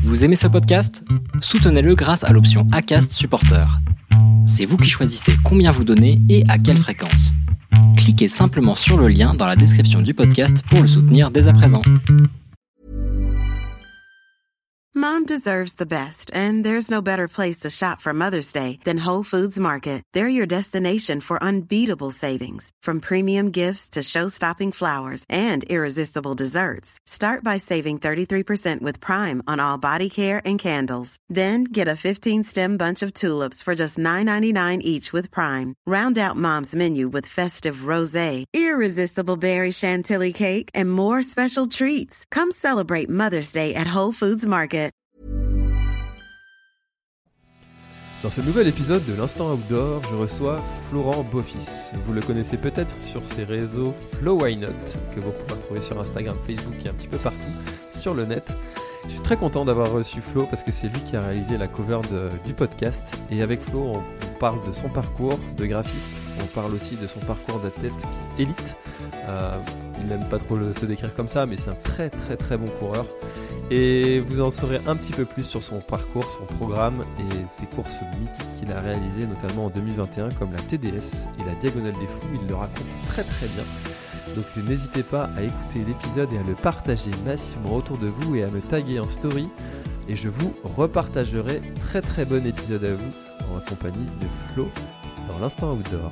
Vous aimez ce podcast ? Soutenez-le grâce à l'option Acast Supporter. C'est vous qui choisissez combien vous donnez et à quelle fréquence. Cliquez simplement sur le lien dans la description du podcast pour le soutenir dès à présent. Mom deserves the best, and there's no better place to shop for Mother's Day than Whole Foods Market. They're your destination for unbeatable savings, from premium gifts to show-stopping flowers and irresistible desserts. Start by saving 33% with Prime on all body care and candles. Then get a 15-stem bunch of tulips for just $9.99 each with Prime. Round out Mom's menu with festive rosé, irresistible berry chantilly cake, and more special treats. Come celebrate Mother's Day at Whole Foods Market. Dans ce nouvel épisode de l'Instant Outdoor, je reçois Florent Beaufils. Vous le connaissez peut-être sur ses réseaux Flow Why Not, que vous pouvez retrouver sur Instagram, Facebook et un petit peu partout sur le net. Je suis très content d'avoir reçu Flo parce que c'est lui qui a réalisé la cover du podcast. Et avec Flo, on parle de son parcours de graphiste, on parle aussi de son parcours d'athlète élite. Il n'aime pas trop se décrire comme ça, mais c'est un très très très bon coureur. Et vous en saurez un petit peu plus sur son parcours, son programme et ses courses mythiques qu'il a réalisées notamment en 2021 comme la TDS et la Diagonale des Fous. Il le raconte très très bien. Donc n'hésitez pas à écouter l'épisode et à le partager massivement autour de vous et à me taguer en story. Et je vous repartagerai très très bon épisode à vous en compagnie de Flo dans l'Instant Outdoor.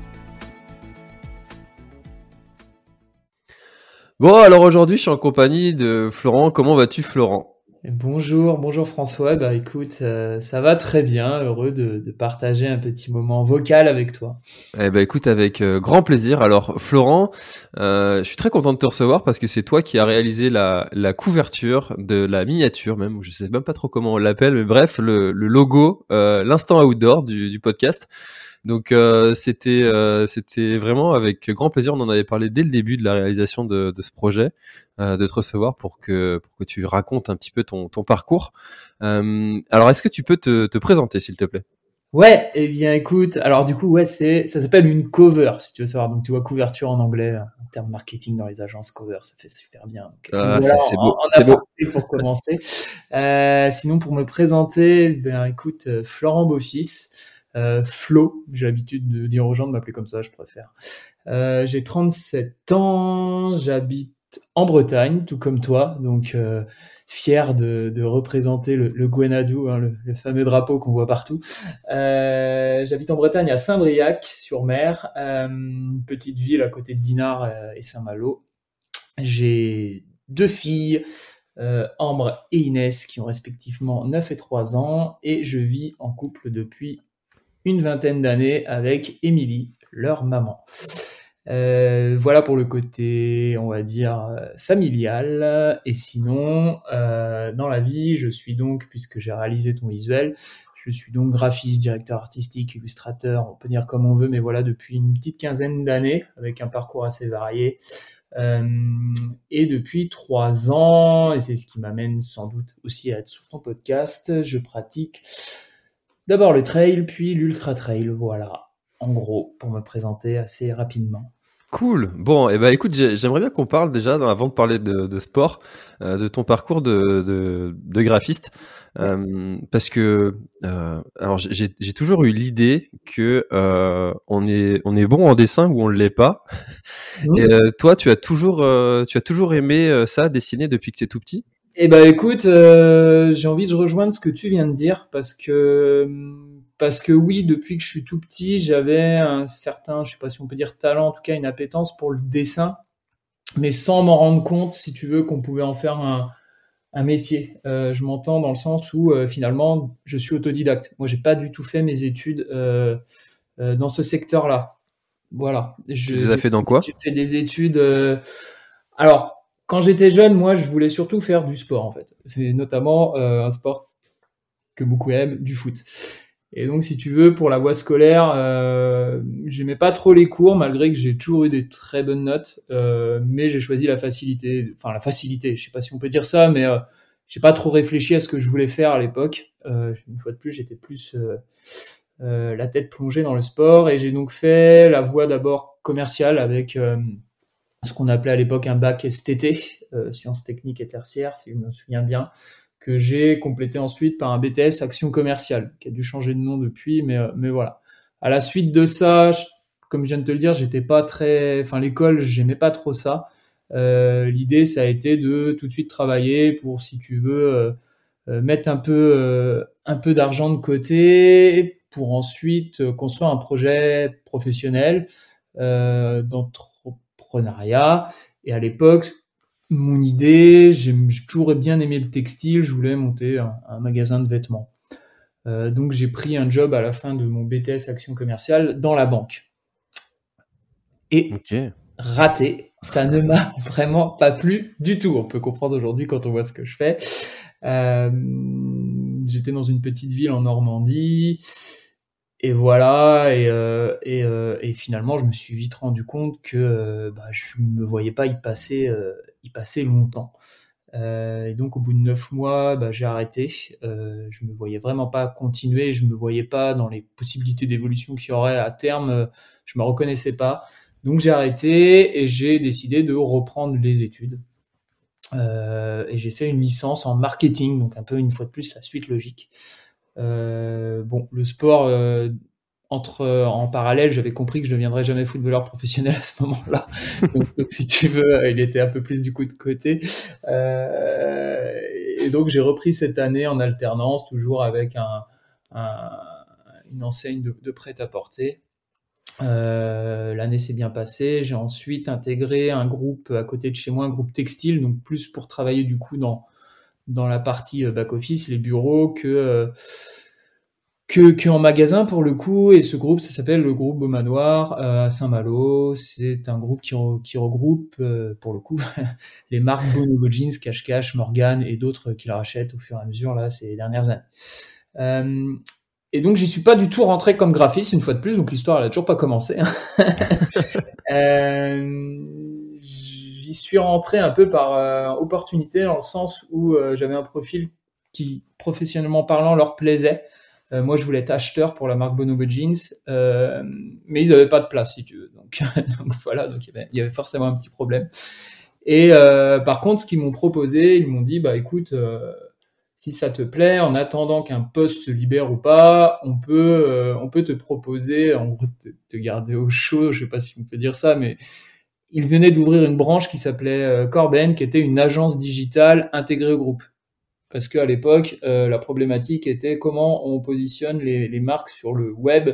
Bon, alors aujourd'hui, je suis en compagnie de Florent. Comment vas-tu, Florent ? Bonjour François. Bah écoute, ça va très bien. Heureux de partager un petit moment vocal avec toi. Eh ben écoute, avec grand plaisir. Alors Florent, je suis très content de te recevoir parce que c'est toi qui as réalisé la couverture de la miniature, même, je sais même pas trop comment on l'appelle, mais bref, le logo, l'Instant Outdoor du podcast. Donc c'était vraiment avec grand plaisir. On en avait parlé dès le début de la réalisation de ce projet, de te recevoir pour que tu racontes un petit peu ton parcours. Alors est-ce que tu peux te présenter s'il te plaît ? Ouais, eh bien écoute, alors du coup ouais, ça s'appelle une cover si tu veux savoir. Donc tu vois couverture en anglais, en termes marketing dans les agences cover, ça fait super bien. Donc, voilà, c'est beau, c'est beau pour commencer. Sinon pour me présenter, ben écoute, Florent Beaufils. Flo, j'ai l'habitude de dire aux gens de m'appeler comme ça, je préfère. J'ai 37 ans, j'habite en Bretagne, tout comme toi, donc fier de représenter le Gwenadou, hein, le fameux drapeau qu'on voit partout. J'habite en Bretagne à Saint-Briac-sur-Mer, une petite ville à côté de Dinard et Saint-Malo. J'ai 2 filles, Ambre et Inès, qui ont respectivement 9 et 3 ans, et je vis en couple depuis une vingtaine d'années avec Émilie, leur maman. Voilà pour le côté, on va dire, familial. Et sinon, dans la vie, je suis donc, puisque j'ai réalisé ton visuel, je suis donc graphiste, directeur artistique, illustrateur, on peut dire comme on veut, mais voilà, depuis une petite quinzaine d'années, avec un parcours assez varié. Et depuis 3 ans, et c'est ce qui m'amène sans doute aussi à être sur ton podcast, je pratique d'abord le trail, puis l'ultra trail, voilà, en gros, pour me présenter assez rapidement. Cool. Bon, et ben écoute, j'aimerais bien qu'on parle déjà, avant de parler de sport, de ton parcours de graphiste, parce que alors j'ai toujours eu l'idée que on est bon en dessin ou on l'est pas. Mmh. Et toi, tu as toujours aimé ça, dessiner depuis que tu es tout petit ? Eh ben écoute, j'ai envie de rejoindre ce que tu viens de dire parce que oui, depuis que je suis tout petit, j'avais un certain, je sais pas si on peut dire talent, en tout cas une appétence pour le dessin, mais sans m'en rendre compte, si tu veux, qu'on pouvait en faire un métier. Je m'entends dans le sens où finalement, je suis autodidacte. Moi, j'ai pas du tout fait mes études dans ce secteur-là. Voilà. Tu les as fait dans quoi ? J'ai fait des études. Alors. Quand j'étais jeune, moi, je voulais surtout faire du sport, en fait. Et notamment un sport que beaucoup aiment, du foot. Et donc, si tu veux, pour la voie scolaire, j'aimais pas trop les cours, malgré que j'ai toujours eu des très bonnes notes. Mais j'ai choisi la facilité. Enfin, la facilité, je sais pas si on peut dire ça, mais j'ai pas trop réfléchi à ce que je voulais faire à l'époque. Une fois de plus, j'étais plus la tête plongée dans le sport. Et j'ai donc fait la voie d'abord commerciale avec ce qu'on appelait à l'époque un bac STT, sciences techniques et tertiaires, si je me souviens bien, que j'ai complété ensuite par un BTS Action Commerciale, qui a dû changer de nom depuis, mais voilà. À la suite de ça, comme je viens de te le dire, l'école, j'aimais pas trop ça. L'idée, ça a été de tout de suite travailler pour, si tu veux, mettre un peu d'argent de côté pour ensuite construire un projet professionnel d'entrepreneuriat. Et à l'époque, mon idée, j'ai toujours bien aimé le textile, je voulais monter un magasin de vêtements. Donc j'ai pris un job à la fin de mon BTS Action Commerciale dans la banque. Et raté, ça ne m'a vraiment pas plu du tout. On peut comprendre aujourd'hui quand on voit ce que je fais. J'étais dans une petite ville en Normandie. Et voilà, et finalement, je me suis vite rendu compte que je ne me voyais pas y passer longtemps. Et donc, au bout de 9 mois, j'ai arrêté. Je me voyais vraiment pas continuer. Je me voyais pas dans les possibilités d'évolution qu'il y aurait à terme. Je me reconnaissais pas. Donc, j'ai arrêté et j'ai décidé de reprendre les études. Et j'ai fait une licence en marketing, donc un peu une fois de plus la suite logique. Le sport, en parallèle, j'avais compris que je ne deviendrais jamais footballeur professionnel à ce moment-là. donc si tu veux, il était un peu plus du coup de côté. Et donc j'ai repris cette année en alternance, toujours avec une enseigne de prêt-à-porter. L'année s'est bien passée. J'ai ensuite intégré un groupe à côté de chez moi, un groupe textile, donc plus pour travailler du coup dans la partie back-office, les bureaux, que en magasin pour le coup. Et ce groupe, ça s'appelle le groupe Beau Manoir à Saint-Malo. C'est un groupe qui regroupe pour le coup les marques Bonobo Jeans, Cache-Cache, Morgan et d'autres qui la rachètent au fur et à mesure là ces dernières années. Et donc j'y suis pas du tout rentré comme graphiste une fois de plus, donc l'histoire elle a toujours pas commencé. J'y suis rentré un peu par opportunité, dans le sens où j'avais un profil qui, professionnellement parlant, leur plaisait. Moi, je voulais être acheteur pour la marque Bonobo Jeans, mais ils n'avaient pas de place, si tu veux. Donc voilà, donc il y avait forcément un petit problème. Et par contre, ce qu'ils m'ont proposé, ils m'ont dit, écoute, si ça te plaît, en attendant qu'un poste se libère ou pas, on peut te proposer, en gros, te garder au chaud, je sais pas si on peut dire ça, mais ils venaient d'ouvrir une branche qui s'appelait Corben, qui était une agence digitale intégrée au groupe. Parce qu'à l'époque, la problématique était comment on positionne les marques sur le web,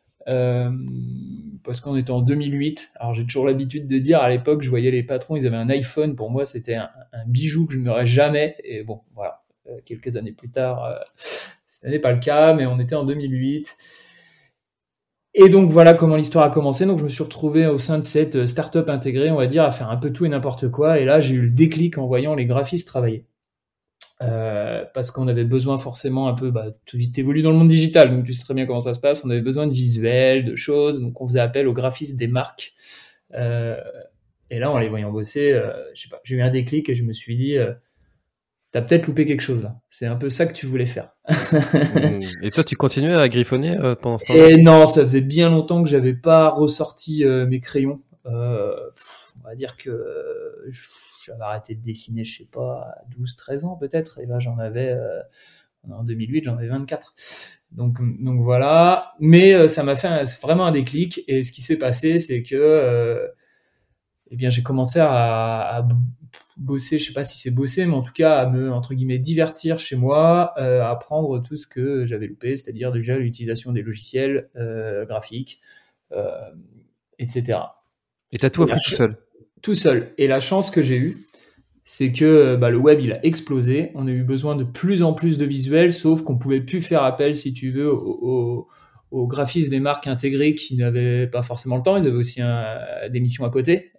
parce qu'on était en 2008. Alors j'ai toujours l'habitude de dire, à l'époque, je voyais les patrons, ils avaient un iPhone, pour moi c'était un bijou que je n'aurais jamais, et bon, voilà. Quelques années plus tard, ce n'est pas le cas, mais on était en 2008. Et donc voilà comment l'histoire a commencé. Donc je me suis retrouvé au sein de cette start-up intégrée, on va dire, à faire un peu tout et n'importe quoi. Et là, j'ai eu le déclic en voyant les graphistes travailler. Parce qu'on avait besoin forcément un peu, tu évolues dans le monde digital, donc tu sais très bien comment ça se passe. On avait besoin de visuels, de choses, donc on faisait appel aux graphistes des marques. Et là, en les voyant bosser, je sais pas, j'ai eu un déclic et je me suis dit... t'as peut-être loupé quelque chose là. C'est un peu ça que tu voulais faire. Et toi, tu continuais à griffonner pendant ce temps? Et non, ça faisait bien longtemps que j'avais pas ressorti mes crayons. On va dire que j'avais arrêté de dessiner, je sais pas, à 12-13 ans peut-être. Et là, j'en avais, en 2008, j'en avais 24. Donc voilà. Mais ça m'a fait vraiment un déclic. Et ce qui s'est passé, c'est que j'ai commencé à bosser, je sais pas si c'est bosser, mais en tout cas à me, entre guillemets, divertir chez moi, à apprendre tout ce que j'avais loupé, c'est-à-dire déjà l'utilisation des logiciels graphiques, etc. Et t'as tout appris tout seul? Tout seul. Et la chance que j'ai eue, c'est que le web, il a explosé. On a eu besoin de plus en plus de visuels, sauf qu'on pouvait plus faire appel, si tu veux, aux graphistes des marques intégrées qui n'avaient pas forcément le temps. Ils avaient aussi des missions à côté.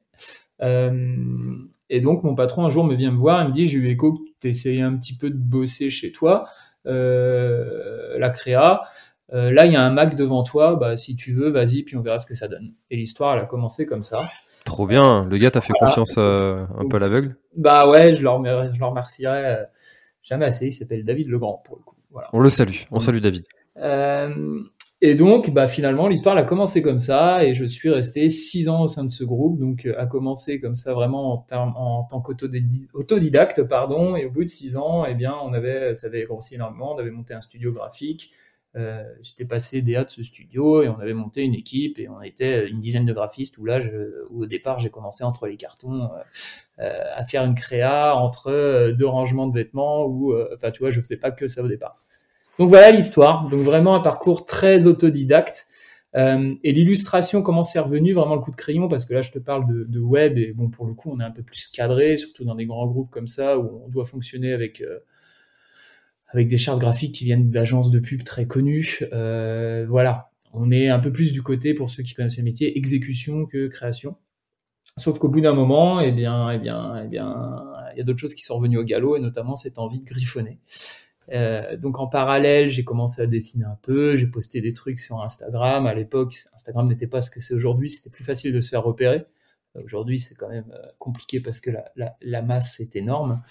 Et donc mon patron un jour me vient me voir et me dit, j'ai eu écho que tu essayais un petit peu de bosser chez toi, la créa, là il y a un Mac devant toi, si tu veux vas-y, puis on verra ce que ça donne. Et l'histoire elle a commencé comme ça. Trop bien, le gars t'a fait confiance un peu à l'aveugle? Ouais, je le remercierai jamais assez. Il s'appelle David Legrand pour le coup. Voilà. On le salue, on salue David. Et donc, finalement, l'histoire elle a commencé comme ça, et je suis resté 6 ans au sein de ce groupe. Donc, a commencé comme ça vraiment en tant qu'autodidacte, pardon. Et au bout de 6 ans, eh bien, ça avait grossi énormément. On avait monté un studio graphique. J'étais passé DA de ce studio et on avait monté une équipe et on était une dizaine de graphistes où au départ, j'ai commencé entre les cartons à faire une créa entre 2 rangements de vêtements tu vois, je faisais pas que ça au départ. Donc voilà l'histoire. Donc vraiment un parcours très autodidacte. Et l'illustration, comment c'est revenu, vraiment le coup de crayon, parce que là je te parle de web et bon, pour le coup on est un peu plus cadré, surtout dans des grands groupes comme ça où on doit fonctionner avec des chartes graphiques qui viennent d'agences de pub très connues. Voilà, on est un peu plus du côté, pour ceux qui connaissent le métier, exécution que création. Sauf qu'au bout d'un moment, il y a d'autres choses qui sont revenues au galop, et notamment cette envie de griffonner. Donc en parallèle, j'ai commencé à dessiner un peu, j'ai posté des trucs sur Instagram. À l'époque, Instagram n'était pas ce que c'est aujourd'hui, c'était plus facile de se faire repérer. Aujourd'hui, c'est quand même compliqué parce que la masse est énorme.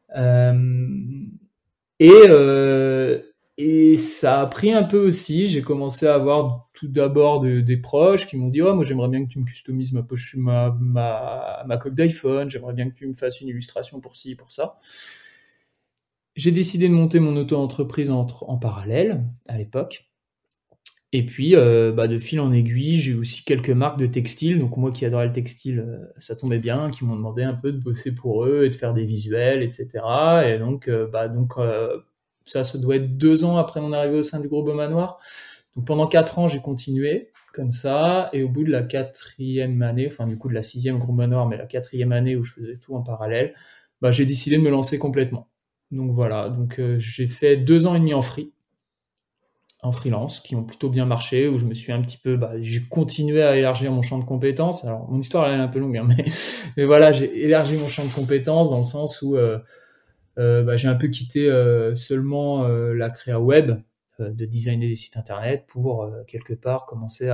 Et ça a pris un peu aussi. J'ai commencé à avoir tout d'abord des proches qui m'ont dit « Oh, moi j'aimerais bien que tu me customises ma coque d'iPhone, j'aimerais bien que tu me fasses une illustration pour ci, pour ça. » J'ai décidé de monter mon auto-entreprise en parallèle à l'époque. Et puis, de fil en aiguille, j'ai aussi quelques marques de textile. Donc moi qui adorais le textile, ça tombait bien, qui m'ont demandé un peu de bosser pour eux et de faire des visuels, etc. Et donc, ça doit être 2 ans après mon arrivée au sein du groupe Beaumanoir. Donc pendant 4 ans, j'ai continué comme ça. Et au bout de la 4e année, enfin du coup de la 6e groupe Beaumanoir, mais la 4e année où je faisais tout en parallèle, j'ai décidé de me lancer complètement. Donc voilà, j'ai fait 2 ans et demi en freelance, qui ont plutôt bien marché, où je me suis un petit peu, j'ai continué à élargir mon champ de compétences. Alors mon histoire elle est un peu longue, hein, mais voilà, j'ai élargi mon champ de compétences dans le sens où j'ai un peu quitté seulement la créa web, de designer des sites internet, pour quelque part commencer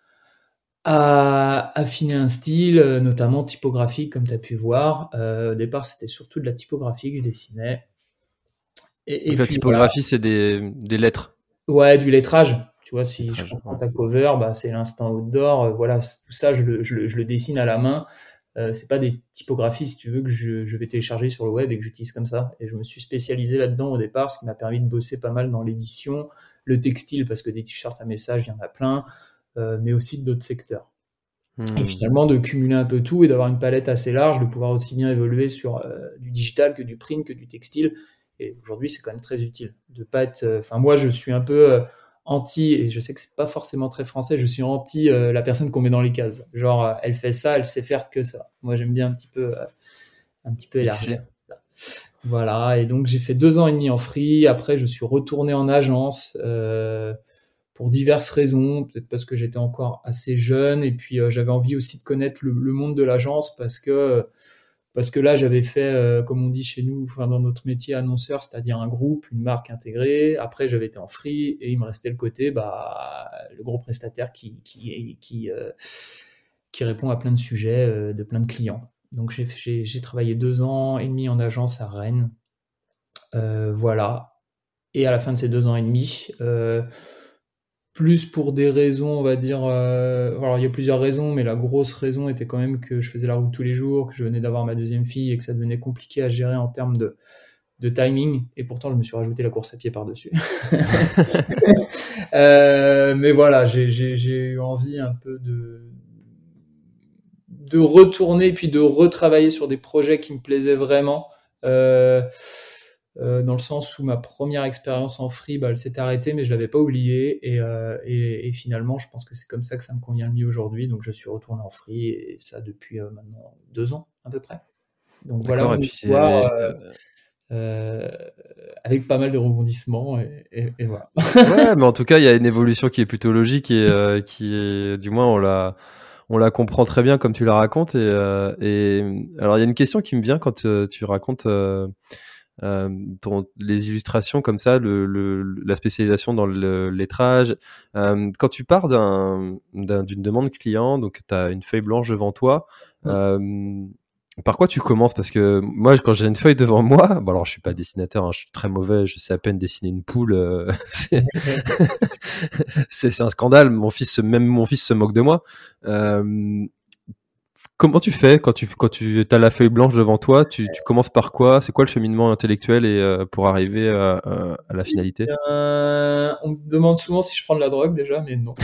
à affiner un style, notamment typographique, comme tu as pu voir. Au départ, c'était surtout de la typographie que je dessinais. Et donc la typographie, c'est des lettres. Ouais, du lettrage. Tu vois, si je comprends ta cover, c'est l'instant outdoor. Voilà, tout ça, je le dessine à la main. C'est pas des typographies, si tu veux, que je vais télécharger sur le web et que j'utilise comme ça. Et je me suis spécialisé là-dedans au départ, ce qui m'a permis de bosser pas mal dans l'édition, le textile, parce que des t-shirts à message, il y en a plein, mais aussi d'autres secteurs. Et finalement, de cumuler un peu tout et d'avoir une palette assez large, de pouvoir aussi bien évoluer sur du digital que du print, que du textile. Et aujourd'hui, c'est quand même très utile de pas être. Moi, je suis un peu anti, et je sais que c'est pas forcément très français. Je suis anti la personne qu'on met dans les cases. Genre, elle fait ça, elle sait faire que ça. Moi, j'aime bien un petit peu élargir ça. Voilà. Et donc, j'ai fait 2 ans et demi en free. Après, je suis retourné en agence pour diverses raisons. Peut-être parce que j'étais encore assez jeune, et puis j'avais envie aussi de connaître le monde de l'agence parce que là, j'avais fait, comme on dit chez nous, dans notre métier, annonceur, c'est-à-dire un groupe, une marque intégrée. Après, j'avais été en free et il me restait le côté, le gros prestataire qui répond à plein de sujets de plein de clients. Donc, j'ai travaillé 2 ans et demi en agence à Rennes. Voilà. Et à la fin de ces 2 ans et demi, plus pour des raisons, on va dire... alors, il y a plusieurs raisons, mais la grosse raison était quand même que je faisais la route tous les jours, que je venais d'avoir ma 2e fille et que ça devenait compliqué à gérer en termes de timing. Et pourtant, je me suis rajouté la course à pied par-dessus. Mais voilà, j'ai eu envie un peu de retourner, puis de retravailler sur des projets qui me plaisaient vraiment. Dans le sens où ma première expérience en free, elle s'est arrêtée, mais je l'avais pas oubliée. Et finalement, je pense que c'est comme ça que ça me convient le mieux aujourd'hui. Donc, je suis retourné en free, et ça depuis maintenant 2 ans à peu près. Donc voilà mon histoire, avec pas mal de rebondissements et voilà. Ouais, mais en tout cas, il y a une évolution qui est plutôt logique et qui est, du moins, on la comprend très bien comme tu la racontes. Et alors, il y a une question qui me vient quand tu racontes les illustrations comme ça, la spécialisation dans le lettrage. Quand tu pars d'une demande client, donc tu as une feuille blanche devant toi, Par quoi tu commences? Parce que moi, quand j'ai une feuille devant moi, bon alors je suis pas dessinateur, hein, je suis très mauvais, je sais à peine dessiner une poule. C'est... c'est un scandale. Même mon fils se moque de moi. Comment tu fais quand tu as la feuille blanche devant toi? Tu commences par quoi? C'est quoi le cheminement intellectuel et pour arriver à la finalité? On me demande souvent si je prends de la drogue déjà, mais non.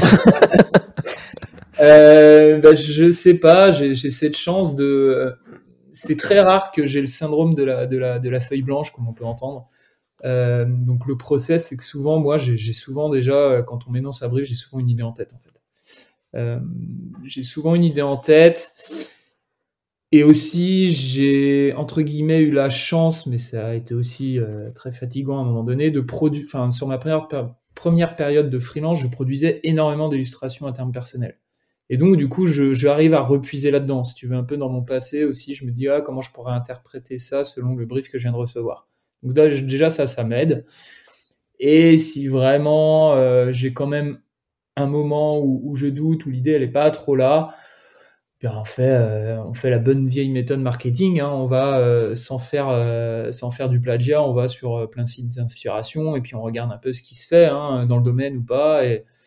Je sais pas. J'ai cette chance de. C'est très rare que j'ai le syndrome de la feuille blanche, comme on peut entendre. Donc le process, c'est que souvent, moi, j'ai souvent déjà, quand on m'énonce un brief, j'ai souvent une idée en tête, en fait. J'ai souvent une idée en tête. Et aussi, j'ai, entre guillemets, eu la chance, mais ça a été aussi très fatigant à un moment donné, de produire. Enfin, sur ma première période de freelance, je produisais énormément d'illustrations à terme personnel. Et donc, du coup, je arrive à repuiser là-dedans. Si tu veux, un peu dans mon passé aussi, je me dis, comment je pourrais interpréter ça selon le brief que je viens de recevoir. Donc là, déjà, ça m'aide. Et si vraiment j'ai quand même un moment où je doute, où l'idée, elle est pas trop là, bien, on fait la bonne vieille méthode marketing. Hein. On va, sans faire du plagiat, on va sur plein de sites d'inspiration et puis on regarde un peu ce qui se fait dans le domaine ou pas.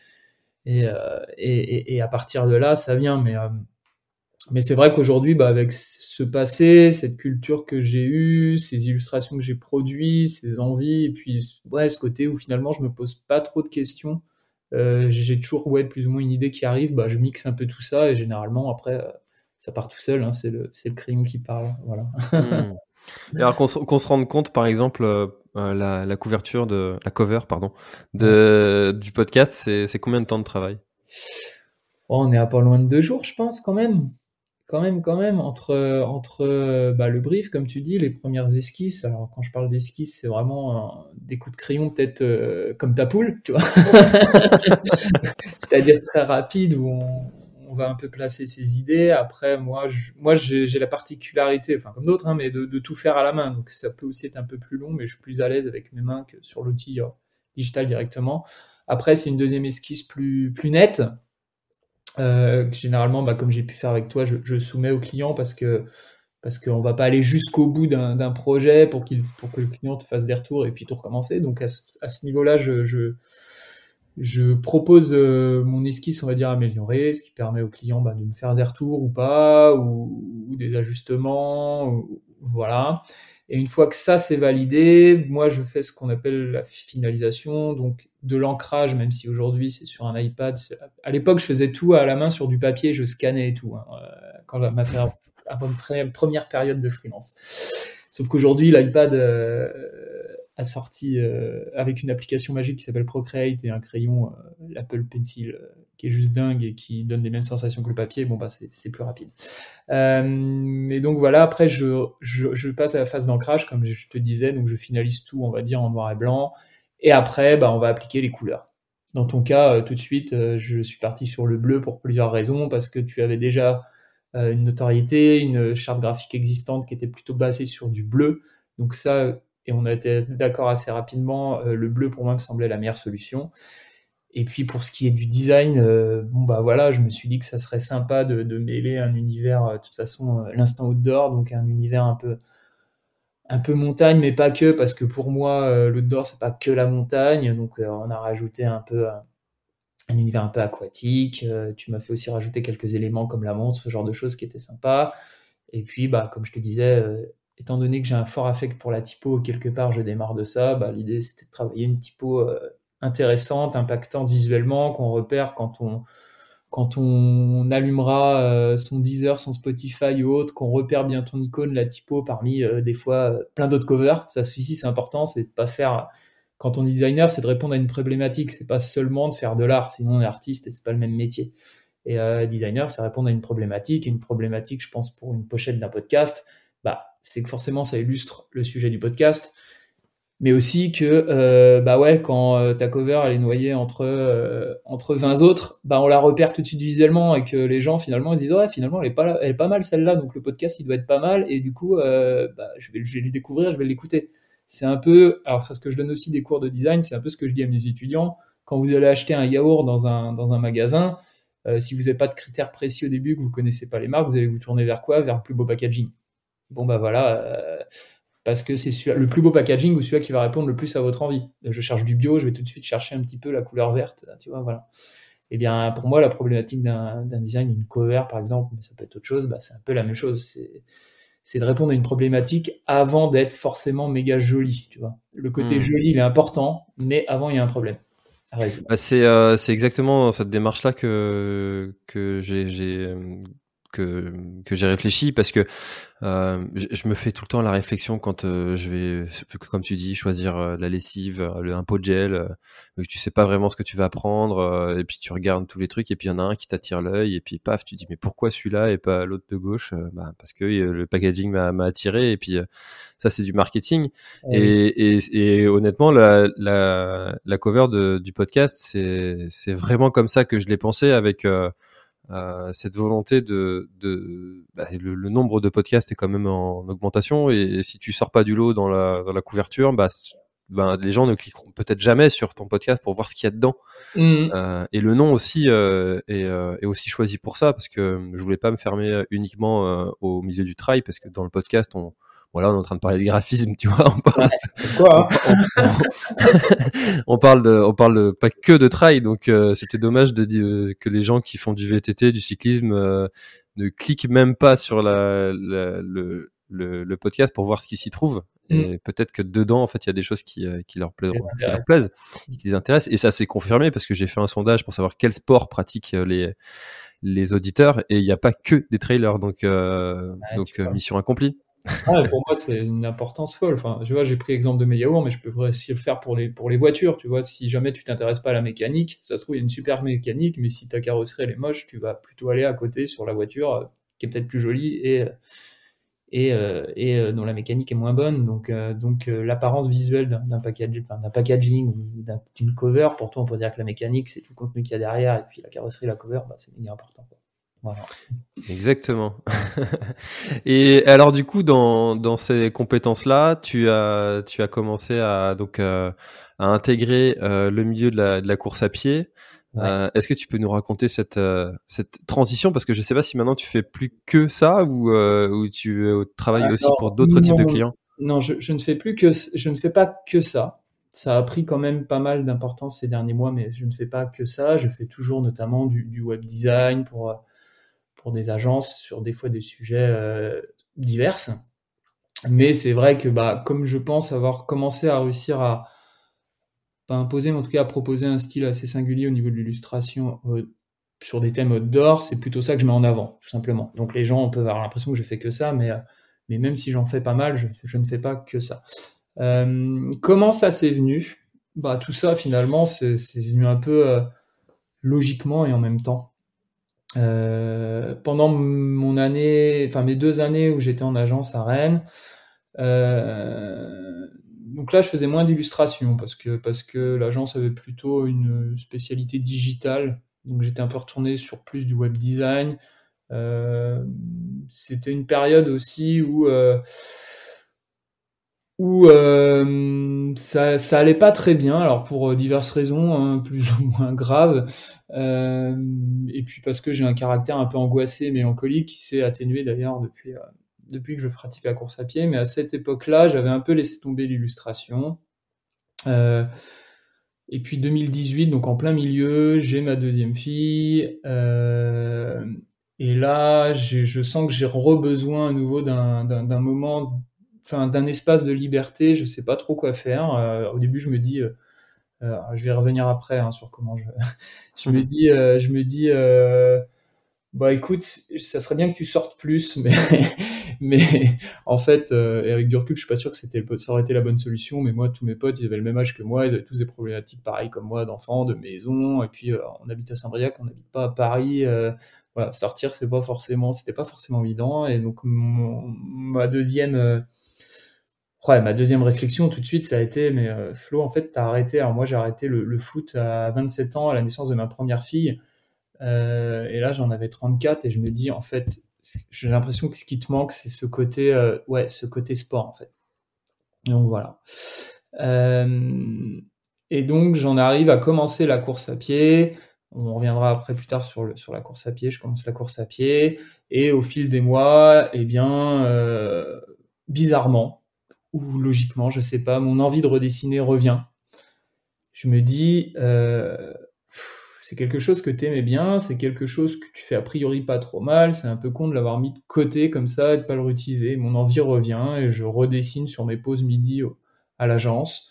Et à partir de là, ça vient. Mais c'est vrai qu'aujourd'hui, avec ce passé, cette culture que j'ai eue, ces illustrations que j'ai produites, ces envies, et puis ce côté où finalement je me pose pas trop de questions, j'ai toujours plus ou moins une idée qui arrive, je mixe un peu tout ça et généralement après ça part tout seul, c'est le crayon qui parle, voilà. Et alors qu'on se rende compte, par exemple, la couverture la cover, pardon, du podcast, c'est combien de temps de travail? On est à pas loin de 2 jours, je pense, quand même. Quand même, entre le brief, comme tu dis, les premières esquisses. Alors, quand je parle d'esquisses, c'est vraiment des coups de crayon, peut-être comme ta poule, tu vois. C'est-à-dire très rapide, où on va un peu placer ses idées. Après, moi, j'ai la particularité, enfin, comme d'autres, mais de tout faire à la main. Donc, ça peut aussi être un peu plus long, mais je suis plus à l'aise avec mes mains que sur l'outil digital directement. Après, c'est une deuxième esquisse plus nette. Généralement, comme j'ai pu faire avec toi, je soumets au client parce qu'on va pas aller jusqu'au bout d'un projet pour que le client te fasse des retours et puis tout recommencer. Donc à ce niveau-là, je propose mon esquisse, on va dire améliorée, ce qui permet au client de me faire des retours ou pas, ou des ajustements, voilà. Et une fois que ça c'est validé, moi je fais ce qu'on appelle la finalisation, donc de l'ancrage, même si aujourd'hui c'est sur un iPad. À l'époque, je faisais tout à la main sur du papier, je scannais et tout, quand ma première période de freelance. Sauf qu'aujourd'hui, l'iPad a sorti avec une application magique qui s'appelle Procreate et un crayon, l'Apple Pencil, qui est juste dingue et qui donne les mêmes sensations que le papier. C'est plus rapide. Et donc voilà, après je passe à la phase d'ancrage, comme je te disais, donc je finalise tout, on va dire, en noir et blanc. Et après, on va appliquer les couleurs. Dans ton cas, tout de suite, je suis parti sur le bleu pour plusieurs raisons, parce que tu avais déjà une notoriété, une charte graphique existante qui était plutôt basée sur du bleu. Donc ça, et on a été d'accord assez rapidement, le bleu pour moi me semblait la meilleure solution. Et puis pour ce qui est du design, voilà, je me suis dit que ça serait sympa de mêler un univers, de toute façon, l'instant outdoor, donc un univers un peu montagne, mais pas que, parce que pour moi, l'outdoor, c'est pas que la montagne. Donc, on a rajouté un peu un univers un peu aquatique. Tu m'as fait aussi rajouter quelques éléments comme la montre, ce genre de choses qui étaient sympas. Et puis, comme je te disais, étant donné que j'ai un fort affect pour la typo, quelque part, je démarre de ça. L'idée, c'était de travailler une typo intéressante, impactante visuellement, qu'on repère quand on allumera son Deezer, son Spotify ou autre, qu'on repère bien ton icône, la typo, parmi des fois plein d'autres covers. Ça suffit, c'est important, c'est de pas faire... Quand on est designer, c'est de répondre à une problématique, c'est pas seulement de faire de l'art, sinon on est artiste et c'est pas le même métier. Et designer, c'est répondre à une problématique, je pense, pour une pochette d'un podcast, c'est que forcément ça illustre le sujet du podcast, mais aussi que quand ta cover elle est noyée entre 20 autres, on la repère tout de suite visuellement et que les gens finalement ils se disent finalement elle est pas mal celle-là, donc le podcast il doit être pas mal, et du coup je vais le découvrir, je vais l'écouter. C'est un peu, alors c'est ce que je donne aussi des cours de design, c'est un peu ce que je dis à mes étudiants. Quand vous allez acheter un yaourt dans un magasin, si vous n'avez pas de critères précis au début, que vous connaissez pas les marques, vous allez vous tourner vers quoi? Vers le plus beau packaging. Bon, bah voilà, parce que c'est le plus beau packaging ou celui-là qui va répondre le plus à votre envie. Je cherche du bio, je vais tout de suite chercher un petit peu la couleur verte, tu vois, voilà. Eh bien, pour moi, la problématique d'un design, une cover par exemple, mais ça peut être autre chose, c'est un peu la même chose. C'est de répondre à une problématique avant d'être forcément méga joli, tu vois. Le côté joli, il est important, mais avant, il y a un problème. C'est exactement cette démarche-là que j'ai réfléchi, parce que je me fais tout le temps la réflexion quand je vais, comme tu dis, choisir la lessive, un pot de gel, que tu sais pas vraiment ce que tu vas prendre, et puis tu regardes tous les trucs, et puis il y en a un qui t'attire l'œil, et puis paf, tu dis mais pourquoi celui-là et pas l'autre de gauche? Parce que le packaging m'a attiré, et puis ça c'est du marketing. Et honnêtement, la cover du podcast, c'est vraiment comme ça que je l'ai pensé, avec cette volonté le nombre de podcasts est quand même en augmentation, et si tu sors pas du lot dans la couverture, les gens ne cliqueront peut-être jamais sur ton podcast pour voir ce qu'il y a dedans. Et le nom aussi est aussi choisi pour ça, parce que je voulais pas me fermer uniquement au milieu du trail, parce que dans le podcast on est en train de parler de graphisme, tu vois, on parle pas que de trail, donc c'était dommage de dire que les gens qui font du VTT, du cyclisme, ne cliquent même pas sur le podcast pour voir ce qui s'y trouve. Et peut-être que dedans, en fait, il y a des choses qui leur plaisent, qui les intéressent. Et ça s'est confirmé, parce que j'ai fait un sondage pour savoir quel sport pratiquent les auditeurs, et il n'y a pas que des trailers, donc mission accomplie. Pour moi, c'est une importance folle. Enfin, je vois, j'ai pris l'exemple de mes yaourts, mais je peux aussi le faire pour les voitures. Tu vois, si jamais tu t'intéresses pas à la mécanique, ça se trouve, il y a une super mécanique, mais si ta carrosserie elle est moche, tu vas plutôt aller à côté sur la voiture qui est peut-être plus jolie et dont la mécanique est moins bonne. Donc l'apparence visuelle d'un packaging ou d'une cover, pour toi, on peut dire que la mécanique, c'est tout le contenu qu'il y a derrière, et puis la carrosserie, la cover, c'est méga important, quoi. Voilà. Exactement. Et alors du coup, dans ces compétences-là, tu as commencé à intégrer le milieu de la course à pied. Ouais. Est-ce que tu peux nous raconter cette transition, parce que je sais pas si maintenant tu fais plus que ça, ou tu travailles aussi pour d'autres types de clients. Non, je ne fais pas que ça. Ça a pris quand même pas mal d'importance ces derniers mois, mais je ne fais pas que ça. Je fais toujours notamment du web design pour des agences sur des fois des sujets divers. Mais c'est vrai que comme je pense avoir commencé à réussir à pas imposer, mais en tout cas à proposer un style assez singulier au niveau de l'illustration sur des thèmes outdoor, c'est plutôt ça que je mets en avant, tout simplement. Donc les gens peuvent avoir l'impression que je fais que ça, mais même si j'en fais pas mal, je ne fais pas que ça. Comment ça s'est venu ? Tout ça finalement c'est venu un peu logiquement et en même temps. Pendant mes 2 années où j'étais en agence à Rennes, donc là je faisais moins d'illustration parce que l'agence avait plutôt une spécialité digitale, donc j'étais un peu retourné sur plus du web design. C'était une période aussi où ça allait pas très bien, alors pour diverses raisons, hein, plus ou moins graves, et puis parce que j'ai un caractère un peu angoissé, mélancolique, qui s'est atténué d'ailleurs depuis que je pratique la course à pied. Mais à cette époque-là, j'avais un peu laissé tomber l'illustration. Et puis 2018, donc en plein milieu, j'ai ma deuxième fille, et là, je sens que j'ai besoin à nouveau d'un moment, enfin d'un espace de liberté. Je sais pas trop quoi faire. Au début, je me dis, je vais revenir après sur comment je me dis, écoute, ça serait bien que tu sortes plus, mais en fait, et avec du recul, je suis pas sûr que ça aurait été la bonne solution. Mais moi, tous mes potes, ils avaient le même âge que moi, ils avaient tous des problématiques pareilles comme moi, d'enfants, de maison, et puis on habite à Saint-Briac, on n'habite pas à Paris. Voilà, sortir, c'était pas forcément évident. Et donc ma deuxième réflexion tout de suite, ça a été, mais Flo, en fait, t'as arrêté. Alors moi, j'ai arrêté le foot à 27 ans, à la naissance de ma première fille. Et là, j'en avais 34, et je me dis, en fait, j'ai l'impression que ce qui te manque, c'est ce côté sport, en fait. Donc voilà. Et donc, j'en arrive à commencer la course à pied. On reviendra après plus tard sur la course à pied. Je commence la course à pied et au fil des mois, eh bien, bizarrement ou logiquement, je sais pas, mon envie de redessiner revient. Je me dis, c'est quelque chose que t'aimais bien, c'est quelque chose que tu fais a priori pas trop mal, c'est un peu con de l'avoir mis de côté comme ça et de pas le réutiliser. Mon envie revient et je redessine sur mes pauses midi à l'agence.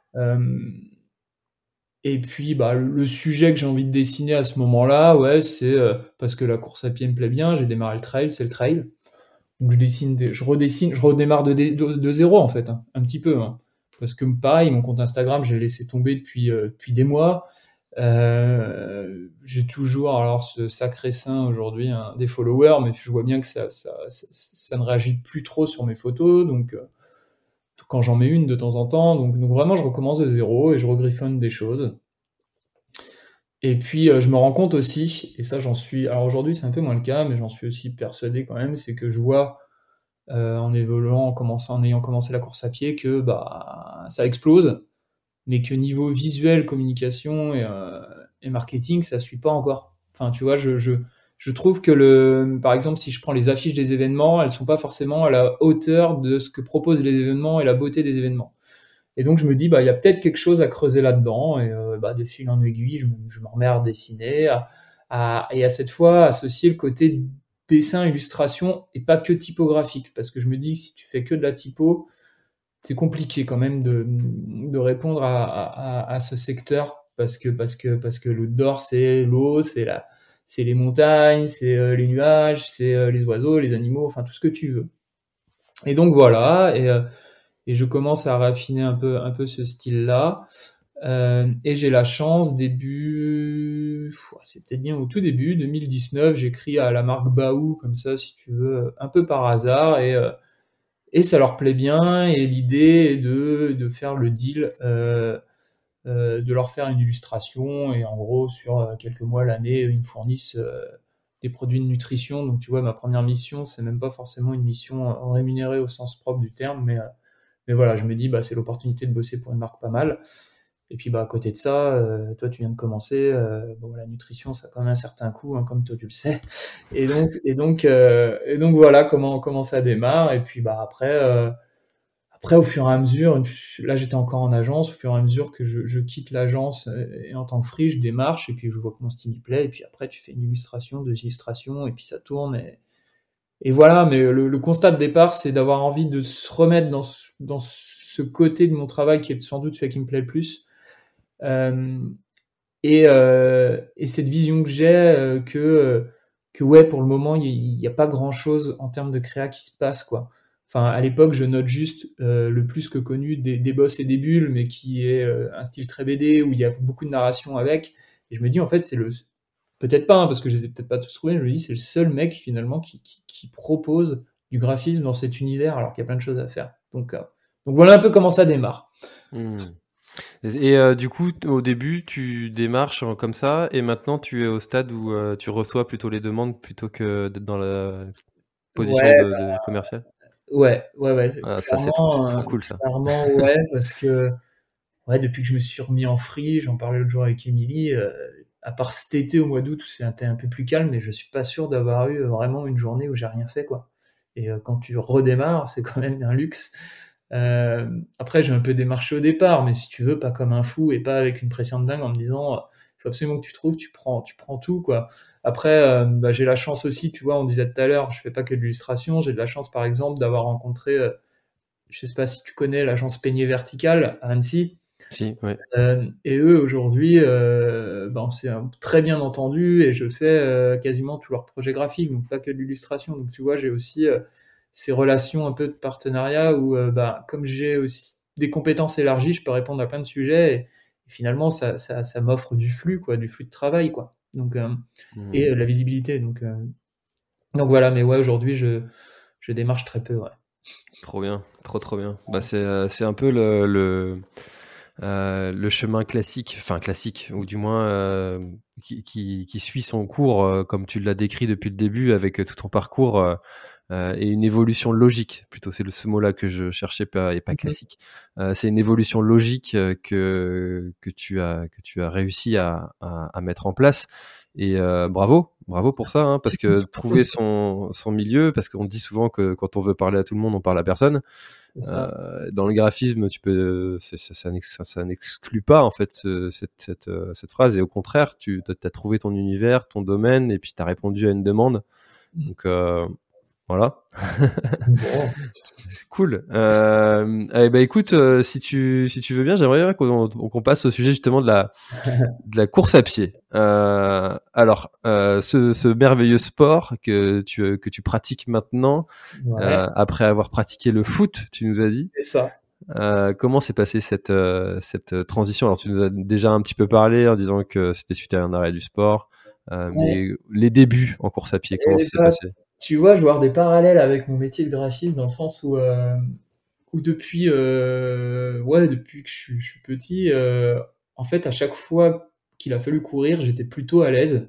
Et puis, le sujet que j'ai envie de dessiner à ce moment-là, ouais, c'est parce que la course à pied me plaît bien, j'ai démarré le trail, c'est le trail. Donc je redessine, je redémarre de zéro en fait, hein, un petit peu. Hein. Parce que pareil, mon compte Instagram, j'ai laissé tomber depuis des mois. J'ai toujours alors ce sacré saint aujourd'hui, hein, des followers, mais je vois bien que ça ne réagit plus trop sur mes photos. Donc quand j'en mets une de temps en temps, donc vraiment je recommence de zéro et je regriffonne des choses. Et puis je me rends compte aussi, et ça j'en suis, alors aujourd'hui c'est un peu moins le cas, mais j'en suis aussi persuadé quand même, c'est que je vois en évoluant, en ayant commencé la course à pied, que ça explose, mais que niveau visuel, communication et marketing, ça suit pas encore. Enfin, tu vois, je trouve que par exemple, si je prends les affiches des événements, elles sont pas forcément à la hauteur de ce que proposent les événements et la beauté des événements. Et donc je me dis, il y a peut-être quelque chose à creuser là-dedans, et de fil en aiguille, je me remets à redessiner, et à cette fois associer le côté dessin, illustration, et pas que typographique, parce que je me dis, si tu fais que de la typo, c'est compliqué quand même de répondre à ce secteur, parce que l'outdoor, c'est l'eau, c'est les montagnes, c'est les nuages, c'est les oiseaux, les animaux, enfin tout ce que tu veux. Et donc voilà, et je commence à raffiner un peu ce style-là. Et j'ai la chance, c'est peut-être bien au tout début, 2019, j'écris à la marque Baou, comme ça, si tu veux, un peu par hasard, et ça leur plaît bien, et l'idée est de faire le deal, de leur faire une illustration, et en gros, sur quelques mois, l'année, ils me fournissent des produits de nutrition. Donc tu vois, ma première mission, c'est même pas forcément une mission rémunérée au sens propre du terme, mais voilà, je me dis, c'est l'opportunité de bosser pour une marque pas mal. Et puis à côté de ça, toi tu viens de commencer, la nutrition ça a quand même un certain coût, hein, comme toi tu le sais. Et donc voilà comment ça démarre. Et puis après au fur et à mesure, là j'étais encore en agence, au fur et à mesure que je quitte l'agence et en tant que free, je démarche et puis je vois que mon style me plaît. Et puis après tu fais une illustration, deux illustrations et puis ça tourne. Et voilà, mais le constat de départ, c'est d'avoir envie de se remettre dans ce côté de mon travail qui est sans doute celui qui me plaît le plus. Et cette vision que j'ai, que ouais, pour le moment, il y a pas grand chose en termes de créa qui se passe, quoi. Enfin, à l'époque, je note juste le plus que connu des boss et des bulles, mais qui est un style très BD où il y a beaucoup de narration avec. Et je me dis, en fait, peut-être pas, hein, parce que je les ai peut-être pas tous trouvés, je me dis, c'est le seul mec finalement qui propose du graphisme dans cet univers, alors qu'il y a plein de choses à faire. Donc voilà un peu comment ça démarre. Et du coup, au début, tu démarches comme ça, et maintenant tu es au stade où tu reçois plutôt les demandes plutôt que d'être dans la position de commercial. Ouais. Ah, ça c'est trop cool ça. Clairement, ouais, parce que depuis que je me suis remis en free, j'en parlais l'autre jour avec Émilie, à part cet été au mois d'août où c'était un peu plus calme, mais je suis pas sûr d'avoir eu vraiment une journée où j'ai rien fait, quoi. Et quand tu redémarres, c'est quand même un luxe. Après, j'ai un peu démarché au départ, mais si tu veux, pas comme un fou et pas avec une pression de dingue en me disant il faut absolument que tu trouves, tu prends tout, quoi. Après, j'ai la chance aussi, tu vois, on disait tout à l'heure, je fais pas que de l'illustration, j'ai de la chance par exemple d'avoir rencontré, je sais pas si tu connais l'agence Peigné Vertical à Annecy. Si, ouais. Et eux aujourd'hui, on s'est très bien entendu et je fais quasiment tous leurs projets graphiques, donc pas que de l'illustration. Donc tu vois, j'ai aussi ces relations un peu de partenariat où comme j'ai aussi des compétences élargies, je peux répondre à plein de sujets et finalement ça m'offre du flux de travail, quoi. Donc et la visibilité. Donc voilà, mais ouais, aujourd'hui je démarche très peu, ouais. Trop bien, trop bien. C'est un peu le chemin classique, ou du moins qui suit son cours, comme tu l'as décrit depuis le début avec tout ton parcours. et une évolution logique, plutôt, c'est ce mot-là que je cherchais pas, et pas classique. C'est une évolution logique que tu as réussi à mettre en place. Et bravo pour ça, hein, parce que trouver son milieu, parce qu'on dit souvent que quand on veut parler à tout le monde, on parle à personne. Dans le graphisme, ça n'exclut pas en fait cette phrase, et au contraire, tu as trouvé ton univers, ton domaine, et puis tu as répondu à une demande. Donc voilà. Bon. C'est cool. Écoute, si tu veux bien, j'aimerais bien qu'on passe au sujet justement de la course à pied. Alors, ce merveilleux sport que tu pratiques maintenant, après avoir pratiqué le foot, tu nous as dit. C'est ça. Comment s'est passée cette transition? Alors, tu nous as déjà un petit peu parlé en disant que c'était suite à un arrêt du sport, mais les débuts en course à pied, comment ça s'est passé? Tu vois, je vois des parallèles avec mon métier de graphiste, dans le sens où depuis que je suis petit, en fait, à chaque fois qu'il a fallu courir, j'étais plutôt à l'aise.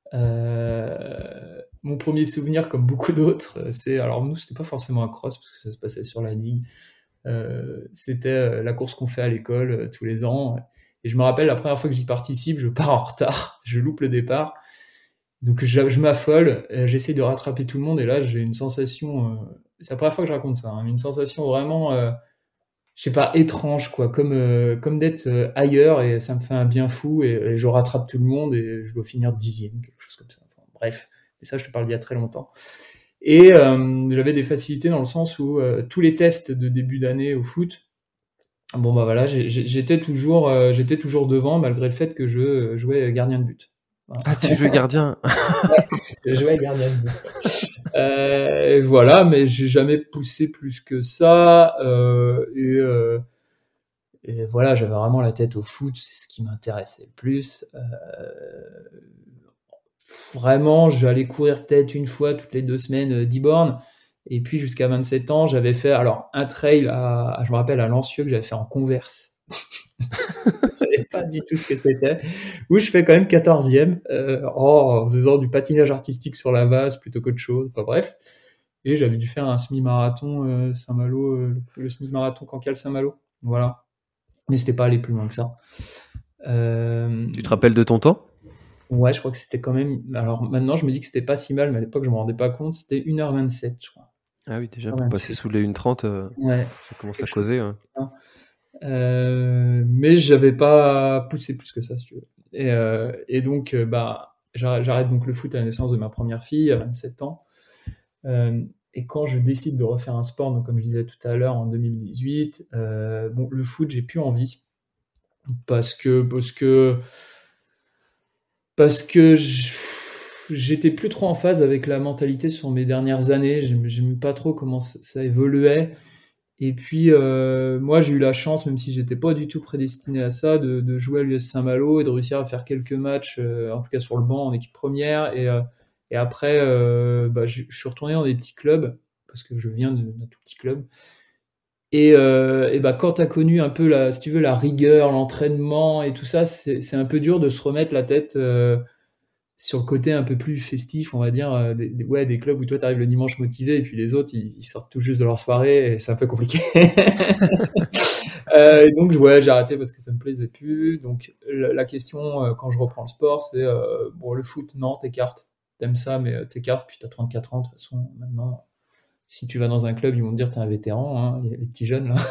Mon premier souvenir, comme beaucoup d'autres, alors nous, c'était pas forcément un cross parce que ça se passait sur la digue. C'était la course qu'on fait à l'école tous les ans. Et je me rappelle, la première fois que j'y participe, je pars en retard, je loupe le départ. Donc je m'affole, j'essaie de rattraper tout le monde, et là j'ai une sensation, c'est la première fois que je raconte ça, hein, une sensation vraiment, je sais pas, étrange, quoi, comme d'être ailleurs, et ça me fait un bien fou, et je rattrape tout le monde et je dois finir 10e, quelque chose comme ça. Enfin, bref, et ça je te parle d'il y a très longtemps. Et j'avais des facilités dans le sens où tous les tests de début d'année au foot, bon bah voilà, j'étais toujours devant, malgré le fait que je jouais gardien de but. Voilà. Ah, tu jouais gardien. Ouais, je jouais gardien de but. Voilà, mais j'ai jamais poussé plus que ça. Et voilà, j'avais vraiment la tête au foot, c'est ce qui m'intéressait le plus. Vraiment, j'allais courir peut-être une fois toutes les 2 semaines, 10 bornes. Et puis jusqu'à 27 ans, j'avais fait un trail je me rappelle, à Lancieux, que j'avais fait en Converse. Je ne savais pas du tout ce que c'était, où je fais quand même 14e, en faisant du patinage artistique sur la vase plutôt qu'autre chose, enfin bref. Et j'avais dû faire un semi-marathon Saint-Malo, le semi-marathon Cancale-Saint-Malo, voilà. Mais c'était pas aller plus loin que ça. Tu te rappelles de ton temps? Ouais, je crois que c'était quand même... Alors maintenant, je me dis que c'était pas si mal, mais à l'époque, je me rendais pas compte, c'était 1h27, je crois. Ah oui, déjà, pour passer sous les 1h30, ouais, ça commence à causer. Hein. Mais j'avais pas poussé plus que ça, si tu veux. Et donc, j'arrête donc le foot à la naissance de ma première fille, à 27 ans. Et quand je décide de refaire un sport, donc comme je disais tout à l'heure, en 2018, le foot, j'ai plus envie. Parce que j'étais plus trop en phase avec la mentalité sur mes dernières années. J'aimais pas trop comment ça évoluait. Et puis, moi, j'ai eu la chance, même si j'étais pas du tout prédestiné à ça, de jouer à l'US Saint-Malo et de réussir à faire quelques matchs, en tout cas sur le banc, en équipe première. Et après, je suis retourné dans des petits clubs, parce que je viens d'un tout petit club. Et quand tu as connu un peu, si tu veux, la rigueur, l'entraînement et tout ça, c'est un peu dur de se remettre la tête sur le côté un peu plus festif, on va dire, des clubs où toi tu arrives le dimanche motivé et puis les autres ils sortent tout juste de leur soirée et c'est un peu compliqué. Donc j'ai arrêté parce que ça me plaisait plus. Donc la question quand je reprends le sport, c'est le foot, non, t'écartes, t'aimes ça, mais t'écartes, puis t'as 34 ans de toute façon. Maintenant, si tu vas dans un club, ils vont te dire t'es un vétéran, hein, les petits jeunes là.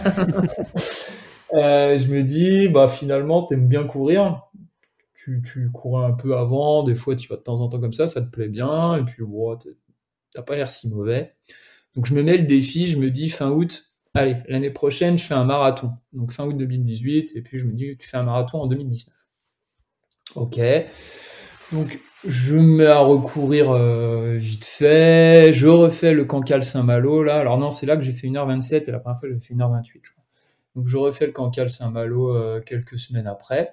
Je me dis finalement t'aimes bien courir. Tu courais un peu avant, des fois tu vas de temps en temps comme ça te plaît bien, et puis t'as pas l'air si mauvais. Donc je me mets le défi, je me dis fin août, allez, l'année prochaine je fais un marathon. Donc fin août 2018, et puis je me dis tu fais un marathon en 2019. Ok. Donc je me mets à recourir vite fait, je refais le Cancale-Saint-Malo là. Alors non, c'est là que j'ai fait 1h27 et la première fois j'avais fait 1h28, je crois. Donc je refais le Cancale-Saint-Malo quelques semaines après.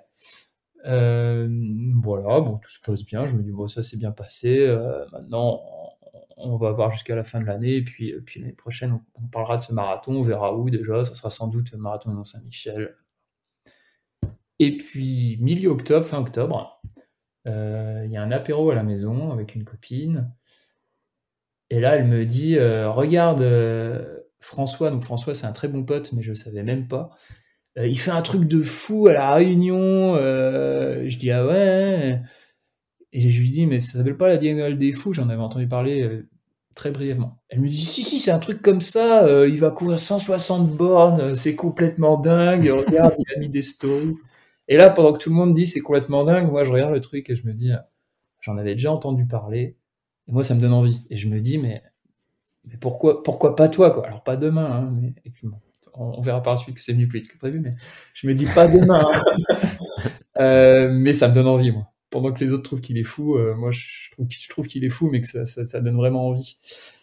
Voilà, tout se passe bien. Je me dis ça s'est bien passé. Maintenant, on va voir jusqu'à la fin de l'année, et puis l'année prochaine, on parlera de ce marathon. On verra où déjà. Ça sera sans doute le marathon de Mont-Saint-Michel. Et puis milieu octobre, fin octobre, il y a un apéro à la maison avec une copine. Et là, elle me dit, regarde, François, donc François, c'est un très bon pote, mais je savais même pas. Il fait un truc de fou à la Réunion. Je dis, ah ouais. Et je lui dis, mais ça s'appelle pas la Diagonale des Fous, j'en avais entendu parler très brièvement. Elle me dit, si, c'est un truc comme ça, il va courir 160 bornes, c'est complètement dingue, regarde, il a mis des stories. Et là, pendant que tout le monde dit c'est complètement dingue, moi je regarde le truc et je me dis, j'en avais déjà entendu parler, et moi ça me donne envie. Et je me dis, mais pourquoi pas toi, quoi. Alors pas demain, hein, et puis bon, on verra par la suite que c'est venu plus vite que prévu, mais je me dis pas demain, hein. Mais ça me donne envie, moi. Pendant que les autres trouvent qu'il est fou, moi je trouve qu'il est fou, mais que ça donne vraiment envie.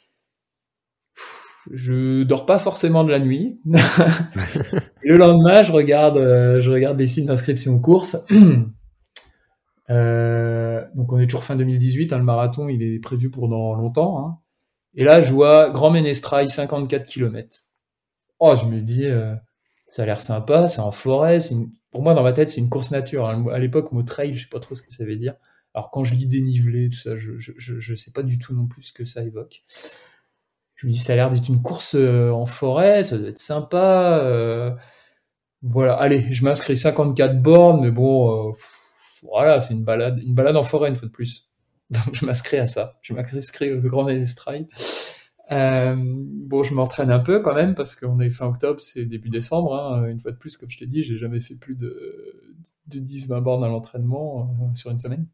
Je dors pas forcément de la nuit. Le lendemain, je regarde les sites d'inscription aux courses. Donc on est toujours fin 2018, hein, le marathon il est prévu pour dans longtemps, hein. Et là, je vois Grand Ménestrail, 54 km. Oh, je me dis, ça a l'air sympa, c'est en forêt. Pour moi, dans ma tête, c'est une course nature, hein. À l'époque, le mot trail, je sais pas trop ce que ça veut dire. Alors, quand je lis dénivelé, tout ça, je sais pas du tout non plus ce que ça évoque. Je me dis, ça a l'air d'être une course en forêt, ça doit être sympa. Voilà, allez, je m'inscris 54 bornes, mais bon, voilà, c'est une balade en forêt une fois de plus. Donc je m'inscris à ça. Je m'inscris au Grand Ménestrail. Bon, je m'entraîne un peu quand même parce qu'on est fin octobre, c'est début décembre, hein. Une fois de plus, comme je t'ai dit, j'ai jamais fait plus de 10-20 bornes à l'entraînement sur une semaine.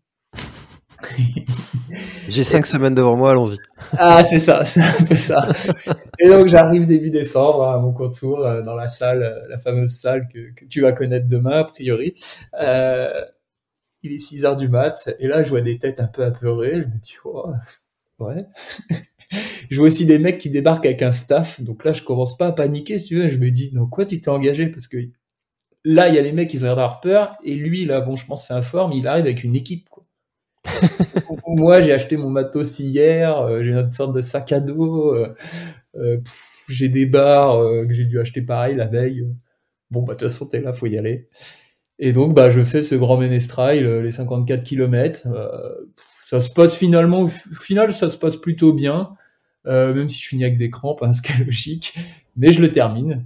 J'ai 5 semaines devant moi, allons-y. Ah, c'est ça, c'est un peu ça. Et donc j'arrive début décembre à mon contour dans la salle, la fameuse salle que tu vas connaître demain, a priori. Il est 6h du mat, et là je vois des têtes un peu apeurées, je me dis, oh, ouais. Je vois aussi des mecs qui débarquent avec un staff, donc là je commence pas à paniquer, si tu veux, je me dis, dans quoi tu t'es engagé? Parce que là il y a les mecs qui ont l'air d'avoir peur, et lui là, bon je pense que c'est un fort, mais il arrive avec une équipe, quoi. Moi j'ai acheté mon matos hier, j'ai une sorte de sac à dos, j'ai des barres que j'ai dû acheter pareil la veille. Bon bah de toute façon t'es là, faut y aller. Et donc, bah, je fais ce Grand Ménestrail, les 54 km. Ça se passe finalement, au final, ça se passe plutôt bien, même si je finis avec des crampes, hein, ce qui est logique. Mais je le termine.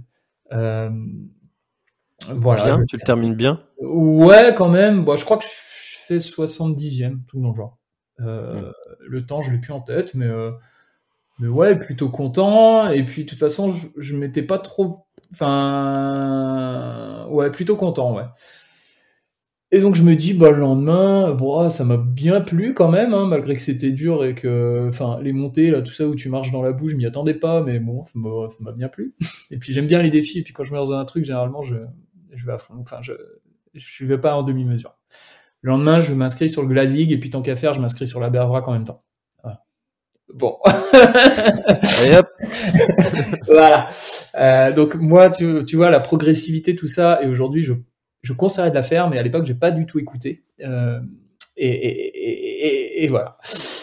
Voilà. Bien, tu le termines bien? Ouais, quand même. Bon, je crois que je fais 70e, tout dans le genre. Le temps, je l'ai plus en tête, mais ouais, plutôt content. Et puis, de toute façon, je m'étais pas trop... Enfin... Ouais, plutôt content, ouais. Et donc je me dis, bah, le lendemain, bon, ça m'a bien plu quand même, hein, malgré que c'était dur et que, enfin, les montées, là, tout ça où tu marches dans la boue, je m'y attendais pas, mais bon, ça m'a bien plu. Et puis j'aime bien les défis, et puis quand je me lance dans un truc, généralement, je vais à fond, enfin, je vais pas en demi-mesure. Le lendemain, je m'inscris sur le Glazig, et puis tant qu'à faire, je m'inscris sur la Bergerac en même temps. Voilà. Bon. Allez hop. Voilà. Donc moi, tu vois, la progressivité, tout ça, et aujourd'hui, je conseillerais de la faire, mais à l'époque, j'ai pas du tout écouté. Et voilà.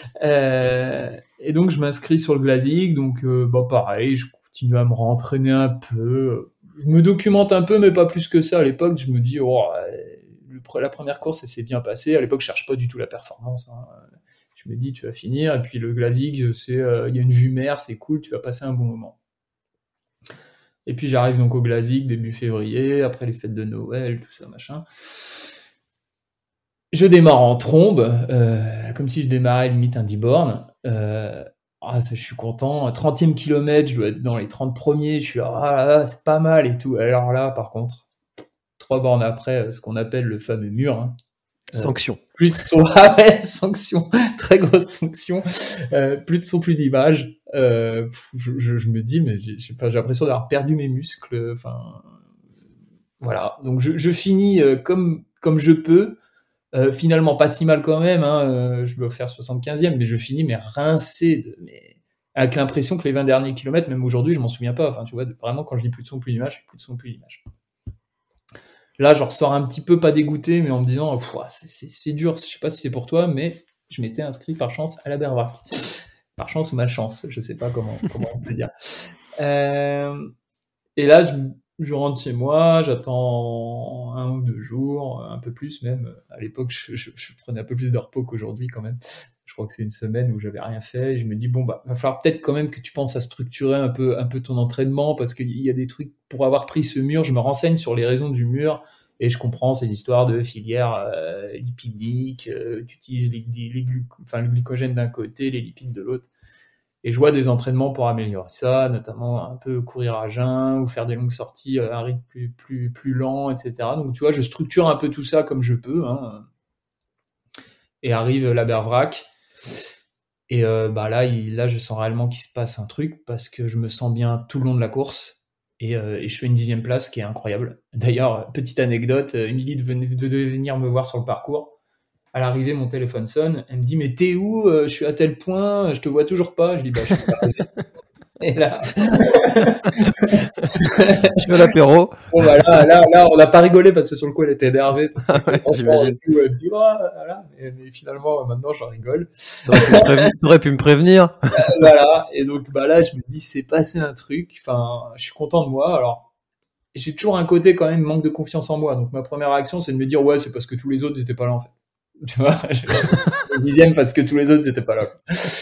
Et donc, je m'inscris sur le Glazig. Donc, bah, pareil, je continue à me rentraîner un peu. Je me documente un peu, mais pas plus que ça. À l'époque, je me dis, oh, la première course, elle s'est bien passée. À l'époque, je cherche pas du tout la performance, hein. Je me dis, tu vas finir. Et puis, le Glazig, il y a une vue mer, c'est cool, tu vas passer un bon moment. Et puis j'arrive donc au Glazig début février, après les fêtes de Noël, tout ça, machin. Je démarre en trombe, comme si je démarrais limite un 10 bornes. Ça, je suis content. 30e kilomètre, je dois être dans les 30 premiers, je suis là, c'est pas mal et tout. Alors là, par contre, 3 bornes après, ce qu'on appelle le fameux mur, hein. Sanction. Plus de son, ah ouais, sanction, très grosse sanction. Plus de son, plus d'image. Je me dis, mais j'ai l'impression d'avoir perdu mes muscles. Enfin, voilà. Donc je finis comme je peux. Finalement, pas si mal quand même. Hein, je dois faire 75e, mais je finis mais rincé, avec l'impression que les 20 derniers kilomètres, même aujourd'hui, je m'en souviens pas. Enfin, tu vois, vraiment, quand je dis plus de son, plus d'image, plus de son, plus d'image. Là, je ressors un petit peu pas dégoûté, mais en me disant, c'est dur, je sais pas si c'est pour toi, mais je m'étais inscrit par chance à la Bergerac. Par chance ou malchance, je sais pas comment on peut dire. Et là, je rentre chez moi, j'attends 1 ou 2 jours, un peu plus même. À l'époque, je prenais un peu plus de repos qu'aujourd'hui quand même. Je crois que c'est une semaine où j'avais rien fait. Et je me dis, bon, va falloir peut-être quand même que tu penses à structurer un peu ton entraînement, parce qu'il y a des trucs, pour avoir pris ce mur, je me renseigne sur les raisons du mur, et je comprends ces histoires de filière lipidique, tu utilises le glycogène d'un côté, les lipides de l'autre. Et je vois des entraînements pour améliorer ça, notamment un peu courir à jeun ou faire des longues sorties à un rythme plus lent, etc. Donc, tu vois, je structure un peu tout ça comme je peux. Et arrive la Bervrac. Et là, je sens réellement qu'il se passe un truc, parce que je me sens bien tout le long de la course. Et je fais une 10e place qui est incroyable. D'ailleurs, petite anecdote, Émilie devait venir me voir sur le parcours. À l'arrivée, mon téléphone sonne. Elle me dit, mais t'es où ? Je suis à tel point, je te vois toujours pas. Je dis, je suis pas arrivé. Et là, je fais l'apéro. Bon, là, on n'a pas rigolé, parce que sur le coup, elle était énervée. J'imagine. Elle me dit, voilà. Mais finalement, maintenant, j'en rigole. T'aurais pu me prévenir. Voilà. Et donc, là, je me dis, c'est passé un truc. Enfin, je suis content de moi. Alors, j'ai toujours un côté quand même manque de confiance en moi. Donc, ma première réaction, c'est de me dire, ouais, c'est parce que tous les autres n'étaient pas là, en fait. Tu vois, le 10e parce que tous les autres n'étaient pas là.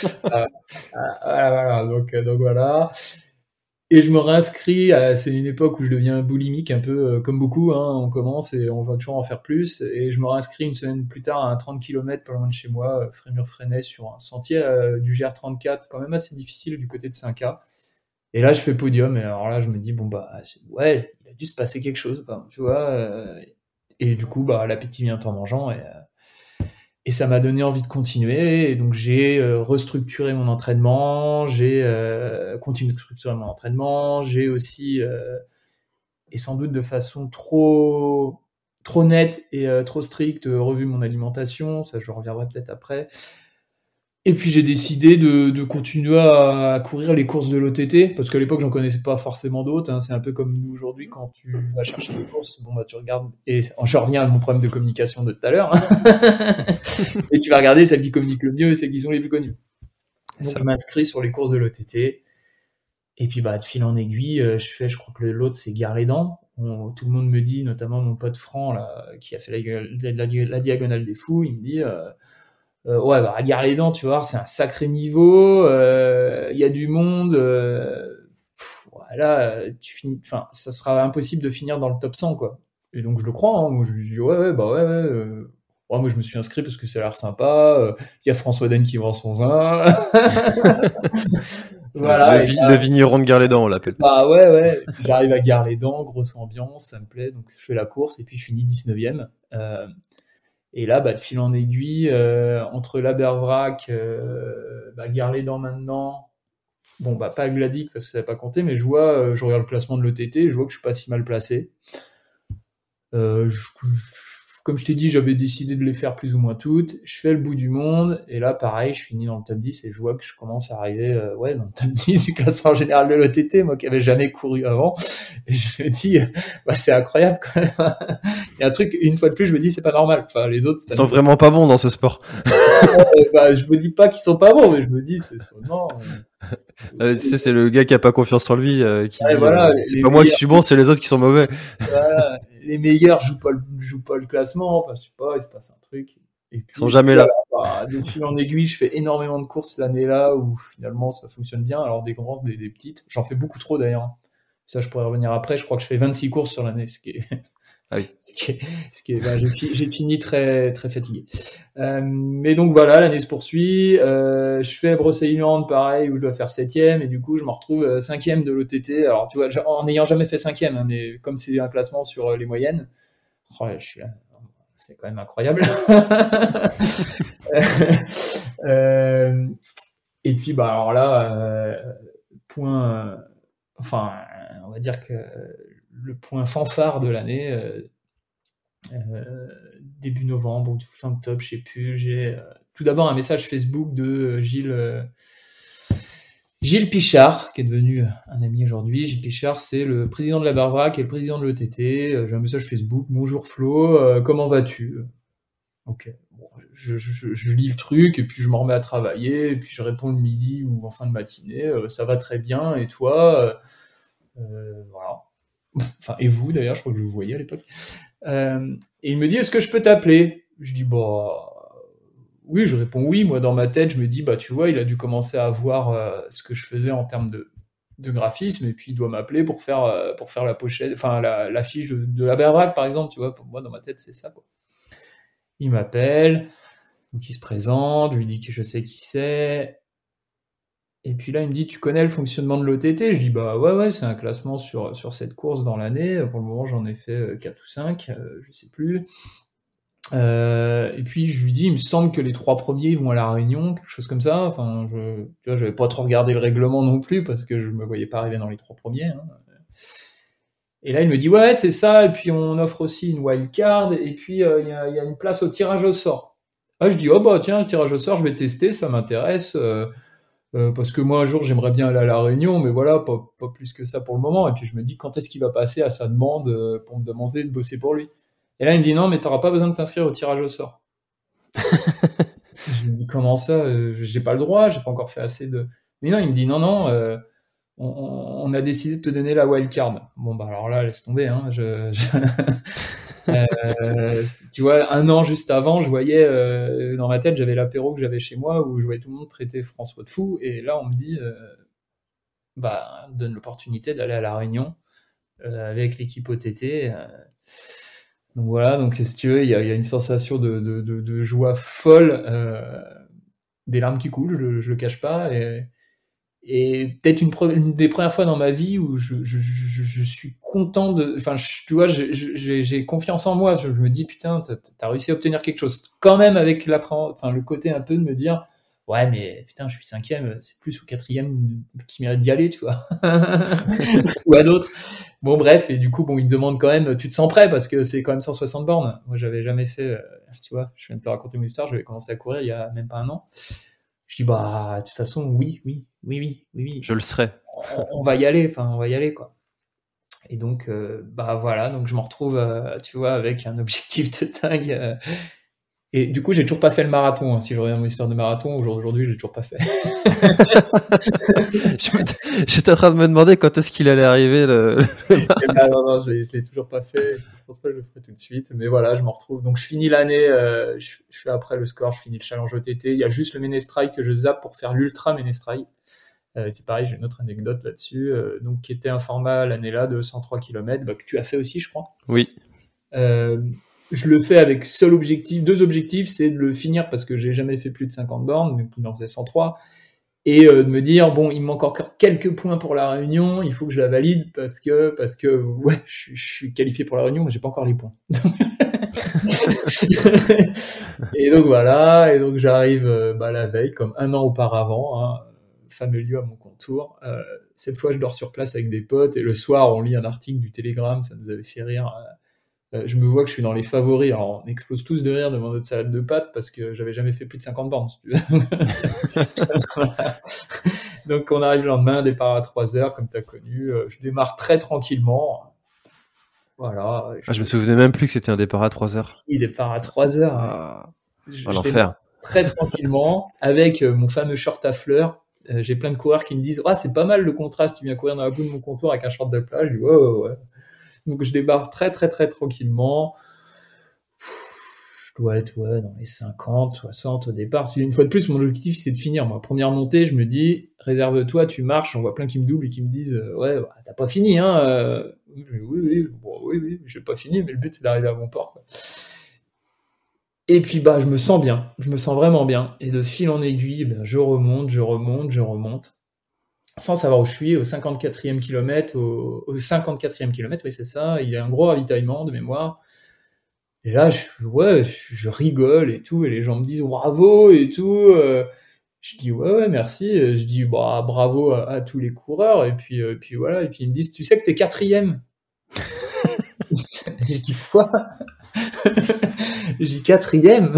Voilà. Donc voilà. Et je me réinscris. C'est une époque où je deviens boulimique, un peu comme beaucoup. On commence et on va toujours en faire plus. Et je me réinscris une semaine plus tard à un 30 km pas loin de chez moi, Frémur-Fresnay, sur un sentier du GR34, quand même assez difficile du côté de 5K. Et là, je fais podium. Et alors là, je me dis, ouais, il a dû se passer quelque chose, tu vois. Et du coup, l'appétit vient en mangeant. Et ça m'a donné envie de continuer. Et donc, j'ai restructuré mon entraînement. J'ai continué de structurer mon entraînement. J'ai aussi, et sans doute de façon trop nette et trop stricte, revu mon alimentation. Ça, je reviendrai peut-être après. Et puis, j'ai décidé de continuer à courir les courses de l'OTT, parce qu'à l'époque, j'en connaissais pas forcément d'autres. C'est un peu comme nous aujourd'hui, quand tu vas chercher les courses, tu regardes, et je reviens à mon problème de communication de tout à l'heure, et tu vas regarder celles qui communiquent le mieux et celles qui sont les plus connues. Donc, je m'inscris sur les courses de l'OTT, et puis de fil en aiguille, je crois que l'autre, c'est Gare-les-Dents. Tout le monde me dit, notamment mon pote Franck, là, qui a fait la diagonale des fous, il me dit... à Gare-les-Dents, tu vois, c'est un sacré niveau, y a du monde, ça sera impossible de finir dans le top 100, quoi. Et donc je le crois, moi je lui dis ouais, moi je me suis inscrit parce que ça a l'air sympa, y a François Den qui vend son vin. Voilà, le vigneron de Gare-les-Dents, on l'appelle. Ouais, j'arrive à Gare-les-Dents, grosse ambiance, ça me plaît, donc je fais la course et puis je finis 19e. Et là, de fil en aiguille, entre la Bervrac, Gare-les-Dents maintenant, pas Gladic parce que ça n'a pas compté, mais je regarde le classement de l'OTT, je vois que je suis pas si mal placé. Comme je t'ai dit, j'avais décidé de les faire plus ou moins toutes. Je fais le bout du monde, et là, pareil, je finis dans le top 10, et je vois que je commence à arriver dans le top 10 du classement général de l'OTT, moi qui n'avais jamais couru avant. Et je me dis, c'est incroyable quand même. Il y a un truc, une fois de plus, je me dis, c'est pas normal. Enfin, les autres... Ils sont vraiment pas bons dans ce sport. Je me dis pas qu'ils sont pas bons, mais je me dis, c'est non. C'est le gars qui a pas confiance en lui, qui dit, c'est pas moi qui suis bon, c'est les autres qui sont mauvais. Voilà, les meilleurs jouent pas le classement, enfin je sais pas, il se passe un truc. Et puis, ils sont jamais là. De fil en aiguille, je fais énormément de courses l'année là où finalement ça fonctionne bien. Alors des grandes, des petites, j'en fais beaucoup trop d'ailleurs. Ça, je pourrais revenir après. Je crois que je fais 26 courses sur l'année, ce qui est, j'ai fini très très fatigué. Mais donc voilà, l'année se poursuit. Je fais Brocéliande, pareil, où je dois faire 7e, et du coup je me retrouve 5e de l'OTT. Alors tu vois, en n'ayant jamais fait 5e, mais comme c'est un classement sur les moyennes, je suis là, c'est quand même incroyable. Et puis alors là, on va dire que le point fanfare de l'année, début novembre ou fin octobre, je sais plus, j'ai tout d'abord un message Facebook de Gilles Pichard, qui est devenu un ami aujourd'hui. Gilles Pichard, c'est le président de la Bervrac et le président de l'OTT. J'ai un message Facebook: bonjour Flo, comment vas-tu? Ok, je lis le truc et puis je m'en remets à travailler, et puis je réponds le midi ou en fin de matinée, ça va très bien, et toi? Voilà. Enfin, et vous d'ailleurs, je crois que je vous voyais à l'époque. Et il me dit: est-ce que je peux t'appeler? Je dis oui, je réponds oui. Moi, dans ma tête, je me dis, bah, tu vois, il a dû commencer à voir ce que je faisais en termes de graphisme, et puis il doit m'appeler pour faire la pochette, enfin, l'affiche de la baraque, par exemple, tu vois. Pour moi, dans ma tête, c'est ça, quoi. Il m'appelle, donc il se présente, je lui dis que je sais qui c'est. Et puis là, il me dit, tu connais le fonctionnement de l'OTT? Je dis, bah ouais, c'est un classement sur cette course dans l'année. Pour le moment, j'en ai fait 4 ou 5, je sais plus. Et puis je lui dis, il me semble que les 3 premiers vont à La Réunion, quelque chose comme ça. Enfin, tu vois, j'avais pas trop regardé le règlement non plus parce que je me voyais pas arriver dans les 3 premiers. Hein. Et là, il me dit, ouais, c'est ça. Et puis on offre aussi une wildcard. Et puis il y a une place au tirage au sort. Ah, je dis, oh bah tiens, le tirage au sort, je vais tester, ça m'intéresse. Parce que moi, un jour, j'aimerais bien aller à La Réunion, mais voilà, pas plus que ça pour le moment. Et puis je me dis, quand est-ce qu'il va passer à sa demande pour me demander de bosser pour lui? Et là, il me dit, non, mais t'auras pas besoin de t'inscrire au tirage au sort. Je me dis, comment ça? J'ai pas le droit, j'ai pas encore fait assez de... Mais non, il me dit, non, on a décidé de te donner la wildcard. Bon, bah alors là, laisse tomber. Hein, tu vois, un an juste avant, je voyais, dans ma tête, j'avais l'apéro que j'avais chez moi, où je voyais tout le monde traiter François de fou, et là, on me dit, bah, on donne l'opportunité d'aller à La Réunion avec l'équipe OTT. Donc voilà, donc si tu veux, il y a une sensation de joie folle, des larmes qui coulent, je le cache pas, et peut-être une des premières fois dans ma vie où je suis content enfin, tu vois, j'ai confiance en moi, je me dis, putain, t'as réussi à obtenir quelque chose, quand même, avec le côté un peu de me dire, ouais, mais putain, je suis 5e, c'est plus au 4e qui mérite d'y aller, tu vois. Ou à d'autres. Bon, bref, et du coup, bon, il me demande quand même, tu te sens prêt, parce que c'est quand même 160 bornes. Moi, j'avais jamais fait, tu vois, je viens de te raconter mon histoire, j'avais commencé à courir il y a même pas un an. Je dis, bah, de toute façon, oui. Je le serai. On va y aller, quoi. Et donc, bah voilà, donc je me retrouve, tu vois, avec un objectif de dingue. Et du coup, j'ai toujours pas fait le marathon. Hein. Si je reviens à mon histoire de marathon, aujourd'hui, j'ai toujours pas fait. J'étais en train de me demander quand est-ce qu'il allait arriver. Non, je l'ai toujours pas fait. Je pense pas que je le ferai tout de suite. Mais voilà, je m'en retrouve. Donc, je finis l'année. Je fais après le score, je finis le challenge OTT. Il y a juste le Ménestrail que je zappe pour faire l'Ultra Ménestrail. C'est pareil, j'ai une autre anecdote là-dessus. Donc, qui était un format l'année-là de 103 km, que tu as fait aussi, je crois. Oui. Je le fais avec deux objectifs, c'est de le finir parce que j'ai jamais fait plus de 50 bornes, donc il en faisait 103, et de me dire, bon, il me manque encore quelques points pour La Réunion, il faut que je la valide parce que ouais, je suis qualifié pour La Réunion, mais j'ai pas encore les points. Et donc voilà, et donc j'arrive la veille, comme un an auparavant, hein, fameux lieu à mon contour. Cette fois, je dors sur place avec des potes, et le soir, on lit un article du Télégramme, ça nous avait fait rire. Je me vois que je suis dans les favoris, alors on explose tous de rire devant notre salade de pâtes parce que j'avais jamais fait plus de 50 bornes. Si tu veux. Donc on arrive le lendemain, départ à 3h, comme tu as connu. Je démarre très tranquillement. Voilà. Je me souvenais même plus que c'était un départ à 3h. Si, départ à 3h. L'enfer. Très tranquillement, avec mon fameux short à fleurs. J'ai plein de coureurs qui me disent, c'est pas mal le contraste, tu viens courir dans la boue de mon contour avec un short de plage. Je dis, ouais. Donc je débarque très très très tranquillement. Je dois être dans les 50, 60 au départ. Une fois de plus, mon objectif c'est de finir. Moi, première montée, je me dis, réserve-toi, tu marches. On voit plein qui me doublent et qui me disent, t'as pas fini, hein. Oui, j'ai pas fini, mais le but c'est d'arriver à mon port, quoi. Et puis je me sens bien, je me sens vraiment bien. Et de fil en aiguille, je remonte. Sans savoir où je suis, au 54e kilomètre, au 54e kilomètre, oui, c'est ça, il y a un gros ravitaillement de mémoire. Et là, je rigole et tout, et les gens me disent bravo et tout. Je dis ouais, merci. Je dis bravo à tous les coureurs, et puis voilà. Et puis ils me disent, tu sais que t'es 4e. Je dis quoi? Je dis 4e.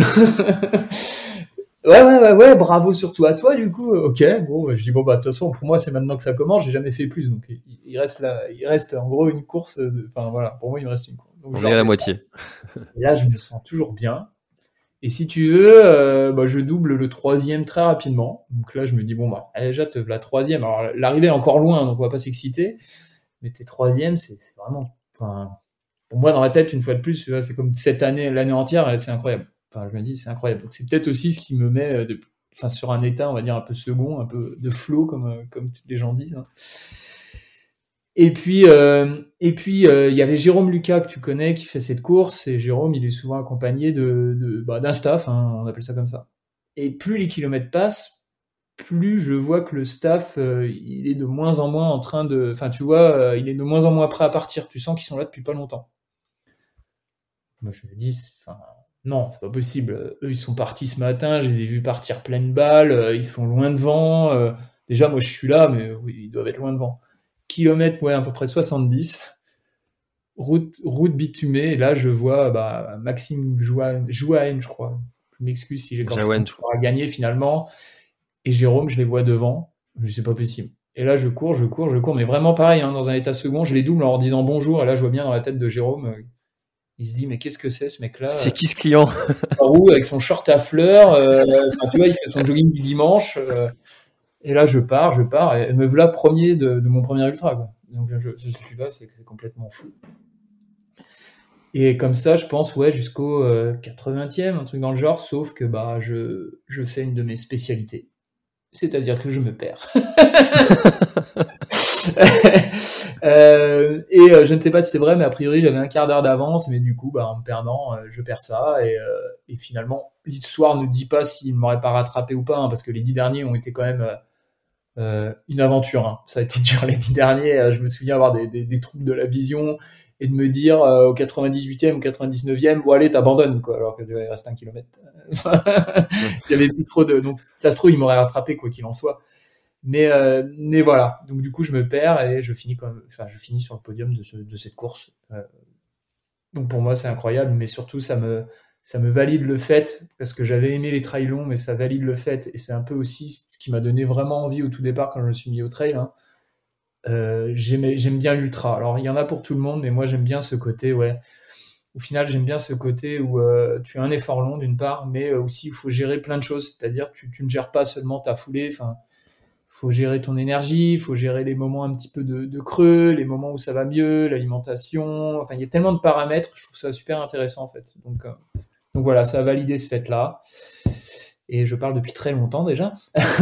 Ouais, bravo surtout à toi, du coup. Ok, bon, je dis, de toute façon, pour moi, c'est maintenant que ça commence, j'ai jamais fait plus. Donc, il reste en gros une course. Enfin, voilà, pour moi, il me reste une course. Donc, on est à la moitié. Et là, je me sens toujours bien. Et si tu veux, je double le 3e très rapidement. Donc là, je me dis, déjà, la 3e. Alors, l'arrivée est encore loin, donc on va pas s'exciter. Mais t'es 3e, c'est vraiment. Enfin, pour moi, dans la tête, une fois de plus, c'est comme l'année entière, c'est incroyable. Enfin, je me dis, c'est incroyable. Donc, c'est peut-être aussi ce qui me met sur un état, on va dire, un peu second, un peu de flow, comme les gens disent. Hein. Et puis, il y avait Jérôme Lucas, que tu connais, qui fait cette course. Et Jérôme, il est souvent accompagné d'un staff, hein, on appelle ça comme ça. Et plus les kilomètres passent, plus je vois que le staff, il est de moins en moins en train de... Enfin, tu vois, il est de moins en moins prêt à partir. Tu sens qu'ils sont là depuis pas longtemps. Moi, je me dis, non, c'est pas possible. Eux, ils sont partis ce matin, je les ai vus partir pleine balle, ils sont loin devant. Déjà, moi, je suis là, mais oui, ils doivent être loin devant. Kilomètre, ouais, à peu près 70. Route bitumée, et là, je vois Maxime Jouaen, je crois. Je m'excuse si j'ai à gagner finalement. Et Jérôme, je les vois devant. Je dis, c'est pas possible. Et là, je cours, mais vraiment pareil, hein, dans un état second, je les double en leur disant bonjour. Et là, je vois bien dans la tête de Jérôme, il se dit, mais qu'est-ce que c'est ce mec-là ? C'est qui ce client ? En roue, avec son short à fleurs, tu vois, il fait son jogging du dimanche. Et là, je pars, et me voilà premier de mon premier ultra, quoi. Donc, je suis là, c'est complètement fou. Et comme ça, je pense, ouais, jusqu'au 80e, un truc dans le genre, sauf que je fais une de mes spécialités. C'est-à-dire que je me perds. Je ne sais pas si c'est vrai, mais a priori, j'avais un quart d'heure d'avance, mais du coup, en me perdant, je perds ça. Et finalement, l'histoire ne dit pas s'il ne m'aurait pas rattrapé ou pas, hein, parce que les 10 derniers ont été quand même une aventure. Hein. Ça a été dur les 10 derniers. Je me souviens avoir des troubles de la vision et de me dire au 98e ou 99e, bon allez, t'abandonnes, quoi, alors que il reste 1 kilomètre. J'avais plus trop de... Donc, ça se trouve, il m'aurait rattrapé, quoi qu'il en soit. Mais voilà. Donc, du coup, je me perds et je finis sur le podium de cette course. Donc, pour moi, c'est incroyable, mais surtout, ça me valide le fait, parce que j'avais aimé les trails longs, mais ça valide le fait, et c'est un peu aussi ce qui m'a donné vraiment envie au tout départ quand je me suis mis au trail, hein. J'aime bien l'ultra. Alors, il y en a pour tout le monde, mais moi, j'aime bien ce côté, ouais. Au final, j'aime bien ce côté où tu as un effort long d'une part, mais aussi il faut gérer plein de choses. C'est-à-dire tu ne gères pas seulement ta foulée, enfin, il faut gérer ton énergie, il faut gérer les moments un petit peu de creux, les moments où ça va mieux, l'alimentation. Enfin, il y a tellement de paramètres, je trouve ça super intéressant en fait. Donc voilà, ça a validé ce fait-là. Et je parle depuis très longtemps déjà.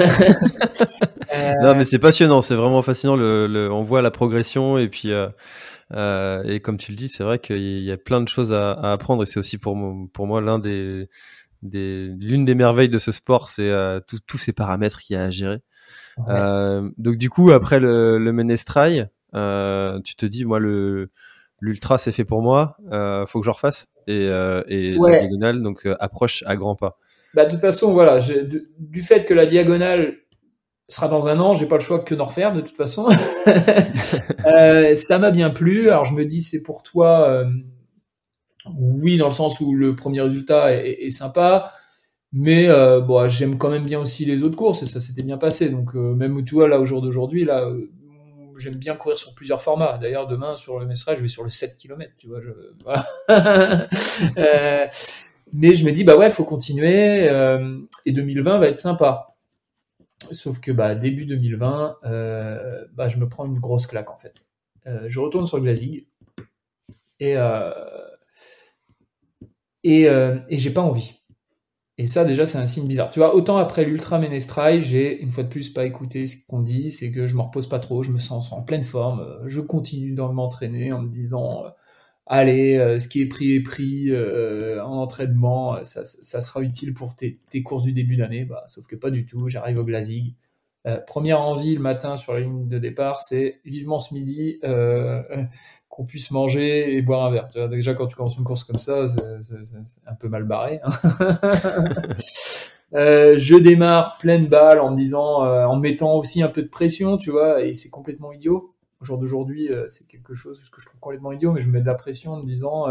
Non, mais c'est passionnant, c'est vraiment fascinant. On voit la progression et puis et comme tu le dis, c'est vrai qu'il y a plein de choses à apprendre et c'est aussi pour moi l'une des merveilles de ce sport, c'est tous ces paramètres qu'il y a à gérer. Ouais. Donc du coup, après le Ménestrail, tu te dis, moi l'ultra c'est fait pour moi, faut que je refasse et ouais. La diagonale donc approche à grands pas. De toute façon, voilà, du fait que la diagonale sera dans 1 an, j'ai pas le choix que d'en refaire de toute façon. Ça m'a bien plu. Alors je me dis, c'est pour toi, oui, dans le sens où le premier résultat est sympa, mais j'aime quand même bien aussi les autres courses et ça s'était bien passé. Donc même tu vois là au jour d'aujourd'hui, là, j'aime bien courir sur plusieurs formats. D'ailleurs demain sur le Ménestrail, je vais sur le 7 km, tu vois. Voilà. Mais je me dis faut continuer et 2020 va être sympa. Sauf que début 2020, je me prends une grosse claque en fait. Je retourne sur le Glazig et j'ai pas envie. Et ça déjà c'est un signe bizarre. Tu vois, autant après l'Ultra Ménestrail, j'ai une fois de plus pas écouté ce qu'on dit, c'est que je me repose pas trop, je me sens en pleine forme, je continue de m'entraîner en me disant allez, ce qui est pris en entraînement, ça sera utile pour tes courses du début d'année. Sauf que pas du tout, j'arrive au Glazig. Première envie le matin sur la ligne de départ, c'est vivement ce midi qu'on puisse manger et boire un verre. Tu vois, déjà, quand tu commences une course comme ça, c'est un peu mal barré. Hein. Je démarre pleine balle en me disant, en me mettant aussi un peu de pression, tu vois, et c'est complètement idiot. Au jour d'aujourd'hui, c'est quelque chose que je trouve complètement idiot, mais je me mets de la pression en me disant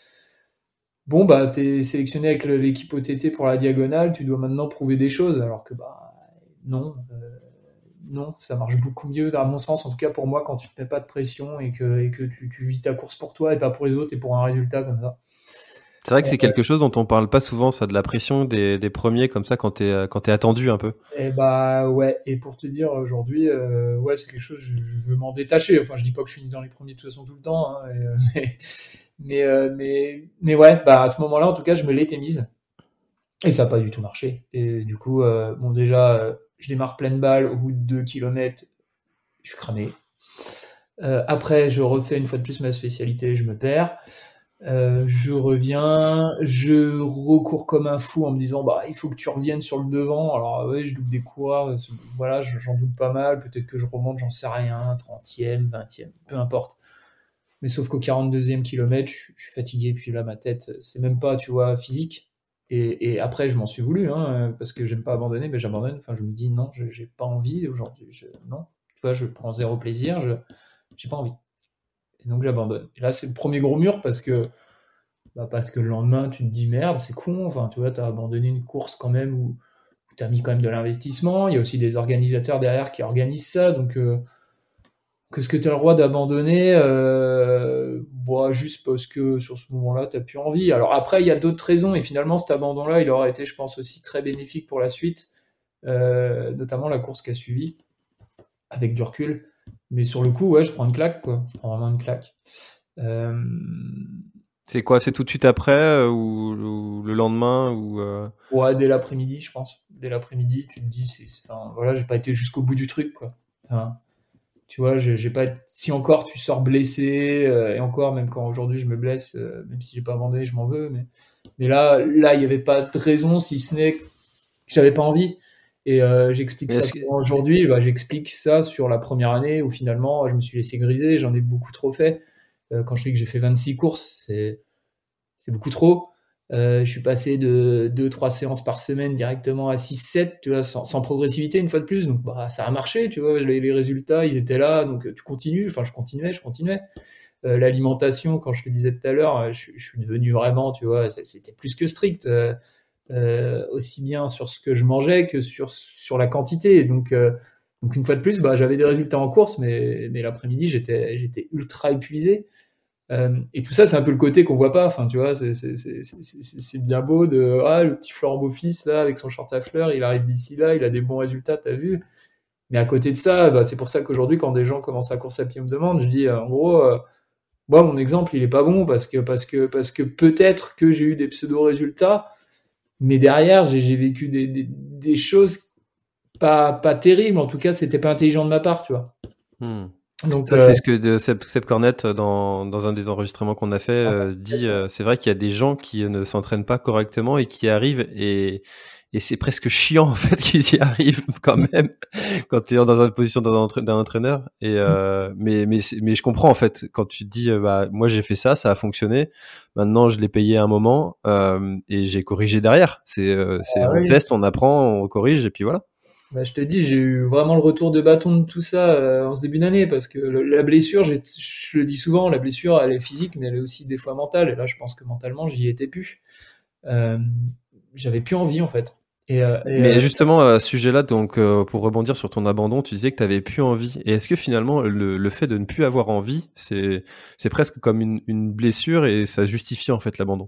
t'es sélectionné avec l'équipe OTT pour la diagonale, tu dois maintenant prouver des choses, alors que non, ça marche beaucoup mieux, à mon sens, en tout cas pour moi, quand tu te mets pas de pression et que tu vis ta course pour toi et pas pour les autres et pour un résultat comme ça. C'est vrai que c'est quelque chose dont on parle pas souvent, ça, de la pression des premiers comme ça quand t'es attendu un peu. Et ouais. Et pour te dire aujourd'hui, c'est quelque chose, je veux m'en détacher. Enfin, je dis pas que je finis dans les premiers de toute façon tout le temps, hein, mais ouais, à ce moment-là, en tout cas, je me l'étais mise. Et ça n'a pas du tout marché. Et du coup, déjà, je démarre pleine balle. Au bout de 2 kilomètres, je suis cramé. Après, je refais une fois de plus ma spécialité, je me perds. Je reviens, je recours comme un fou en me disant il faut que tu reviennes sur le devant. Alors ouais, je double des coureurs, voilà, j'en double pas mal, peut-être que je remonte, j'en sais rien, 30e, 20e, peu importe. Mais sauf qu'au 42e kilomètre, je suis fatigué, puis là ma tête, c'est même pas, tu vois, physique. Et après, je m'en suis voulu, parce que j'aime pas abandonner, mais j'abandonne. Enfin, je me dis non, j'ai pas envie aujourd'hui. Non, tu vois, je prends zéro plaisir, j'ai pas envie. Et donc j'abandonne. Et là, c'est le premier gros mur parce que le lendemain, tu te dis merde, c'est con. Enfin, tu vois, t'as abandonné une course quand même où t'as mis quand même de l'investissement. Il y a aussi des organisateurs derrière qui organisent ça. Donc, qu'est-ce que tu as le droit d'abandonner juste parce que sur ce moment-là, tu n'as plus envie. Alors après, il y a d'autres raisons, et finalement, cet abandon-là, il aurait été, je pense, aussi très bénéfique pour la suite, notamment la course qui a suivi, avec du recul. Mais sur le coup, ouais, je prends une claque, quoi. Je prends vraiment une claque. C'est quoi? C'est tout de suite après ou le lendemain ou Ouais, dès l'après-midi, je pense. Dès l'après-midi, tu te dis, voilà, j'ai pas été jusqu'au bout du truc, quoi. Enfin, tu vois, j'ai pas. Si encore tu sors blessé, et encore, même quand aujourd'hui je me blesse, même si j'ai pas abandonné, je m'en veux. Mais là, il n'y avait pas de raison, si ce n'est que j'avais pas envie. Et j'explique ça aujourd'hui. J'explique ça sur la première année où finalement, je me suis laissé griser. J'en ai beaucoup trop fait. Quand je dis que j'ai fait 26 courses, c'est beaucoup trop. Je suis passé de 2-3 séances par semaine directement à 6-7, tu vois, sans progressivité une fois de plus. Donc ça a marché, tu vois, les résultats, ils étaient là, donc tu continues. Enfin, je continuais. L'alimentation, quand je le disais tout à l'heure, je suis devenu vraiment, tu vois, c'était plus que strict, aussi bien sur ce que je mangeais que sur la quantité. Donc une fois de plus, j'avais des résultats en course, mais l'après-midi, j'étais ultra épuisé. Et tout ça, c'est un peu le côté qu'on voit pas. Enfin, tu vois, c'est bien beau le petit Florent Beaufils là avec son short à fleurs, il arrive d'ici là, il a des bons résultats, t'as vu. Mais à côté de ça, c'est pour ça qu'aujourd'hui, quand des gens commencent la course à pied, me demandent, je dis en gros, moi mon exemple, il est pas bon parce que peut-être que j'ai eu des pseudo résultats, mais derrière, j'ai vécu des choses pas terribles. En tout cas, c'était pas intelligent de ma part, tu vois. Donc, ça, c'est ce que de Seb Cornette dans un des enregistrements qu'on a fait dit. C'est vrai qu'il y a des gens qui ne s'entraînent pas correctement et qui arrivent et c'est presque chiant en fait qu'ils y arrivent quand même quand tu es dans une position d'un entraîneur. Et mais je comprends en fait quand tu te dis moi j'ai fait ça a fonctionné. Maintenant je l'ai payé à un moment et j'ai corrigé derrière. On teste, on apprend, on corrige et puis voilà. Je te dis, j'ai eu vraiment le retour de bâton de tout ça en ce début d'année parce que la blessure, je le dis souvent, la blessure, elle est physique, mais elle est aussi des fois mentale. Et là, je pense que mentalement, j'y étais plus. J'avais plus envie en fait. Mais justement, à ce sujet-là, donc pour rebondir sur ton abandon, tu disais que tu n'avais plus envie. Et est-ce que finalement, le fait de ne plus avoir envie, c'est presque comme une blessure et ça justifie en fait l'abandon?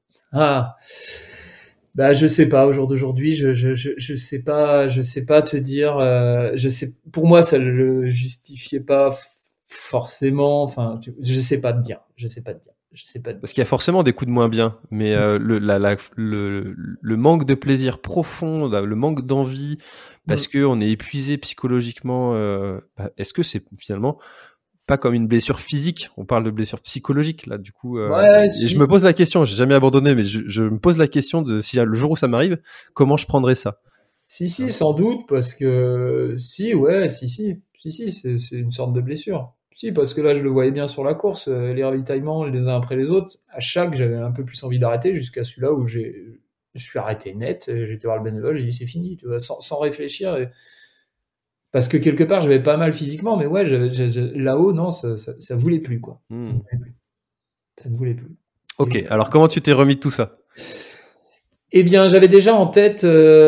Je sais pas, au jour d'aujourd'hui, je sais pas te dire, pour moi, ça le justifiait pas forcément, enfin, je sais pas te dire. Parce qu'il y a forcément des coups de moins bien, mais le manque de plaisir profond, le manque d'envie, parce que on est épuisé psychologiquement, est-ce que c'est finalement pas comme une blessure physique? On parle de blessure psychologique là, du coup. Et je me pose la question. J'ai jamais abandonné, mais je me pose la question de si le jour où ça m'arrive, comment je prendrais ça? Si, sans doute, parce que c'est une sorte de blessure. Si, parce que là, je le voyais bien sur la course, les ravitaillements les uns après les autres. À chaque, j'avais un peu plus envie d'arrêter, jusqu'à celui-là où je suis arrêté net. J'étais voir le bénévole, j'ai dit c'est fini, tu vois, sans réfléchir. Parce que quelque part, j'avais pas mal physiquement, mais ouais, là-haut, non, ça voulait plus, quoi. Ça ne voulait plus. Ok, alors comment tu t'es remis de tout ça? Eh bien, j'avais déjà en tête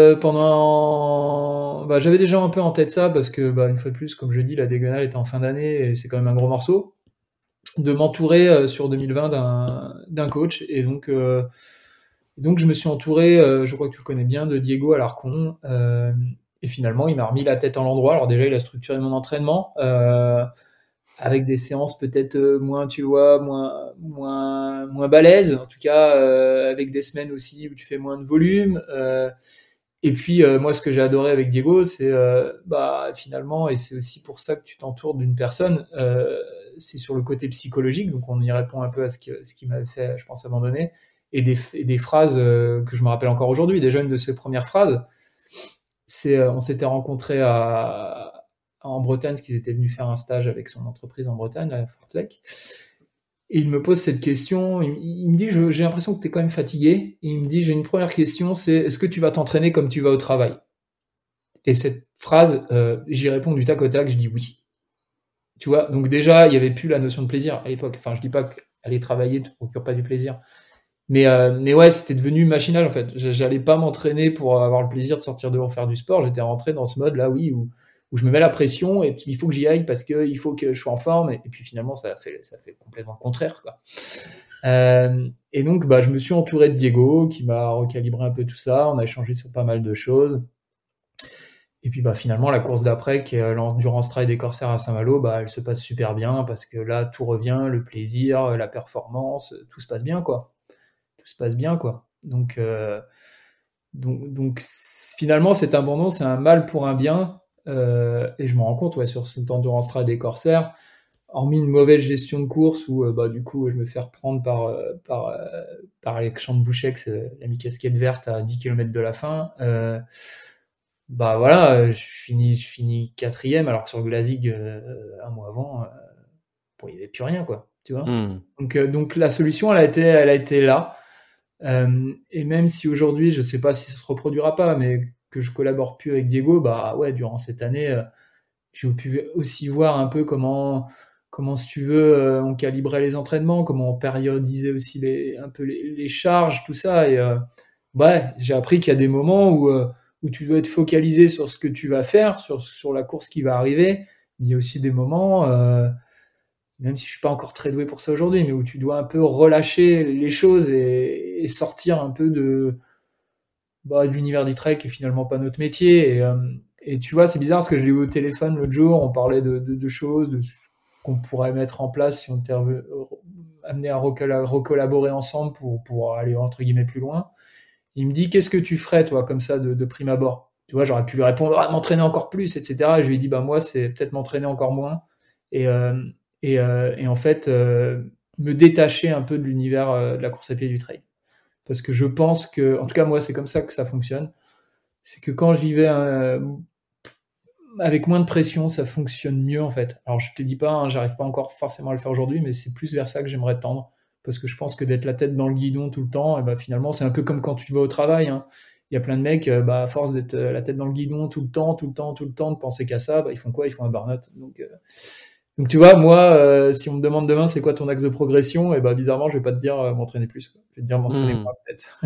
j'avais déjà un peu en tête ça, parce que, une fois de plus, comme je dis, la diagonale était en fin d'année, et c'est quand même un gros morceau, de m'entourer sur 2020 d'un coach. Et donc, je me suis entouré, je crois que tu le connais bien, de Diego Alarcon, et finalement, il m'a remis la tête en l'endroit. Alors déjà, il a structuré mon entraînement. avec des séances peut-être moins, tu vois, moins balèzes, en tout cas avec des semaines aussi où tu fais moins de volume. Et puis moi, ce que j'ai adoré avec Diego, c'est finalement, et c'est aussi pour ça que tu t'entoures d'une personne, c'est sur le côté psychologique. Donc on y répond un peu à ce qui m'avait fait, je pense, abandonner. Et des phrases que je me rappelle encore aujourd'hui. Déjà, une de ses premières phrases, c'est on s'était rencontrés en Bretagne, parce qu'ils étaient venus faire un stage avec son entreprise en Bretagne, à Fortlec. Et il me pose cette question, il me dit, j'ai l'impression que tu es quand même fatigué. Et il me dit, j'ai une première question, c'est est-ce que tu vas t'entraîner comme tu vas au travail? Et cette phrase, j'y réponds du tac au tac, je dis oui. Tu vois, donc déjà, il n'y avait plus la notion de plaisir à l'époque. Enfin, je dis pas qu'aller travailler ne te procure pas du plaisir. Mais ouais, c'était devenu machinal en fait. J'allais pas m'entraîner pour avoir le plaisir de sortir dehors faire du sport. J'étais rentré dans ce mode là, oui, où je me mets la pression et il faut que j'y aille parce que il faut que je sois en forme. Et puis finalement, ça fait complètement le contraire, quoi. Et donc, je me suis entouré de Diego qui m'a recalibré un peu tout ça. On a échangé sur pas mal de choses. Et puis finalement, la course d'après, qui est l'Endurance Trail des Corsaires à Saint-Malo, elle se passe super bien parce que là, tout revient, le plaisir, la performance, tout se passe bien, quoi. Se passe bien, quoi. Donc finalement, cet abandon, c'est un mal pour un bien. Et je me rends compte, sur cette Endurance Trail des Corsaires, hormis une mauvaise gestion de course où du coup je me fais reprendre par Alexandre Bouchex, l'ami casquette verte à 10 km de la fin. Je finis 4e, alors que sur Glazig, un mois avant, il n'y avait plus rien, quoi. Tu vois. Donc la solution, elle a été là. Et même si aujourd'hui, je sais pas si ça se reproduira pas, mais que je collabore plus avec Diego, durant cette année, j'ai pu aussi voir un peu comment si tu veux, on calibrait les entraînements, comment on périodisait aussi les charges, tout ça. Et j'ai appris qu'il y a des moments où tu dois être focalisé sur ce que tu vas faire, sur la course qui va arriver. Mais il y a aussi des moments même si je suis pas encore très doué pour ça aujourd'hui, mais où tu dois un peu relâcher les choses et sortir un peu de l'univers du trail qui est finalement pas notre métier. Et tu vois, c'est bizarre parce que je l'ai eu au téléphone l'autre jour, on parlait de choses, de ce qu'on pourrait mettre en place si on était amené à recollaborer ensemble pour aller entre guillemets plus loin. Il me dit, qu'est-ce que tu ferais toi comme ça de prime abord? Tu vois, j'aurais pu lui répondre, m'entraîner encore plus, etc. Et je lui ai dit, moi c'est peut-être m'entraîner encore moins. Et en fait, me détacher un peu de l'univers de la course à pied du trail. Parce que je pense que, en tout cas moi, c'est comme ça que ça fonctionne. C'est que quand j'y vais avec moins de pression, ça fonctionne mieux en fait. Alors je te dis pas, j'arrive pas encore forcément à le faire aujourd'hui, mais c'est plus vers ça que j'aimerais tendre. Parce que je pense que d'être la tête dans le guidon tout le temps, finalement, c'est un peu comme quand tu vas au travail. Il y a plein de mecs, à force d'être la tête dans le guidon tout le temps, de penser qu'à ça, ils font quoi? Ils font un burn-out. Donc tu vois, moi, si on me demande demain c'est quoi ton axe de progression, et bizarrement, je vais pas te dire m'entraîner plus, quoi. Je vais te dire m'entraîner moins peut-être.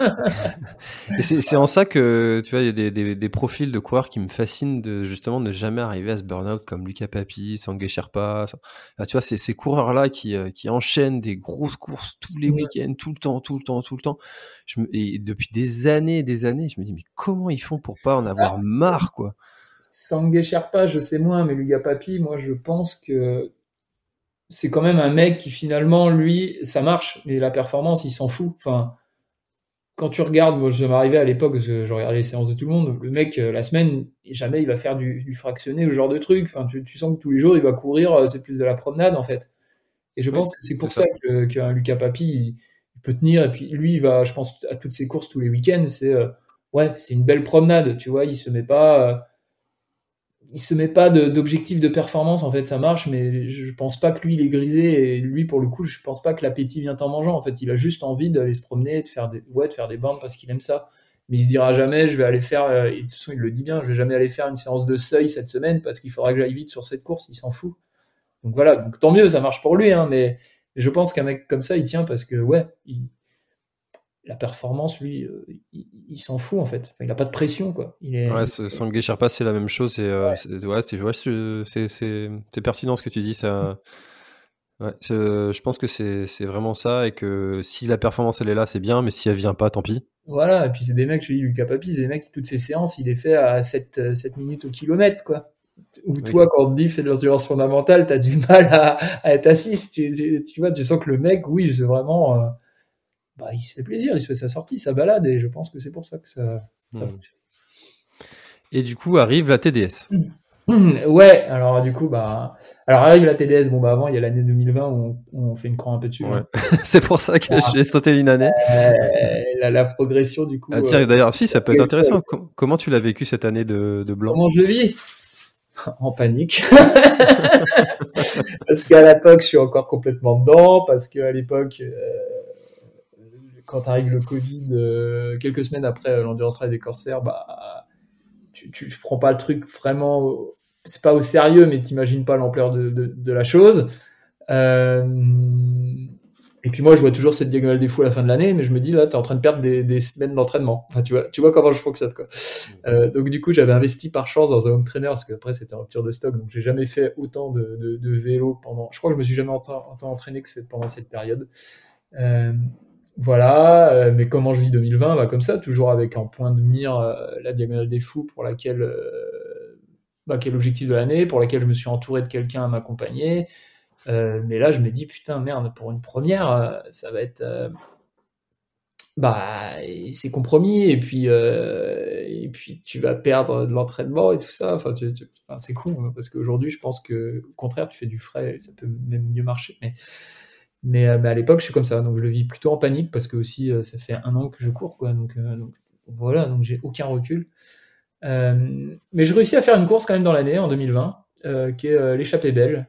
Et c'est en ça que tu vois, il y a des profils de coureurs qui me fascinent de justement ne jamais arriver à ce burn-out comme Lucas Papi, Sangue Sherpa. Tu vois, ces coureurs-là qui enchaînent des grosses courses tous les week-ends, tout le temps. Et depuis des années, je me dis mais comment ils font pour pas en avoir marre, quoi? Sangue Sherpa, je sais moins, mais Lucas Papi, moi je pense que c'est quand même un mec qui finalement, lui, ça marche, mais la performance, il s'en fout. Enfin, quand tu regardes, moi je m'arrivais à l'époque, parce que je regardais les séances de tout le monde, le mec, la semaine, jamais il va faire du fractionné ou ce genre de truc. Enfin, tu sens que tous les jours, il va courir, c'est plus de la promenade en fait. Et je pense que c'est pour ça qu'un Lucas Papi, il peut tenir. Et puis lui, il va, je pense, à toutes ses courses tous les week-ends, c'est une belle promenade, tu vois, il se met pas d'objectif de performance, en fait, ça marche, mais je pense pas que lui, il est grisé, et lui, pour le coup, je pense pas que l'appétit vient en mangeant, en fait, il a juste envie d'aller se promener, de faire des bornes parce qu'il aime ça, mais il se dira jamais, je vais aller faire, et de toute façon, il le dit bien, je vais jamais aller faire une séance de seuil cette semaine, parce qu'il faudra que j'aille vite sur cette course, il s'en fout. Donc voilà, donc tant mieux, ça marche pour lui, mais je pense qu'un mec comme ça, il tient parce que, la performance, lui, il s'en fout en fait. Enfin, il n'a pas de pression, quoi. Sangue Sherpa, c'est la même chose. C'est pertinent ce que tu dis. Ça, je pense que c'est vraiment ça, et que si la performance elle est là, c'est bien, mais si elle vient pas, tant pis. Voilà, et puis c'est des mecs, je te dis, Lucas Papi, c'est des mecs qui toutes ces séances, il les fait à 7 minutes au kilomètre, quoi. Où toi, quand on te dit fais de l'endurance fondamentale, t'as du mal à être assis. Tu vois, tu sens que le mec, oui, c'est vraiment, il se fait plaisir, il se fait sa sortie, sa balade, et je pense que c'est pour ça que ça fonctionne. Et du coup, arrive la TDS. Ouais, alors du coup, alors arrive la TDS. Avant, il y a l'année 2020 où on fait une croix un peu dessus. Ouais. Hein. C'est pour ça que j'ai sauté une année. La progression, du coup. Tiens, d'ailleurs, si, ça peut être intéressant. Comment tu l'as vécu cette année de blanc? Comment je le vis? En panique. Parce qu'à l'époque, je suis encore complètement dedans. Parce qu'à l'époque, quand arrive le Covid, quelques semaines après l'Endurance Trail des Corsaires, tu prends pas le truc vraiment, c'est pas au sérieux, mais t'imagines pas l'ampleur de la chose. Et puis moi, je vois toujours cette diagonale des fous à la fin de l'année, mais je me dis là, t'es en train de perdre des semaines d'entraînement. Enfin, tu vois comment je fonctionne, quoi. Donc du coup, j'avais investi par chance dans un home trainer parce qu'après c'était en rupture de stock, donc j'ai jamais fait autant de vélo pendant. Je crois que je me suis jamais autant entraîné que pendant cette période. Voilà, mais comment je vis 2020 comme ça, toujours avec en point de mire la diagonale des fous pour laquelle, qui est l'objectif de l'année, pour laquelle je me suis entouré de quelqu'un à m'accompagner. Mais là, je me dis, putain, merde, pour une première, ça va être. C'est compromis, et puis tu vas perdre de l'entraînement et tout ça. Enfin, c'est con, parce qu'aujourd'hui, je pense que, au contraire, tu fais du frais et ça peut même mieux marcher. Mais à l'époque, je suis comme ça, donc je le vis plutôt en panique parce que aussi ça fait 1 an que je cours, quoi. Donc voilà, donc j'ai aucun recul. Mais je réussis à faire une course quand même dans l'année, en 2020, qui est l'échappée belge.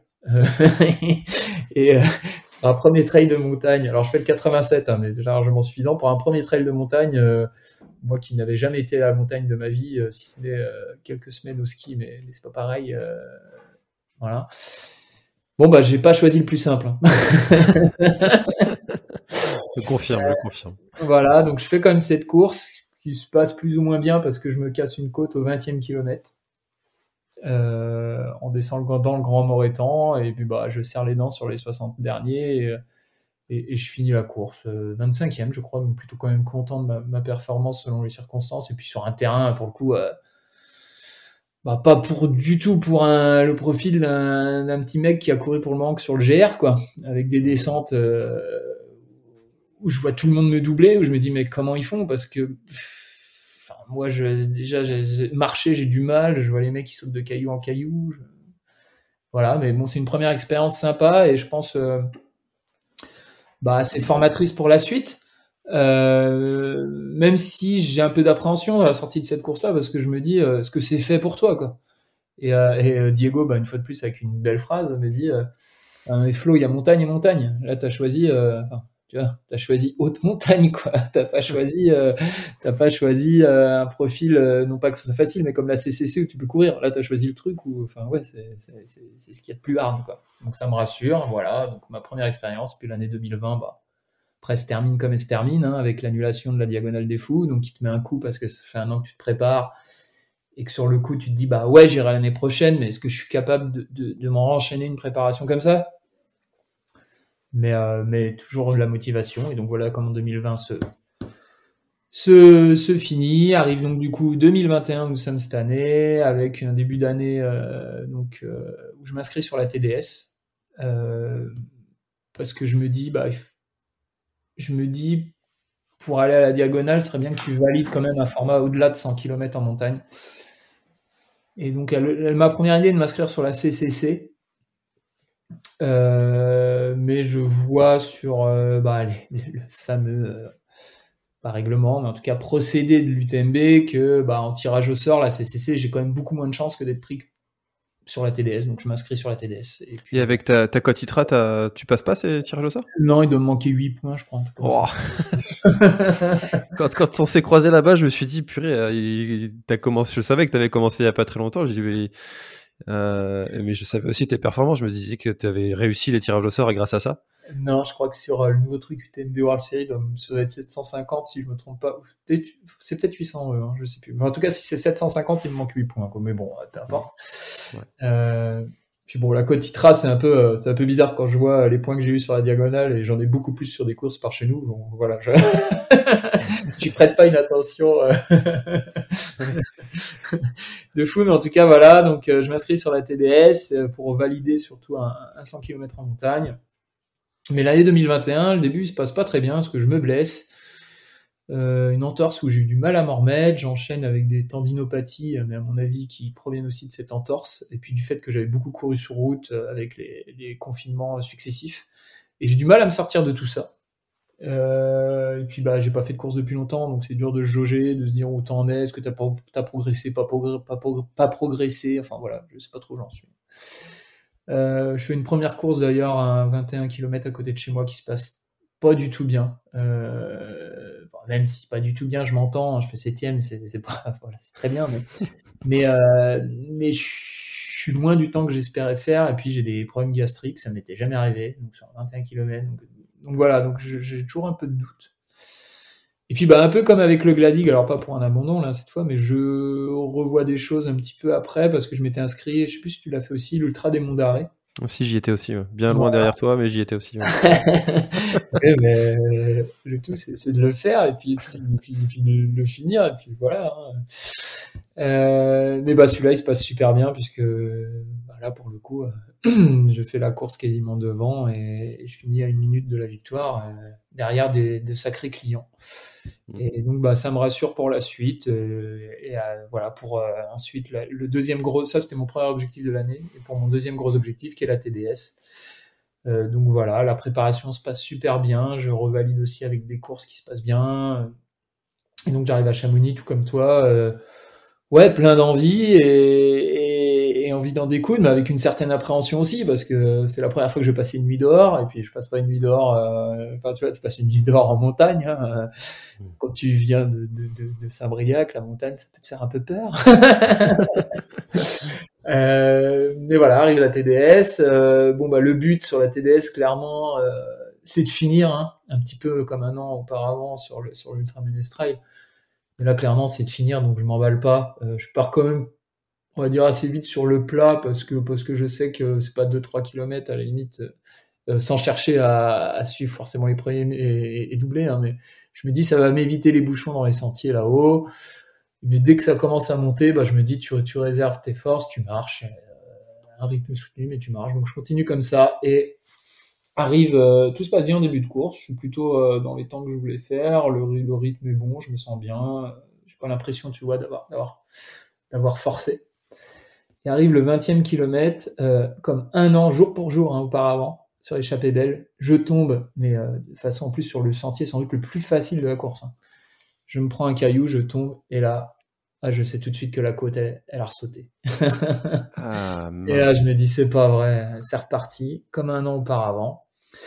Et pour un premier trail de montagne, alors je fais le 87, mais déjà largement suffisant. Pour un premier trail de montagne, moi qui n'avais jamais été à la montagne de ma vie, si ce n'est quelques semaines au ski, mais c'est pas pareil. Voilà. J'ai pas choisi le plus simple. Je confirme. Voilà, donc je fais quand même cette course qui se passe plus ou moins bien parce que je me casse une côte au 20e kilomètre. On descend dans le Grand Morétan, et puis je serre les dents sur les 60 derniers, et je finis la course 25e, je crois, donc plutôt quand même content de ma performance selon les circonstances, et puis sur un terrain, pour le coup, pas du tout pour le profil d'un petit mec qui a couru pour le Manque sur le GR, quoi, avec des descentes où je vois tout le monde me doubler, où je me dis mais comment ils font, parce que moi marcher, j'ai du mal, je vois les mecs qui sautent de caillou en caillou, voilà, mais bon, c'est une première expérience sympa, et je pense c'est formatrice pour la suite, même si j'ai un peu d'appréhension à la sortie de cette course-là, parce que je me dis ce que c'est fait pour toi, quoi. Et Diego, une fois de plus, avec une belle phrase, me dit mais Flo, il y a montagne et montagne. Là, t'as choisi t'as choisi haute montagne, quoi. T'as pas choisi un profil, non pas que ce soit facile, mais comme la CCC où tu peux courir. Là, t'as choisi le truc où, c'est ce qu'il y a de plus hard, quoi. Donc ça me rassure, voilà. Donc ma première expérience, puis l'année 2020, après se termine comme elle se termine, avec l'annulation de la Diagonale des Fous. Donc il te met un coup parce que ça fait 1 an que tu te prépares, et que sur le coup tu te dis ouais, j'irai l'année prochaine, mais est-ce que je suis capable de m'en enchaîner une préparation comme ça? Mais toujours de la motivation, et donc voilà comment 2020 se finit. Arrive donc du coup 2021, où nous sommes cette année, avec un début d'année où je m'inscris sur la TDS, parce que je me dis pour aller à la diagonale, ce serait bien que tu valides quand même un format au-delà de 100 km en montagne. Et donc ma première idée est de m'inscrire sur la CCC, mais je vois sur le fameux pas règlement, mais en tout cas procédé de l'UTMB, que en tirage au sort, la CCC, j'ai quand même beaucoup moins de chances que d'être pris sur la TDS, donc je m'inscris sur la TDS. Et avec ta cote ITRA, tu passes pas ces tirages au sort? Non, il doit me manquer 8 points, je crois. Quand on s'est croisé là-bas, je me suis dit, purée, je savais que tu avais commencé il y a pas très longtemps. Je dis, mais je savais aussi tes performances. Je me disais que tu avais réussi les tirages au sort, et grâce à ça. Non, je crois que sur le nouveau truc UTMB World Series, ça doit être 750 si je me trompe pas. C'est peut-être 800, hein, je sais plus. En tout cas, si c'est 750, il me manque 8 points, quoi. Mais bon, peu importe. Ouais. Puis bon, la côte ITRA, c'est un peu bizarre quand je vois les points que j'ai eu sur la diagonale et j'en ai beaucoup plus sur des courses par chez nous. Donc voilà, j'y prête pas une attention de fou, mais en tout cas voilà. Donc je m'inscris sur la TDS pour valider surtout un 100 km en montagne. Mais l'année 2021, le début il se passe pas très bien parce que je me blesse. Une entorse où j'ai eu du mal à m'en remettre, j'enchaîne avec des tendinopathies, mais à mon avis qui proviennent aussi de cette entorse, et puis du fait que j'avais beaucoup couru sur route avec les confinements successifs, et j'ai du mal à me sortir de tout ça. Et puis j'ai pas fait de course depuis longtemps, donc c'est dur de jauger, de se dire où t'en es, est-ce que t'as progressé, pas progressé, enfin voilà, je sais pas trop où j'en suis. Je fais une première course d'ailleurs à 21 km à côté de chez moi qui se passe pas du tout bien. Même si pas du tout bien, je m'entends, je fais 7ème, c'est pas, voilà, c'est très bien, mais je suis loin du temps que j'espérais faire, et puis j'ai des problèmes gastriques, ça m'était jamais arrivé, donc sur 21 km, donc voilà, donc j'ai toujours un peu de doute. Et puis un peu comme avec le Gladig, alors pas pour un abandon là cette fois, mais je revois des choses un petit peu après, parce que je m'étais inscrit, je sais plus si tu l'as fait aussi, l'Ultra des Monts d'Arrêt. Si, j'y étais aussi, ouais. Bien loin derrière toi, mais j'y étais aussi. Ouais. Ouais, mais le tout, c'est de le faire et puis de le finir, et puis voilà. Mais celui-là, il se passe super bien, puisque là, pour le coup, je fais la course quasiment devant et je finis à 1 minute de la victoire, derrière de sacrés clients. Et donc ça me rassure pour la suite, et voilà, pour ensuite le deuxième gros, ça c'était mon premier objectif de l'année, et pour mon deuxième gros objectif qui est la TDS, donc voilà, la préparation se passe super bien, je revalide aussi avec des courses qui se passent bien, et donc j'arrive à Chamonix tout comme toi, plein d'envie et envie d'en découdre, mais avec une certaine appréhension aussi, parce que c'est la première fois que je vais passer une nuit dehors, et puis je passe pas une nuit dehors, tu vois, tu passes une nuit dehors en montagne, hein, quand tu viens de Saint-Briac, la montagne, ça peut te faire un peu peur. Mais voilà, arrive la TDS, le but sur la TDS, clairement, c'est de finir, hein, un petit peu comme un an auparavant sur l'Ultra Ménestrail. Mais là, clairement, c'est de finir, donc je m'emballe pas. Je pars quand même, on va dire, assez vite sur le plat, parce que je sais que c'est pas 2-3 km à la limite, sans chercher à suivre forcément les premiers et doubler, hein, mais je me dis ça va m'éviter les bouchons dans les sentiers là-haut. Mais dès que ça commence à monter, je me dis tu réserves tes forces, tu marches, un rythme soutenu, mais tu marches. Donc je continue comme ça, et arrive, tout se passe bien en début de course, je suis plutôt dans les temps que je voulais faire, le rythme est bon, je me sens bien, j'ai pas l'impression, tu vois, d'avoir forcé. Et arrive le 20e kilomètre, comme un an, jour pour jour, hein, auparavant, sur l'échappée belle, je tombe, mais de façon en plus sur le sentier sans doute le plus facile de la course, hein. Je me prends un caillou, je tombe, et là, je sais tout de suite que la côte, elle a ressauté. Et là, je me dis, c'est pas vrai, c'est reparti, comme un an auparavant.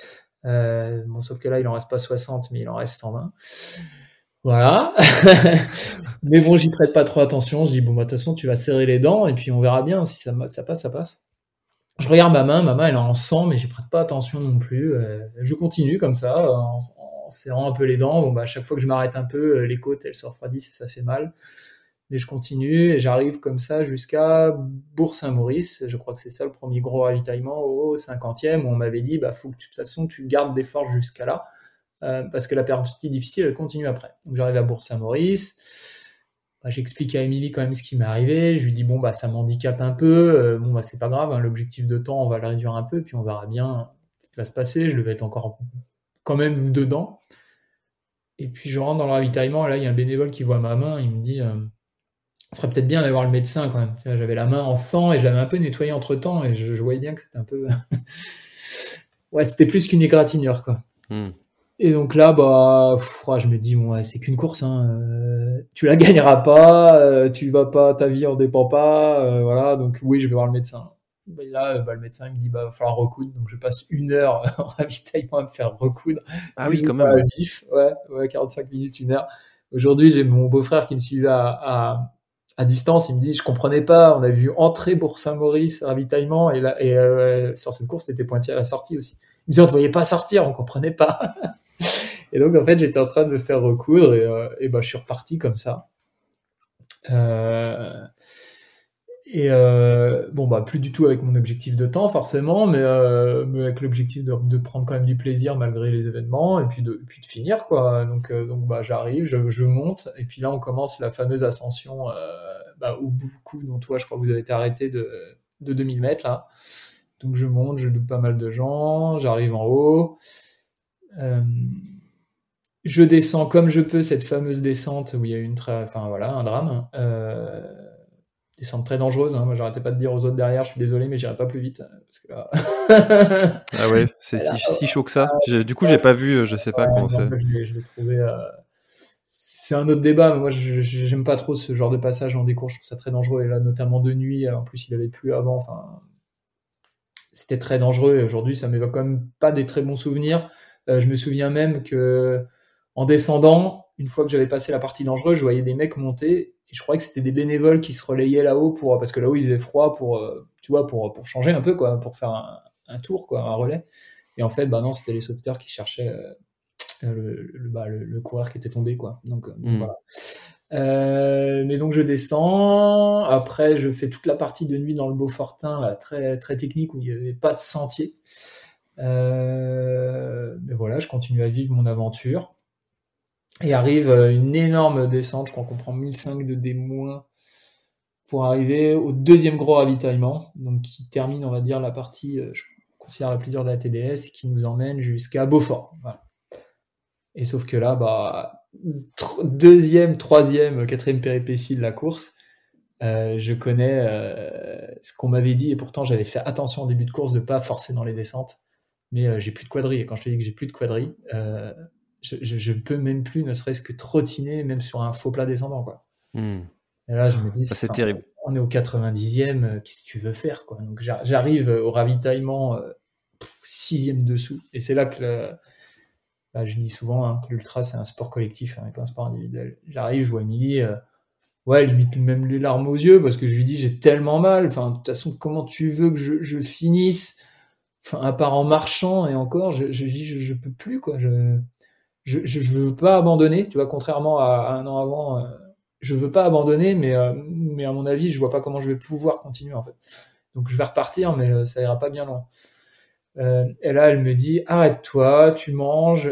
Sauf que là, il en reste pas 60, mais il en reste 120. Voilà. Mais bon, j'y prête pas trop attention. Je dis, de toute façon, tu vas serrer les dents, et puis on verra bien. Si ça passe, ça passe. Je regarde ma main, elle est en sang, mais j'y prête pas attention non plus. Je continue comme ça, en serrant un peu les dents. À chaque fois que je m'arrête un peu, les côtes, elles se refroidissent et ça fait mal. Mais je continue, et j'arrive comme ça jusqu'à Bourg-Saint-Maurice. Je crois que c'est ça le premier gros ravitaillement, au 50e, où on m'avait dit, faut que de toute façon tu gardes des forces jusqu'à là, parce que la partie difficile, elle continue après. Donc j'arrive à Bourg-Saint-Maurice. J'explique à Émilie quand même ce qui m'est arrivé. Je lui dis, ça m'handicape un peu. C'est pas grave, hein, l'objectif de temps, on va le réduire un peu, puis on verra bien ce qui va se passer. Je devais être encore quand même dedans. Et puis je rentre dans le ravitaillement, et là, il y a un bénévole qui voit ma main, il me dit, ce serait peut-être bien d'aller voir le médecin quand même. J'avais la main en sang, et je l'avais un peu nettoyée entre temps, et je voyais bien que c'était un peu... ouais, c'était plus qu'une égratignure, quoi. Et donc là, je me dis, c'est qu'une course, hein, tu la gagneras pas, tu vas pas, ta vie en dépend pas, voilà, donc oui, je vais voir le médecin. Et là, le médecin me dit, va falloir recoudre, donc je passe 1 heure en ravitaillement à me faire recoudre. Ah oui, quand même. Vif, 45 minutes, 1 heure. Aujourd'hui, j'ai mon beau-frère qui me suivait à distance, il me dit, je comprenais pas, on a vu entrer Bourg-Saint-Maurice, ravitaillement, et là, sur cette course, t'étais pointé à la sortie aussi. Il me disait, on te voyait pas sortir, on comprenait pas. Et donc, en fait, j'étais en train de me faire recoudre, et je suis reparti comme ça. Et plus du tout avec mon objectif de temps forcément, mais avec l'objectif de prendre quand même du plaisir malgré les événements et puis de finir quoi. Donc j'arrive, je monte et puis là on commence la fameuse ascension au beaucoup dont toi je crois que vous avez été arrêté de 2000 mètres là. Donc je monte, je loupe pas mal de gens, j'arrive en haut. Je descends comme je peux cette fameuse descente où il y a eu un drame. Descente très dangereuse, hein. Moi j'arrêtais pas de dire aux autres derrière, je suis désolé mais j'irai pas plus vite parce que là... Ah ouais, c'est si chaud que ça. Du coup j'ai pas vu, je sais pas comment c'est. Je l'ai trouvé... C'est un autre débat, mais moi j'aime pas trop ce genre de passage en décours, je trouve ça très dangereux, et là notamment de nuit, en plus il avait plu avant, c'était très dangereux, et aujourd'hui ça m'évoque quand même pas des très bons souvenirs. Je me souviens même que en descendant, une fois que j'avais passé la partie dangereuse, je voyais des mecs monter, et je croyais que c'était des bénévoles qui se relayaient là-haut parce que là-haut il faisait froid pour changer un peu quoi, pour faire un tour quoi, un relais. Et en fait, non, c'était les sauveteurs qui cherchaient le coureur qui était tombé quoi. Donc voilà. Mais donc je descends. Après, je fais toute la partie de nuit dans le Beaufortin, là, très très technique où il n'y avait pas de sentier. Mais voilà, je continue à vivre mon aventure. Et arrive une énorme descente, je crois qu'on prend 1005 de D- pour arriver au deuxième gros ravitaillement, donc qui termine, on va dire, la partie, je considère la plus dure de la TDS, qui nous emmène jusqu'à Beaufort. Voilà. Et sauf que là, deuxième, troisième, quatrième péripétie de la course, je connais ce qu'on m'avait dit, et pourtant j'avais fait attention en début de course de pas forcer dans les descentes, mais j'ai plus de quadrille, et quand je te dis que j'ai plus de quadrille, je peux même plus, ne serait-ce que trottiner, même sur un faux plat descendant, quoi. Et là, je me dis, c'est terrible. On est au 90e, qu'est-ce que tu veux faire, quoi. Donc j'arrive au ravitaillement, 6e dessous, et c'est là que je dis souvent que l'ultra c'est un sport collectif, et pas un sport individuel. J'arrive, je vois Émilie, limite même les larmes aux yeux, parce que je lui dis j'ai tellement mal, de toute façon comment tu veux que je finisse, à part en marchant, et encore, je dis je peux plus, quoi. Je veux pas abandonner, tu vois, contrairement à un an avant, je veux pas abandonner, mais à mon avis, je vois pas comment je vais pouvoir continuer, en fait. Donc je vais repartir, mais ça ira pas bien loin. Et là, elle me dit, arrête-toi, tu manges,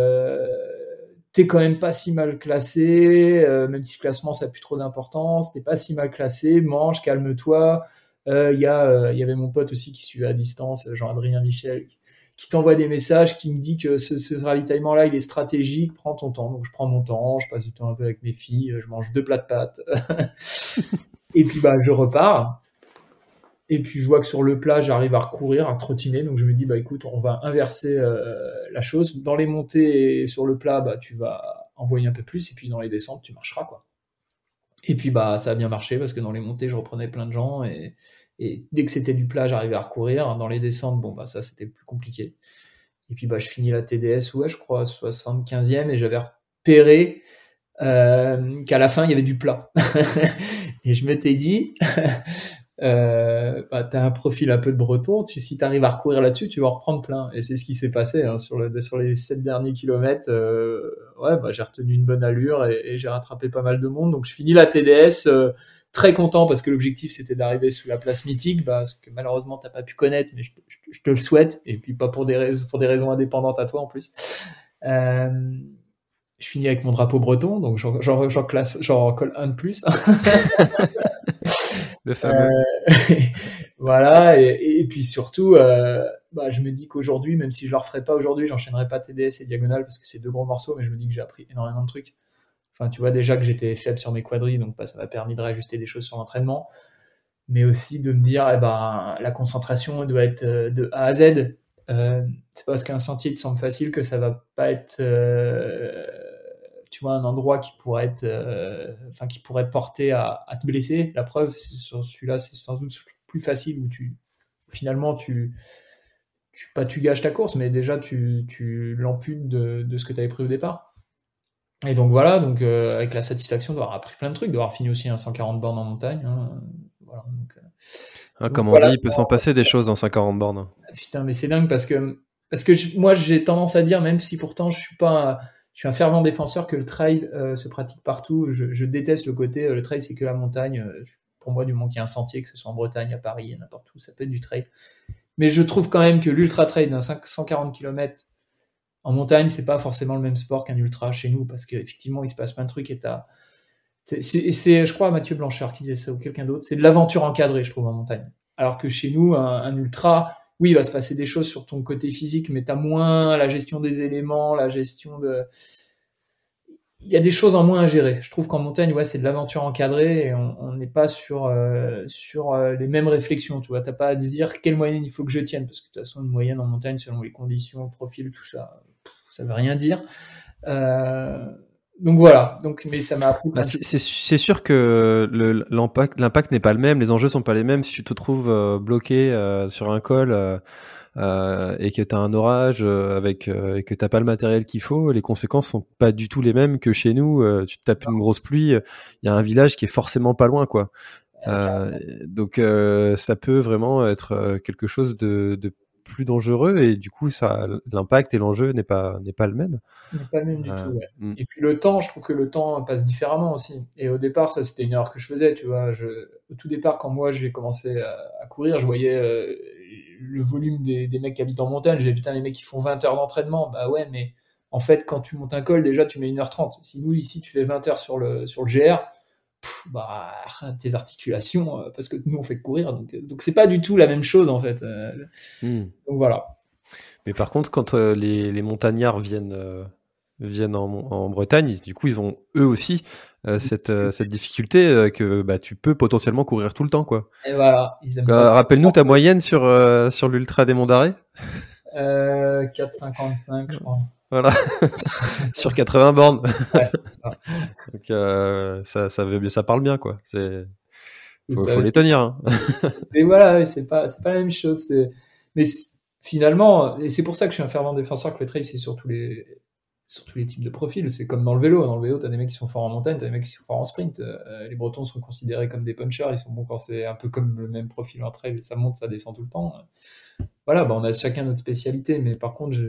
t'es quand même pas si mal classé, même si le classement ça a plus trop d'importance, t'es pas si mal classé, mange, calme-toi. Il y avait mon pote aussi qui suivait à distance, Jean-Adrien Michel, qui t'envoie des messages, qui me dit que ce ravitaillement-là, il est stratégique, prends ton temps. Donc je prends mon temps, je passe du temps un peu avec mes filles, je mange 2 plats de pâtes. Et puis je repars. Et puis je vois que sur le plat, j'arrive à recourir, à trottiner. Donc je me dis, écoute, on va inverser la chose. Dans les montées et sur le plat, tu vas envoyer un peu plus. Et puis dans les descentes, tu marcheras, quoi. Et puis ça a bien marché parce que dans les montées, je reprenais plein de gens. Et dès que c'était du plat, j'arrivais à recourir. Dans les descentes, ça c'était plus compliqué. Et puis je finis la TDS, je crois, 75e. Et j'avais repéré qu'à la fin, il y avait du plat. Et je m'étais dit... t'as un profil un peu de breton, si t'arrives à recourir là-dessus, tu vas en reprendre plein. Et c'est ce qui s'est passé sur les 7 derniers kilomètres. J'ai retenu une bonne allure et j'ai rattrapé pas mal de monde. Donc je finis la TDS très content parce que l'objectif c'était d'arriver sous la place mythique, ce que malheureusement t'as pas pu connaître, mais je te le souhaite, et puis pas pour des raisons indépendantes à toi en plus. Je finis avec mon drapeau breton, donc j'en colle un de plus. Le fameux. Voilà, et puis surtout, je me dis qu'aujourd'hui, même si je le referais pas aujourd'hui, j'enchaînerai pas TDS et diagonale parce que c'est 2 gros morceaux, mais je me dis que j'ai appris énormément de trucs. Tu vois déjà que j'étais faible sur mes quadrilles, donc ça m'a permis de réajuster des choses sur l'entraînement, mais aussi de me dire, la concentration doit être de A à Z. C'est pas parce qu'un sentier te semble facile que ça va pas être tu vois, un endroit qui pourrait être qui pourrait porter à te blesser. La preuve, sur celui-là, c'est sans doute plus facile, où finalement tu gâches ta course, mais déjà tu l'amputes de ce que tu avais pris au départ. Et donc voilà, avec la satisfaction d'avoir appris plein de trucs, d'avoir fini aussi un 140 bornes en montagne, voilà, comme on dit, il peut s'en passer des choses dans 140 bornes. Putain, mais c'est dingue parce que moi j'ai tendance à dire, même si pourtant je suis un fervent défenseur, que le trail se pratique partout. Je déteste le côté le trail c'est que la montagne. pour moi, du moment qu'il y a un sentier, que ce soit en Bretagne, à Paris, n'importe où, ça peut être du trail. Mais je trouve quand même que l'ultra trail d'un 140 km en montagne, c'est pas forcément le même sport qu'un ultra chez nous, parce qu'effectivement, il se passe plein de trucs et c'est, je crois, Mathieu Blanchard qui disait ça, ou quelqu'un d'autre, c'est de l'aventure encadrée, je trouve, en montagne. Alors que chez nous, un ultra, oui, il va se passer des choses sur ton côté physique, mais t'as moins la gestion des éléments, la gestion de... Il y a des choses en moins à gérer. Je trouve qu'en montagne, ouais, c'est de l'aventure encadrée et on n'est pas sur les mêmes réflexions. Tu vois, t'as pas à te dire quelle moyenne il faut que je tienne, parce que de toute façon, une moyenne en montagne, selon les conditions, le profil, tout ça, ça veut rien dire. Donc voilà. Mais ça m'a appris. C'est sûr que l'impact n'est pas le même. Les enjeux sont pas les mêmes. Si tu te trouves bloqué sur un col. Et que tu as un orage et que tu n'as pas le matériel qu'il faut, les conséquences sont pas du tout les mêmes que chez nous. Tu te tapes une grosse pluie, il y a un village qui est forcément pas loin, quoi. Donc ça peut vraiment être quelque chose de plus dangereux et du coup l'impact et l'enjeu n'est pas le même. N'est pas le même du tout, ouais. Et puis le temps, je trouve que le temps passe différemment aussi. Et au départ, ça c'était une erreur que je faisais, tu vois. Au tout départ, quand moi j'ai commencé à courir, je voyais le volume des mecs qui habitent en montagne. Je disais, putain, les mecs qui font 20 heures d'entraînement. Bah ouais, mais en fait, quand tu montes un col, déjà, tu mets 1h30. Si nous, ici, tu fais 20 heures sur le GR, bah, tes articulations, parce que nous, on fait courir. Donc c'est pas du tout la même chose, en fait. Donc voilà. Mais par contre, quand les montagnards viennent en Bretagne, du coup, ils ont eux aussi cette difficulté que bah, tu peux potentiellement courir tout le temps, quoi. Et voilà. Rappelle-nous ta moyenne sur l'Ultra des Monts d'Arrée. 4,55, je crois. Voilà. Sur 80 bornes. Ouais, c'est ça. Donc ça parle bien, quoi. Faut les tenir. Hein. Voilà, c'est pas la même chose. Mais finalement, et c'est pour ça que je suis un fervent défenseur que le trail, c'est sur tous les types de profils. C'est comme dans le vélo. Dans le vélo, t'as des mecs qui sont forts en montagne, t'as des mecs qui sont forts en sprint. Les Bretons sont considérés comme des punchers. Ils sont bons quand c'est un peu comme le même profil en trail. Ça monte, ça descend tout le temps. Voilà, bah on a chacun notre spécialité. Mais par contre,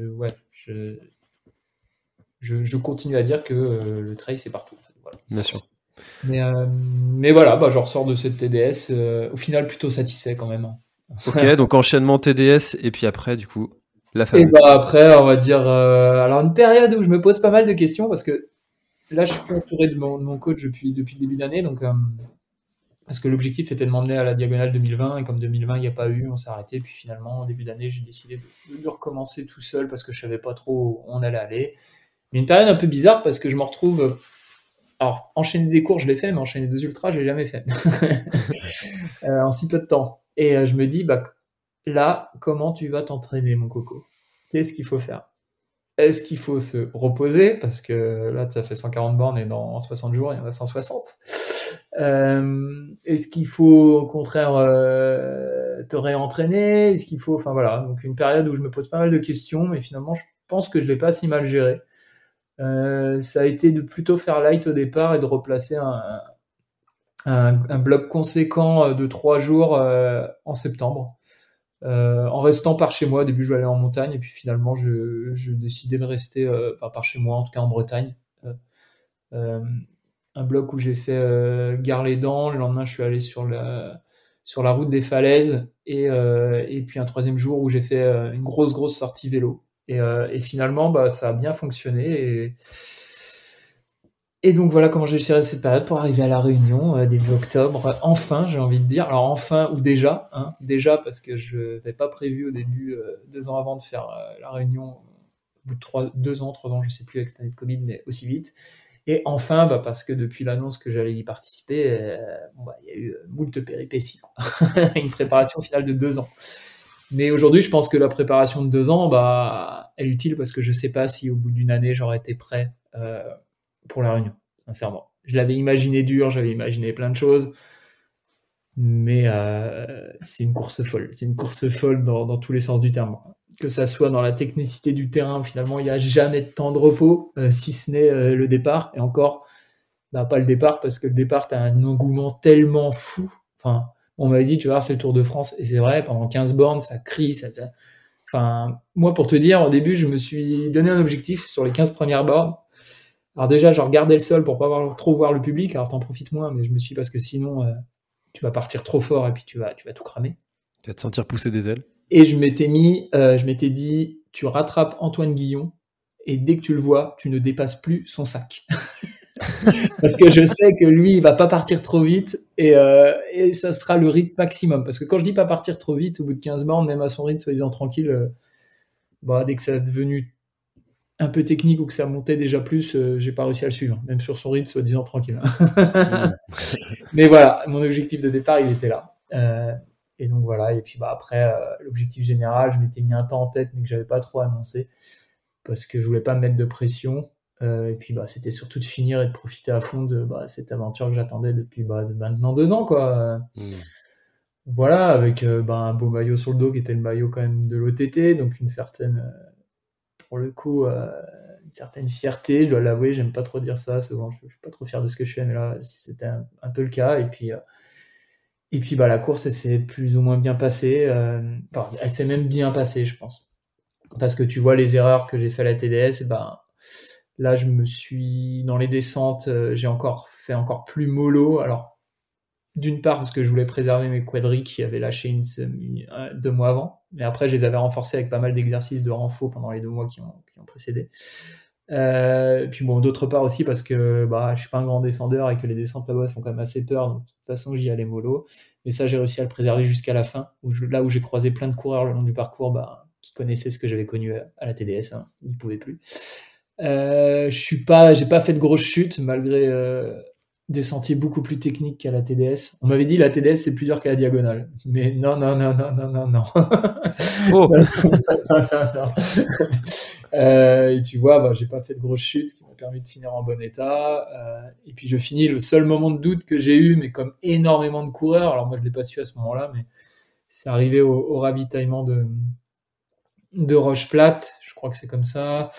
je continue à dire que le trail, c'est partout. En fait. Voilà. Bien sûr. Mais voilà, bah je ressors de cette TDS. Au final, plutôt satisfait quand même. Ok, donc enchaînement TDS et puis après, du coup, la famille. Et bah après, on va dire, alors une période où je me pose pas mal de questions parce que là, je suis entouré de mon coach depuis le début d'année, donc parce que l'objectif était de m'emmener à la Diagonale 2020 et comme 2020 il n'y a pas eu, on s'est arrêté. Puis finalement, en début d'année, j'ai décidé de recommencer tout seul parce que je savais pas trop où on allait aller. Mais une période un peu bizarre parce que je me retrouve. Alors, enchaîner des cours, je l'ai fait, mais enchaîner 2 ultras, je l'ai jamais fait en si peu de temps. Et je me dis, bah là, comment tu vas t'entraîner, mon coco ? Qu'est-ce qu'il faut faire ? Est-ce qu'il faut se reposer ? Parce que là, tu as fait 140 bornes et dans 60 jours, il y en a 160. Est-ce qu'il faut, au contraire, te réentraîner ? Est-ce qu'il faut... Enfin, voilà. Donc, une période où je me pose pas mal de questions, mais finalement, je pense que je l'ai pas si mal géré. Ça a été de plutôt faire light au départ et de replacer un bloc conséquent de 3 jours en septembre. En restant par chez moi, au début je voulais aller en montagne et puis finalement je décidais de rester par chez moi, en tout cas en Bretagne. Un bloc où j'ai fait Gare-les-Dents, le lendemain je suis allé sur la route des falaises et puis un 3e jour où j'ai fait une grosse sortie vélo. Et finalement bah, ça a bien fonctionné et donc voilà comment j'ai géré cette période pour arriver à la Réunion début octobre. Enfin, j'ai envie de dire. Alors enfin ou déjà, parce que je n'avais pas prévu au début 2 ans avant de faire la Réunion, au bout de 2 ans, 3 ans, je ne sais plus avec cette année de Covid, mais aussi vite. Et enfin, bah, parce que depuis l'annonce que j'allais y participer, il y a eu moult péripéties. Une préparation finale de 2 ans. Mais aujourd'hui, je pense que la préparation de 2 ans, bah, elle est utile parce que je ne sais pas si au bout d'une année, j'aurais été prêt pour la Réunion, sincèrement. Je l'avais imaginé dur, j'avais imaginé plein de choses, mais c'est une course folle. C'est une course folle dans tous les sens du terme. Que ça soit dans la technicité du terrain, finalement, il n'y a jamais de temps de repos, si ce n'est le départ. Et encore, bah, pas le départ, parce que le départ, tu as un engouement tellement fou. Enfin, on m'avait dit, tu vas voir, c'est le Tour de France. Et c'est vrai, pendant 15 bornes, ça crie. Enfin, moi, pour te dire, au début, je me suis donné un objectif sur les 15 premières bornes. Alors déjà, je regardais le sol pour pas trop voir le public. Alors, t'en profites moins, mais je me suis parce que sinon, tu vas partir trop fort et puis tu vas tout cramer. Tu vas te sentir pousser des ailes. Et je m'étais dit, tu rattrapes Antoine Guillon et dès que tu le vois, tu ne dépasses plus son sac. Parce que je sais que lui, il va pas partir trop vite et ça sera le rythme maximum. Parce que quand je dis pas partir trop vite, au bout de 15 bornes, même à son rythme, soi-disant tranquille, dès que ça a devenu un peu technique ou que ça montait déjà plus, j'ai pas réussi à le suivre, même sur son rythme, soi-disant tranquille. Mais voilà, mon objectif de départ, il était là. Et donc voilà, et puis après, l'objectif général, je m'étais mis un temps en tête, mais que j'avais pas trop annoncé, parce que je voulais pas me mettre de pression. Et puis c'était surtout de finir et de profiter à fond de cette aventure que j'attendais depuis de maintenant 2 ans, quoi. Voilà, avec un beau maillot sur le dos qui était le maillot quand même de l'OTT, donc une certaine, pour le coup, une certaine fierté, je dois l'avouer, j'aime pas trop dire ça, souvent je suis pas trop fier de ce que je fais, mais là c'était un peu le cas. Et puis la course, elle s'est plus ou moins bien passée, elle s'est même bien passée, je pense, parce que tu vois les erreurs que j'ai fait à la TDS, là, je me suis dans les descentes, j'ai fait encore plus mollo. Alors, d'une part parce que je voulais préserver mes quadris qui avaient lâché 2 mois avant, mais après je les avais renforcés avec pas mal d'exercices de renfo pendant les 2 mois qui ont précédé. Puis d'autre part aussi parce que je suis pas un grand descendeur et que les descentes là-bas font quand même assez peur, donc de toute façon j'y allais mollo. Mais ça, j'ai réussi à le préserver jusqu'à la fin, là où j'ai croisé plein de coureurs le long du parcours qui connaissaient ce que j'avais connu à la TDS, hein, ils pouvaient plus. J'ai pas fait de grosses chutes malgré des sentiers beaucoup plus techniques qu'à la TDS. On m'avait dit la TDS c'est plus dur qu'à la diagonale, mais non. Oh. Non. Et tu vois, j'ai pas fait de grosses chutes, ce qui m'a permis de finir en bon état. Et puis je finis, le seul moment de doute que j'ai eu, mais comme énormément de coureurs, alors moi je l'ai pas su à ce moment-là, mais c'est arrivé au ravitaillement de Roche Plate, je crois que c'est comme ça.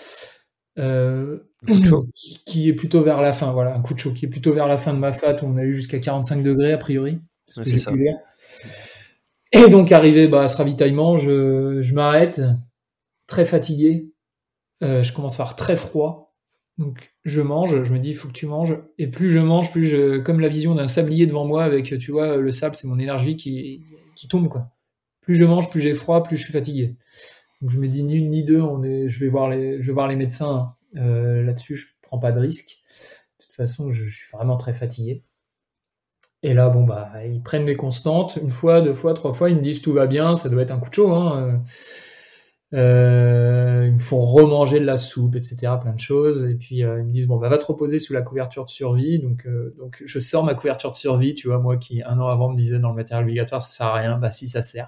Qui est plutôt vers la fin, voilà, un coup de chaud qui est plutôt vers la fin de ma fat où on a eu jusqu'à 45 degrés a priori. C'est ça. Et donc arrivé à ce ravitaillement, je m'arrête, très fatigué, je commence à avoir très froid, donc je mange, je me dis il faut que tu manges, et plus je mange, comme la vision d'un sablier devant moi avec, tu vois, le sable c'est mon énergie qui tombe, quoi. Plus je mange, plus j'ai froid, plus je suis fatigué. Donc je me dis ni une ni deux, je vais voir les médecins là-dessus, je prends pas de risque. De toute façon, je suis vraiment très fatigué. Et là, ils prennent mes constantes, 1 fois, 2 fois, 3 fois, ils me disent tout va bien, ça doit être un coup de chaud, hein. Ils me font remanger de la soupe, etc., plein de choses. Et puis ils me disent va te reposer sous la couverture de survie. Donc je sors ma couverture de survie, tu vois, moi qui 1 an avant me disais dans le matériel obligatoire ça sert à rien, si ça sert.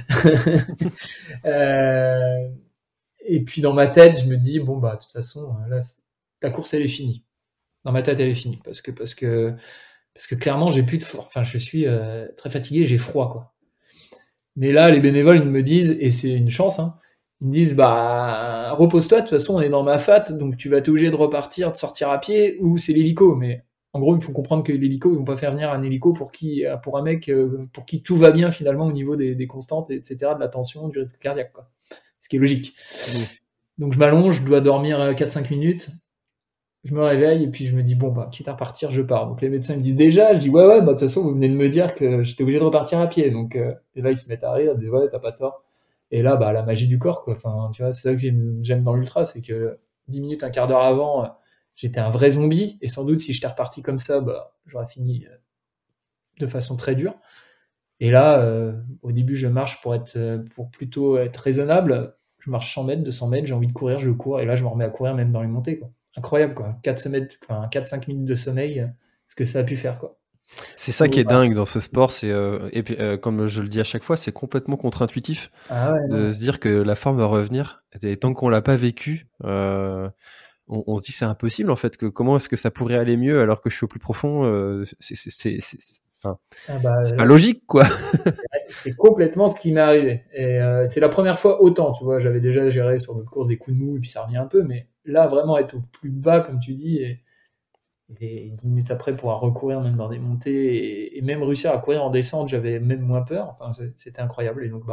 Et puis dans ma tête je me dis de toute façon là ta course elle est finie. Dans ma tête elle est finie parce que clairement j'ai plus de je suis très fatigué, j'ai froid, quoi. Mais là les bénévoles ils me disent, et c'est une chance, hein, ils me disent repose-toi, de toute façon on est dans ma fat, donc tu vas être obligé de repartir, de sortir à pied, ou c'est l'hélico. Mais en gros il faut comprendre que l'hélico, ils vont pas faire venir un hélico pour un mec pour qui tout va bien finalement au niveau des constantes, etc., de la tension, du rythme cardiaque, quoi. Ce qui est logique. Donc je m'allonge, je dois dormir 4-5 minutes, je me réveille et puis je me dis quitte à repartir, je pars. Donc les médecins me disent déjà, je dis ouais, de toute façon vous venez de me dire que j'étais obligé de repartir à pied. Donc et là ils se mettent à rire, ils disent ouais, t'as pas tort. Et là la magie du corps, quoi. Enfin, tu vois, c'est ça que j'aime dans l'ultra, c'est que 10 minutes, un quart d'heure avant, j'étais un vrai zombie, et sans doute si j'étais reparti comme ça, j'aurais fini de façon très dure. Et là au début je marche pour plutôt être raisonnable, je marche 100 mètres, 200 mètres, j'ai envie de courir, je cours, et là je me remets à courir même dans les montées, quoi. Incroyable, quoi. 4-5 minutes de sommeil, ce que ça a pu faire, quoi. C'est ça qui est dingue dans ce sport, et puis, comme je le dis à chaque fois, c'est complètement contre-intuitif de se dire que la forme va revenir. Et tant qu'on l'a pas vécu, on se dit que c'est impossible, en fait. Que comment est-ce que ça pourrait aller mieux alors que je suis au plus profond, c'est pas logique, quoi. C'est complètement ce qui m'est arrivé. Et c'est la première fois autant, tu vois. J'avais déjà géré sur d'autres courses des coups de mou et puis ça revient un peu, mais là vraiment être au plus bas, comme tu dis, et 10 minutes après pouvoir recourir même dans des montées, et même réussir à courir en descente, j'avais même moins peur. Enfin, c'était incroyable. Et donc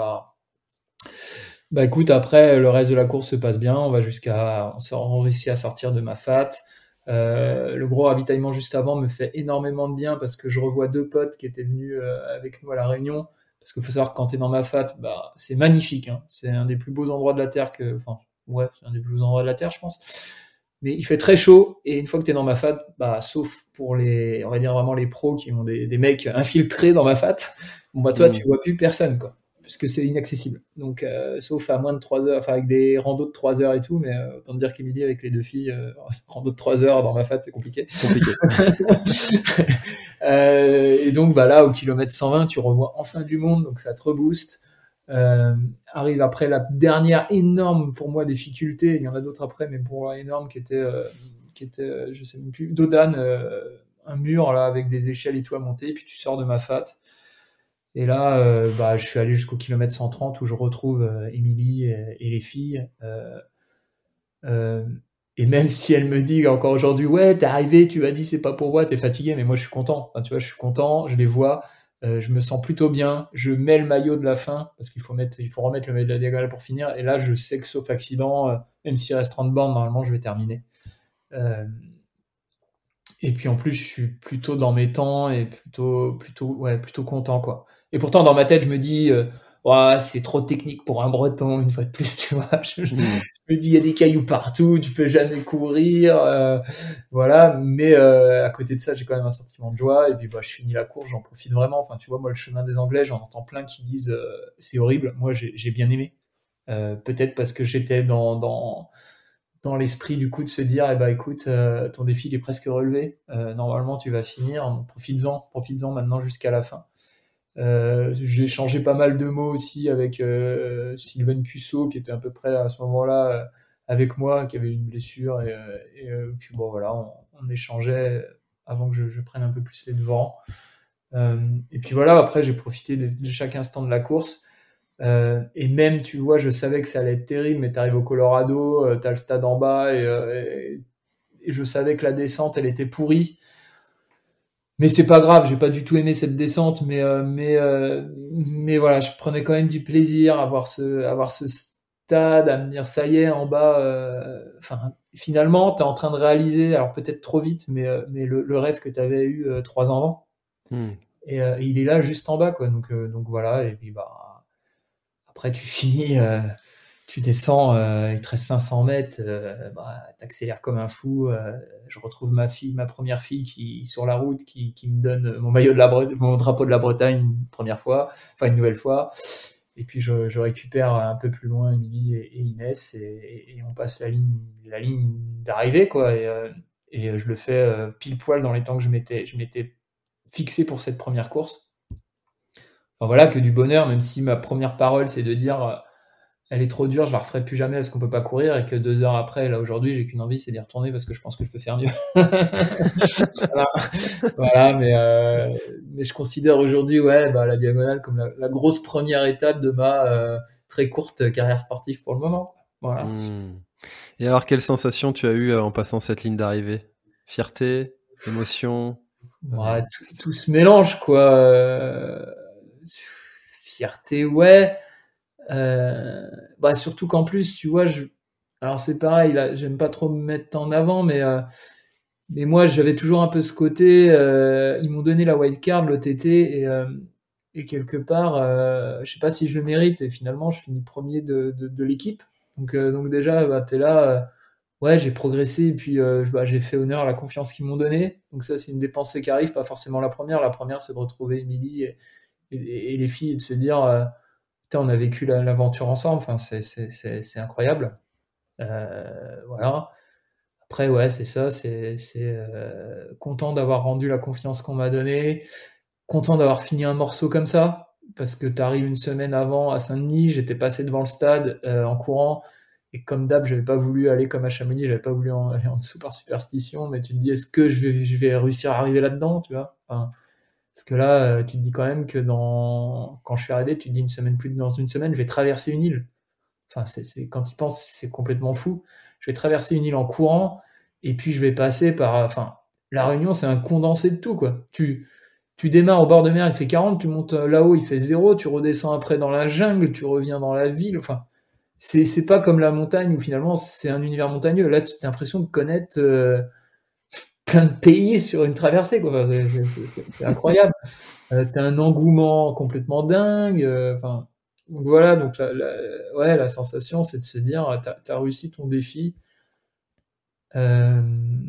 écoute, après le reste de la course se passe bien, on réussit à sortir de ma fat. Le gros ravitaillement juste avant me fait énormément de bien parce que je revois 2 potes qui étaient venus avec nous à La Réunion. Parce qu'il faut savoir que quand t'es dans Mafate, bah, c'est magnifique, hein. C'est un des plus beaux endroits de la Terre c'est un des plus beaux endroits de la Terre, je pense. Mais il fait très chaud, et une fois que t'es dans Mafate, bah, sauf pour on va dire vraiment les pros qui ont des mecs infiltrés dans Mafate, bon, bah, toi, tu vois plus personne, quoi. Puisque c'est inaccessible. Donc, sauf à moins de 3 heures, enfin, avec des randos de 3 heures et tout, mais autant te dire qu'Emilie, avec les 2 filles, rando de 3 heures dans Mafate, c'est compliqué. Et donc, bah, là, au kilomètre 120, tu revois enfin du monde, donc ça te rebooste. Arrive après la dernière énorme, pour moi, difficulté, il y en a d'autres après, mais pour moi, énorme, qui était, je sais même plus, Dodane, un mur, là, avec des échelles et tout à monter, et puis tu sors de Mafate. Et là, bah, je suis allé jusqu'au kilomètre 130 où je retrouve Émilie et les filles. Et même si elle me dit encore aujourd'hui, ouais, t'es arrivé, tu m'as dit c'est pas pour moi, t'es fatigué, mais moi je suis content. Enfin, tu vois, je suis content, je les vois, je me sens plutôt bien. Je mets le maillot de la fin parce qu'il faut remettre le maillot de la diagonale pour finir. Et là, je sais que sauf accident, même s'il reste 30 bornes, normalement, je vais terminer. Et puis en plus, je suis plutôt dans mes temps et plutôt content, quoi. Et pourtant, dans ma tête, je me dis, ouais, c'est trop technique pour un Breton, une fois de plus, tu vois. Je me dis, il y a des cailloux partout, tu peux jamais courir, voilà. Mais à côté de ça, j'ai quand même un sentiment de joie. Et puis, bah, je finis la course, j'en profite vraiment. Enfin, tu vois, moi, le chemin des Anglais, j'en entends plein qui disent, c'est horrible. Moi, j'ai bien aimé. Peut-être parce que j'étais dans l'esprit du coup de se dire, eh ben, écoute, ton défi il est presque relevé. Normalement, tu vas finir. Profites-en maintenant jusqu'à la fin. J'ai changé pas mal de mots aussi avec Sylvain Cusso qui était à peu près à ce moment-là avec moi, qui avait une blessure et puis bon voilà, on échangeait avant que je prenne un peu plus les devants. Et puis voilà, après j'ai profité de chaque instant de la course. Et même, tu vois, je savais que ça allait être terrible, mais t'arrives au Colorado, t'as le stade en bas, et je savais que la descente, elle était pourrie. Mais c'est pas grave, j'ai pas du tout aimé cette descente, mais voilà, je prenais quand même du plaisir à voir ce stade, à me dire ça y est, en bas. Enfin, finalement, t'es en train de réaliser, alors peut-être trop vite, mais le rêve que t'avais eu 3 ans avant. Et il est là juste en bas, quoi. Donc voilà, et puis bah. Après, tu finis, tu descends, il te reste 500 mètres, bah, t'accélères comme un fou. Je retrouve ma première fille qui sur la route, qui me donne mon drapeau de la Bretagne une nouvelle fois. Et puis je récupère un peu plus loin Émilie et Inès et on passe la ligne d'arrivée, quoi. Et je le fais pile poil dans les temps que je m'étais fixé pour cette première course. Enfin voilà, que du bonheur, même si ma première parole c'est de dire elle est trop dure, je la referai plus jamais parce qu'on peut pas courir, et que 2 heures après, là aujourd'hui, j'ai qu'une envie, c'est d'y retourner parce que je pense que je peux faire mieux. Voilà, mais je considère aujourd'hui, ouais, bah, la diagonale comme la grosse première étape de ma très courte carrière sportive pour le moment. Voilà. Et alors, quelle sensation tu as eu en passant cette ligne d'arrivée? Fierté, émotion? Ouais, tout se mélange, quoi. Fierté, ouais. Bah surtout qu'en plus, tu vois, alors c'est pareil, là, j'aime pas trop me mettre en avant, mais moi, j'avais toujours un peu ce côté. Ils m'ont donné la wildcard, l'OTT, et quelque part, je sais pas si je le mérite, et finalement, je finis premier de l'équipe. Donc déjà, bah, t'es là. Ouais, j'ai progressé, et puis bah, j'ai fait honneur à la confiance qu'ils m'ont donnée. Donc ça, c'est une des pensées qui arrive, pas forcément la première. La première, c'est de retrouver Émilie et les filles, et de se dire, putain, on a vécu l'aventure ensemble. Enfin, c'est incroyable. Voilà. Après, ouais, c'est ça. C'est content d'avoir rendu la confiance qu'on m'a donnée. Content d'avoir fini un morceau comme ça. Parce que t'arrives une semaine avant à Saint-Denis, j'étais passé devant le stade en courant. Et comme d'hab, j'avais pas voulu aller comme à Chamonix, j'avais pas voulu aller en dessous par superstition. Mais tu te dis, est-ce que je vais réussir à arriver là-dedans, tu vois? Enfin, parce que là, tu te dis quand même que quand je suis arrivé, tu te dis dans une semaine, je vais traverser une île. Enfin, quand tu y penses, c'est complètement fou. Je vais traverser une île en courant, et puis je vais passer par. Enfin, la Réunion, c'est un condensé de tout, quoi. Tu démarres au bord de mer, il fait 40, tu montes là-haut, il fait 0, tu redescends après dans la jungle, tu reviens dans la ville. Enfin, c'est pas comme la montagne où finalement c'est un univers montagneux. Là, tu as l'impression de connaître plein de pays sur une traversée, quoi. Enfin, c'est incroyable. T'as un engouement complètement dingue. Enfin, donc voilà. Donc la sensation, c'est de se dire, t'as réussi ton défi. Et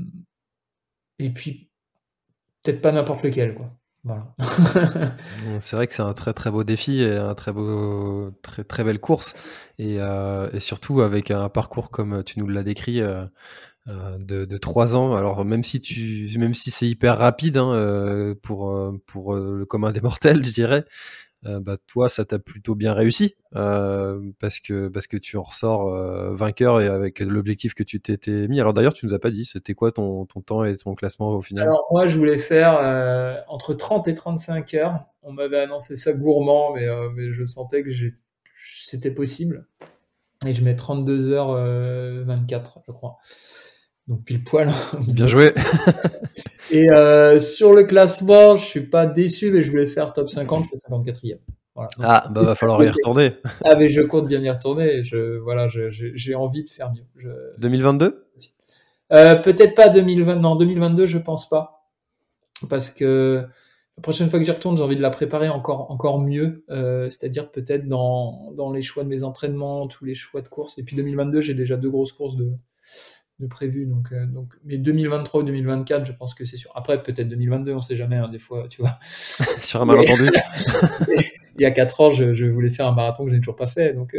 puis peut-être pas n'importe lequel, quoi. Voilà. C'est vrai que c'est un très très beau défi et un très très belle course et surtout avec un parcours comme tu nous l'as décrit de 3 ans. Alors même si c'est hyper rapide pour le commun des mortels, je dirais. Toi, ça t'a plutôt bien réussi parce que tu en ressors vainqueur et avec l'objectif que tu t'étais mis. Alors d'ailleurs, tu nous as pas dit, c'était quoi ton temps et ton classement au final? Alors moi, je voulais faire entre 30 et 35 heures. On m'avait annoncé ça gourmand, mais je sentais que c'était possible. Et je mets 32 heures 24, je crois. Donc pile poil. Bien joué. Et sur le classement, je suis pas déçu, mais je voulais faire top 50, je fais 54e. Voilà. Donc, va falloir y retourner. Ah, mais je compte bien y retourner. J'ai envie de faire mieux. 2022 peut-être pas 2020. Non, 2022, je pense pas. Parce que la prochaine fois que j'y retourne, j'ai envie de la préparer encore mieux. C'est-à-dire peut-être dans les choix de mes entraînements, tous les choix de courses. Et puis 2022, j'ai déjà 2 grosses courses de prévues. Donc, mais 2023 ou 2024, je pense que c'est sûr. Après, peut-être 2022, on sait jamais, des fois, tu vois. Sur un malentendu. Il y a 4 ans, je voulais faire un marathon que je n'ai toujours pas fait. Donc,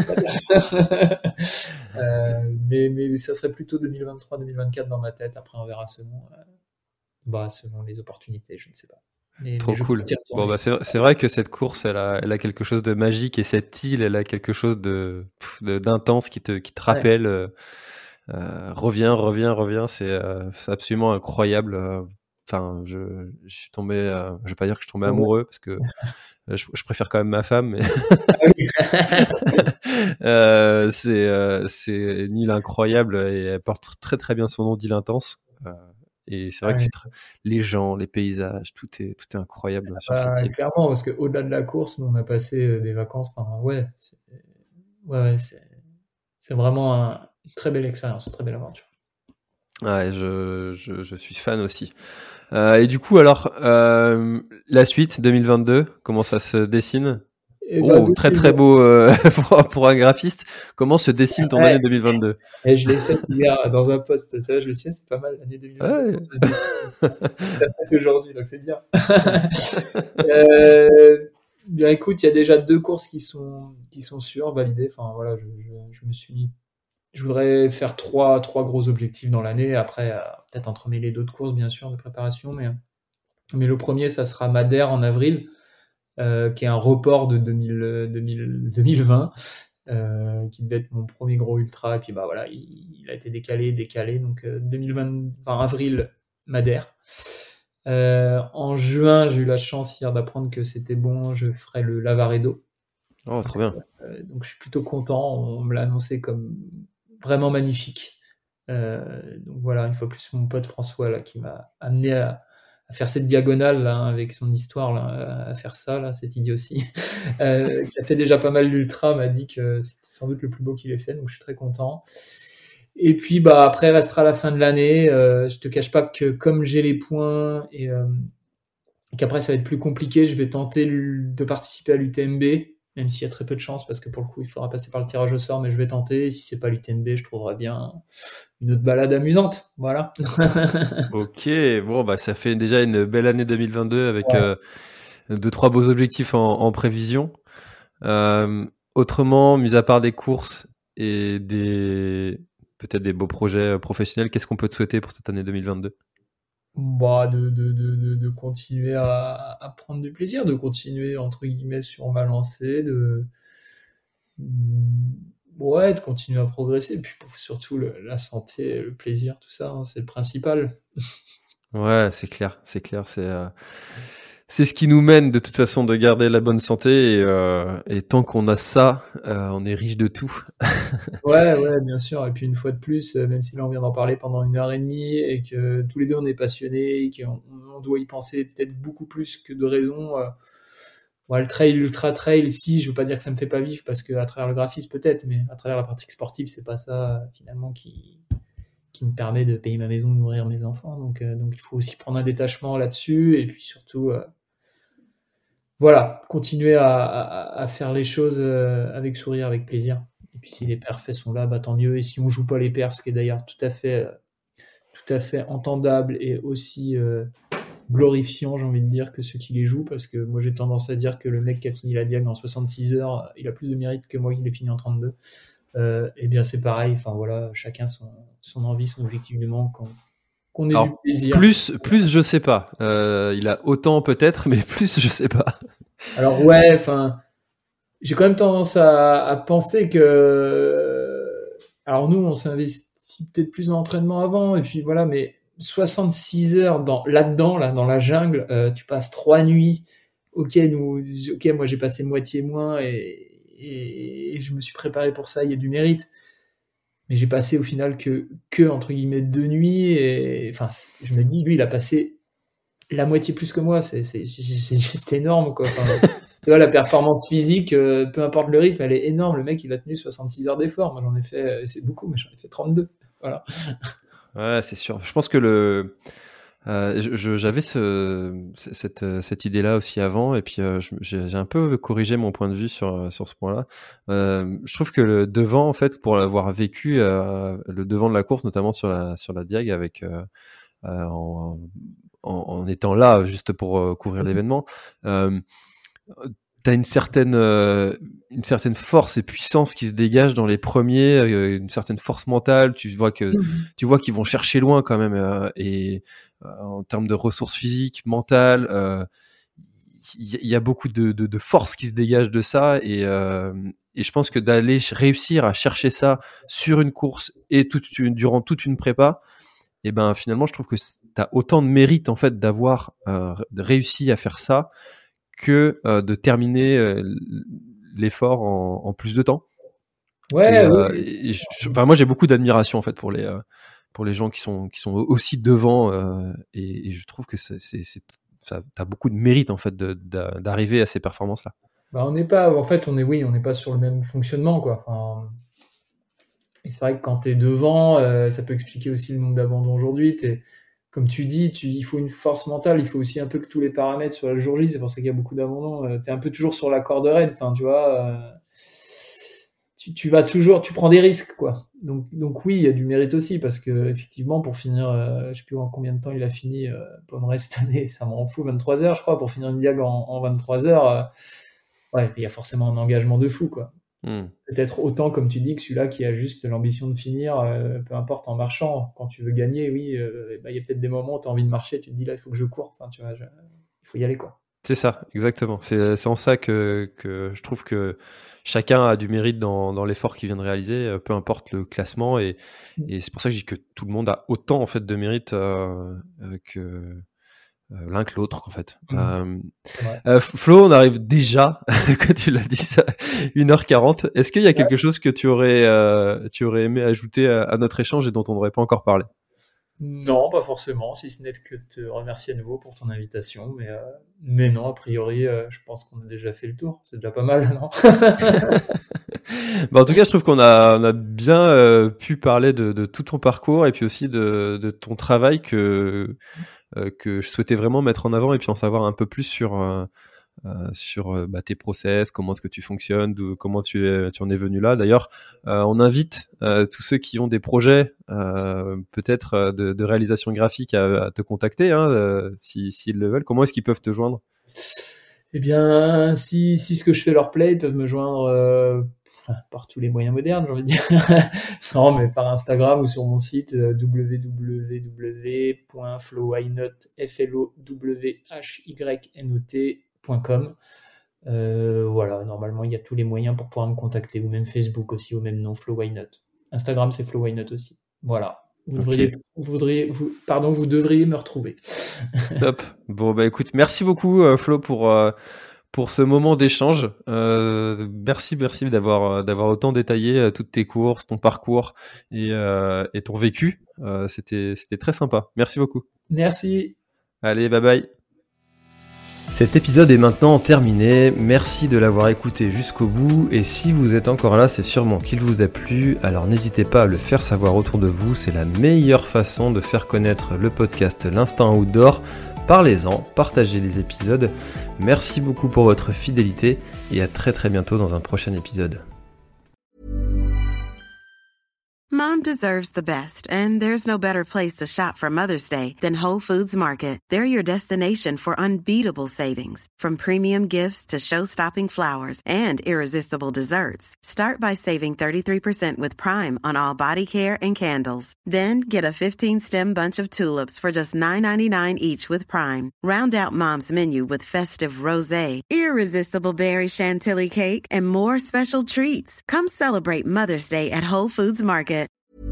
mais ça serait plutôt 2023-2024 dans ma tête. Après, on verra selon les opportunités, je ne sais pas. Trop cool. Bon, c'est vrai que cette course, elle a quelque chose de magique et cette île, elle a quelque chose d'intense qui te rappelle. Reviens. C'est absolument incroyable. Enfin, je suis tombé. Je vais pas dire que je suis tombé amoureux parce que je préfère quand même ma femme. Mais c'est une île incroyable et elle porte très très bien son nom d'île intense. Et c'est vrai que les gens, les paysages, tout est incroyable sur cette île. Clairement, parce qu'au-delà de la course, nous on a passé des vacances. Enfin, c'est vraiment une très belle expérience, une très belle aventure. Ouais, je suis fan aussi. Et du coup, alors, la suite 2022, comment ça se dessine? Très très beau pour un graphiste. Comment se dessine ton année 2022? Et je l'ai fait hier dans un post. Tu vois, je me suis dit, c'est pas mal l'année 2022. Ça se dessine. Ça fait aujourd'hui, donc c'est bien. Bien, écoute, il y a déjà 2 courses qui sont sûres, validées. Enfin voilà, je me suis mis. Je voudrais faire 3 gros objectifs dans l'année. Après, peut-être entremêler d'autres courses, bien sûr, de préparation. Mais le premier, ça sera Madère en avril, qui est un report de 2020, qui devait être mon premier gros ultra. Et puis, voilà, il a été décalé. Donc, 2020, avril, Madère. En juin, j'ai eu la chance hier d'apprendre que c'était bon. Je ferai le Lavaredo. Oh, trop bien. Donc, je suis plutôt content. On me l'a annoncé comme vraiment magnifique. Donc voilà, une fois plus mon pote François là, qui m'a amené à faire cette diagonale là, avec son histoire là, à faire ça là, cette idiotie, qui a fait déjà pas mal d'ultra, m'a dit que c'était sans doute le plus beau qu'il ait fait, donc je suis très content. Et puis après restera la fin de l'année. Je te cache pas que comme j'ai les points et qu'après ça va être plus compliqué, je vais tenter de participer à l'UTMB. Même s'il y a très peu de chance, parce que pour le coup, il faudra passer par le tirage au sort, mais je vais tenter. Et si c'est pas l'UTMB, je trouverai bien une autre balade amusante. Voilà. Ok, bon, ça fait déjà une belle année 2022 avec 2-3 beaux objectifs en prévision. Autrement, mis à part des courses et peut-être des beaux projets professionnels, qu'est-ce qu'on peut te souhaiter pour cette année 2022? De continuer à prendre du plaisir, de continuer entre guillemets sur ma lancée, de continuer à progresser, et puis surtout la santé, le plaisir, tout ça, c'est le principal. Ouais, c'est clair, c'est ce qui nous mène de toute façon de garder la bonne santé et tant qu'on a ça, on est riche de tout. Ouais, bien sûr. Et puis une fois de plus, même si là on vient d'en parler pendant 1h30 et que tous les deux on est passionnés et qu'on doit y penser peut-être beaucoup plus que de raison. Le trail, l'ultra trail, si, je veux pas dire que ça me fait pas vivre parce que à travers le graphisme peut-être, mais à travers la pratique sportive, c'est pas ça finalement qui qui me permet de payer ma maison, de nourrir mes enfants. Donc il faut aussi prendre un détachement là-dessus et puis surtout, voilà, continuer à faire les choses avec sourire, avec plaisir. Et puis si les perfs sont là, tant mieux. Et si on joue pas les perfs, ce qui est d'ailleurs tout à fait entendable et aussi glorifiant, j'ai envie de dire, que ceux qui les jouent, parce que moi j'ai tendance à dire que le mec qui a fini la diag en 66 heures, il a plus de mérite que moi qui l'ai fini en 32. Et bien c'est pareil, enfin voilà, chacun son envie, son objectif du moment, qu'on ait du plaisir. Plus je sais pas. Il a autant peut-être, mais plus je sais pas. Alors ouais, enfin, j'ai quand même tendance à penser que, alors nous on s'est investi peut-être plus dans l'entraînement avant, et puis voilà, mais 66 heures là-dedans, dans la jungle, tu passes 3 nuits. Ok, moi j'ai passé moitié moins et je me suis préparé pour ça, il y a du mérite. Mais j'ai passé au final que entre guillemets 2 nuits et enfin je me dis lui il a passé la moitié plus que moi, c'est juste énorme quoi. Enfin, tu vois, la performance physique, peu importe le rythme, elle est énorme. Le mec il a tenu 66 heures d'effort. Moi j'en ai fait, c'est beaucoup, mais j'en ai fait 32. Voilà. Ouais, c'est sûr. Je pense que j'avais cette idée-là aussi avant, et puis j'ai un peu corrigé mon point de vue sur ce point-là. Je trouve que le devant, en fait, pour l'avoir vécu, le devant de la course, notamment sur la diag, avec en étant là juste pour couvrir l'événement, t'as une certaine force et puissance qui se dégage dans les premiers, une certaine force mentale. Tu vois qu'ils vont chercher loin quand même, et en termes de ressources physiques, mentales, il y a beaucoup de force qui se dégage de ça, et je pense que d'aller réussir à chercher ça sur une course et durant toute une prépa, et ben finalement je trouve que t'as autant de mérite en fait d'avoir réussi à faire ça que de terminer l'effort en plus de temps. Ouais. Moi j'ai beaucoup d'admiration en fait pour les gens qui sont aussi devant, et je trouve que t'as beaucoup de mérite en fait d'arriver à ces performances là. On n'est pas, en fait, on n'est pas sur le même fonctionnement quoi. Enfin, et c'est vrai que quand t'es devant, ça peut expliquer aussi le nombre d'abandons aujourd'hui. Comme tu dis, il faut une force mentale, il faut aussi un peu que tous les paramètres sur le jour J, c'est pour ça qu'il y a beaucoup d'abandons. T'es un peu toujours sur la corde raide, enfin, tu vois. Tu vas toujours, tu prends des risques, quoi. Donc oui, il y a du mérite aussi, parce que effectivement, pour finir, je sais plus en combien de temps il a fini, Pomeré cette année, ça me rend fou, 23 heures, je crois, pour finir une diag en 23 heures. Ouais, il y a forcément un engagement de fou, quoi. Peut-être autant, comme tu dis, que celui-là qui a juste l'ambition de finir, peu importe, en marchant. Quand tu veux gagner, oui, il y a peut-être des moments où tu as envie de marcher, tu te dis là, il faut que je cours. Enfin, tu vois, il faut y aller, quoi. C'est ça, exactement. C'est en ça que je trouve que chacun a du mérite dans l'effort qu'il vient de réaliser, peu importe le classement, et c'est pour ça que je dis que tout le monde a autant en fait de mérite que l'un que l'autre en fait. Flo, on arrive déjà, quand tu l'as dit ça, 1h40. Est-ce qu'il y a quelque chose que tu aurais aimé ajouter à notre échange et dont on n'aurait pas encore parlé? Non, pas forcément, si ce n'est que te remercier à nouveau pour ton invitation, mais non, a priori, je pense qu'on a déjà fait le tour, c'est déjà pas mal, non? En tout cas, je trouve qu'on a bien pu parler de tout ton parcours, et puis aussi de ton travail que je souhaitais vraiment mettre en avant, et puis en savoir un peu plus sur tes process, comment est-ce que tu fonctionnes, comment tu en es venu là. D'ailleurs, on invite tous ceux qui ont des projets peut-être de réalisation graphique à te contacter, s'ils le veulent. Comment est-ce qu'ils peuvent te joindre? Eh bien, si ce que je fais leur plaît, ils peuvent me joindre par tous les moyens modernes, j'ai envie de dire. Non, mais par Instagram ou sur mon site www.flowhynot.com. Voilà, normalement il y a tous les moyens pour pouvoir me contacter, ou même Facebook aussi au même nom, Flow Why Not. Instagram c'est Flow Why Not aussi. Voilà. Vous devriez me retrouver. Top. Bon écoute, merci beaucoup Flo pour ce moment d'échange. Merci d'avoir autant détaillé toutes tes courses, ton parcours et ton vécu. C'était très sympa. Merci beaucoup. Merci. Allez, bye bye. Cet épisode est maintenant terminé, merci de l'avoir écouté jusqu'au bout, et si vous êtes encore là, c'est sûrement qu'il vous a plu, alors n'hésitez pas à le faire savoir autour de vous, c'est la meilleure façon de faire connaître le podcast L'Instant Outdoor. Parlez-en, partagez les épisodes, merci beaucoup pour votre fidélité, et à très bientôt dans un prochain épisode. Mom deserves the best, and there's no better place to shop for Mother's Day than Whole Foods Market. They're your destination for unbeatable savings, from premium gifts to show-stopping flowers and irresistible desserts. Start by saving 33% with Prime on all body care and candles. Then get a 15-stem bunch of tulips for just $9.99 each with Prime. Round out Mom's menu with festive rosé, irresistible berry chantilly cake, and more special treats. Come celebrate Mother's Day at Whole Foods Market.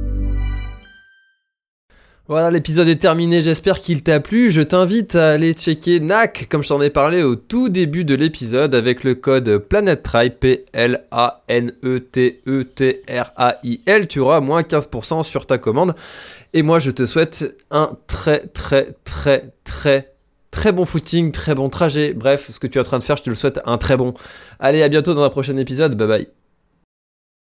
Voilà, l'épisode est terminé, j'espère qu'il t'a plu. Je t'invite à aller checker NAC, comme je t'en ai parlé au tout début de l'épisode, avec le code PLANETTRAIL, PLANETETRAIL. Tu auras moins 15% sur ta commande. Et moi, je te souhaite un très bon footing, très bon trajet. Bref, ce que tu es en train de faire, je te le souhaite un très bon. Allez, à bientôt dans un prochain épisode. Bye bye.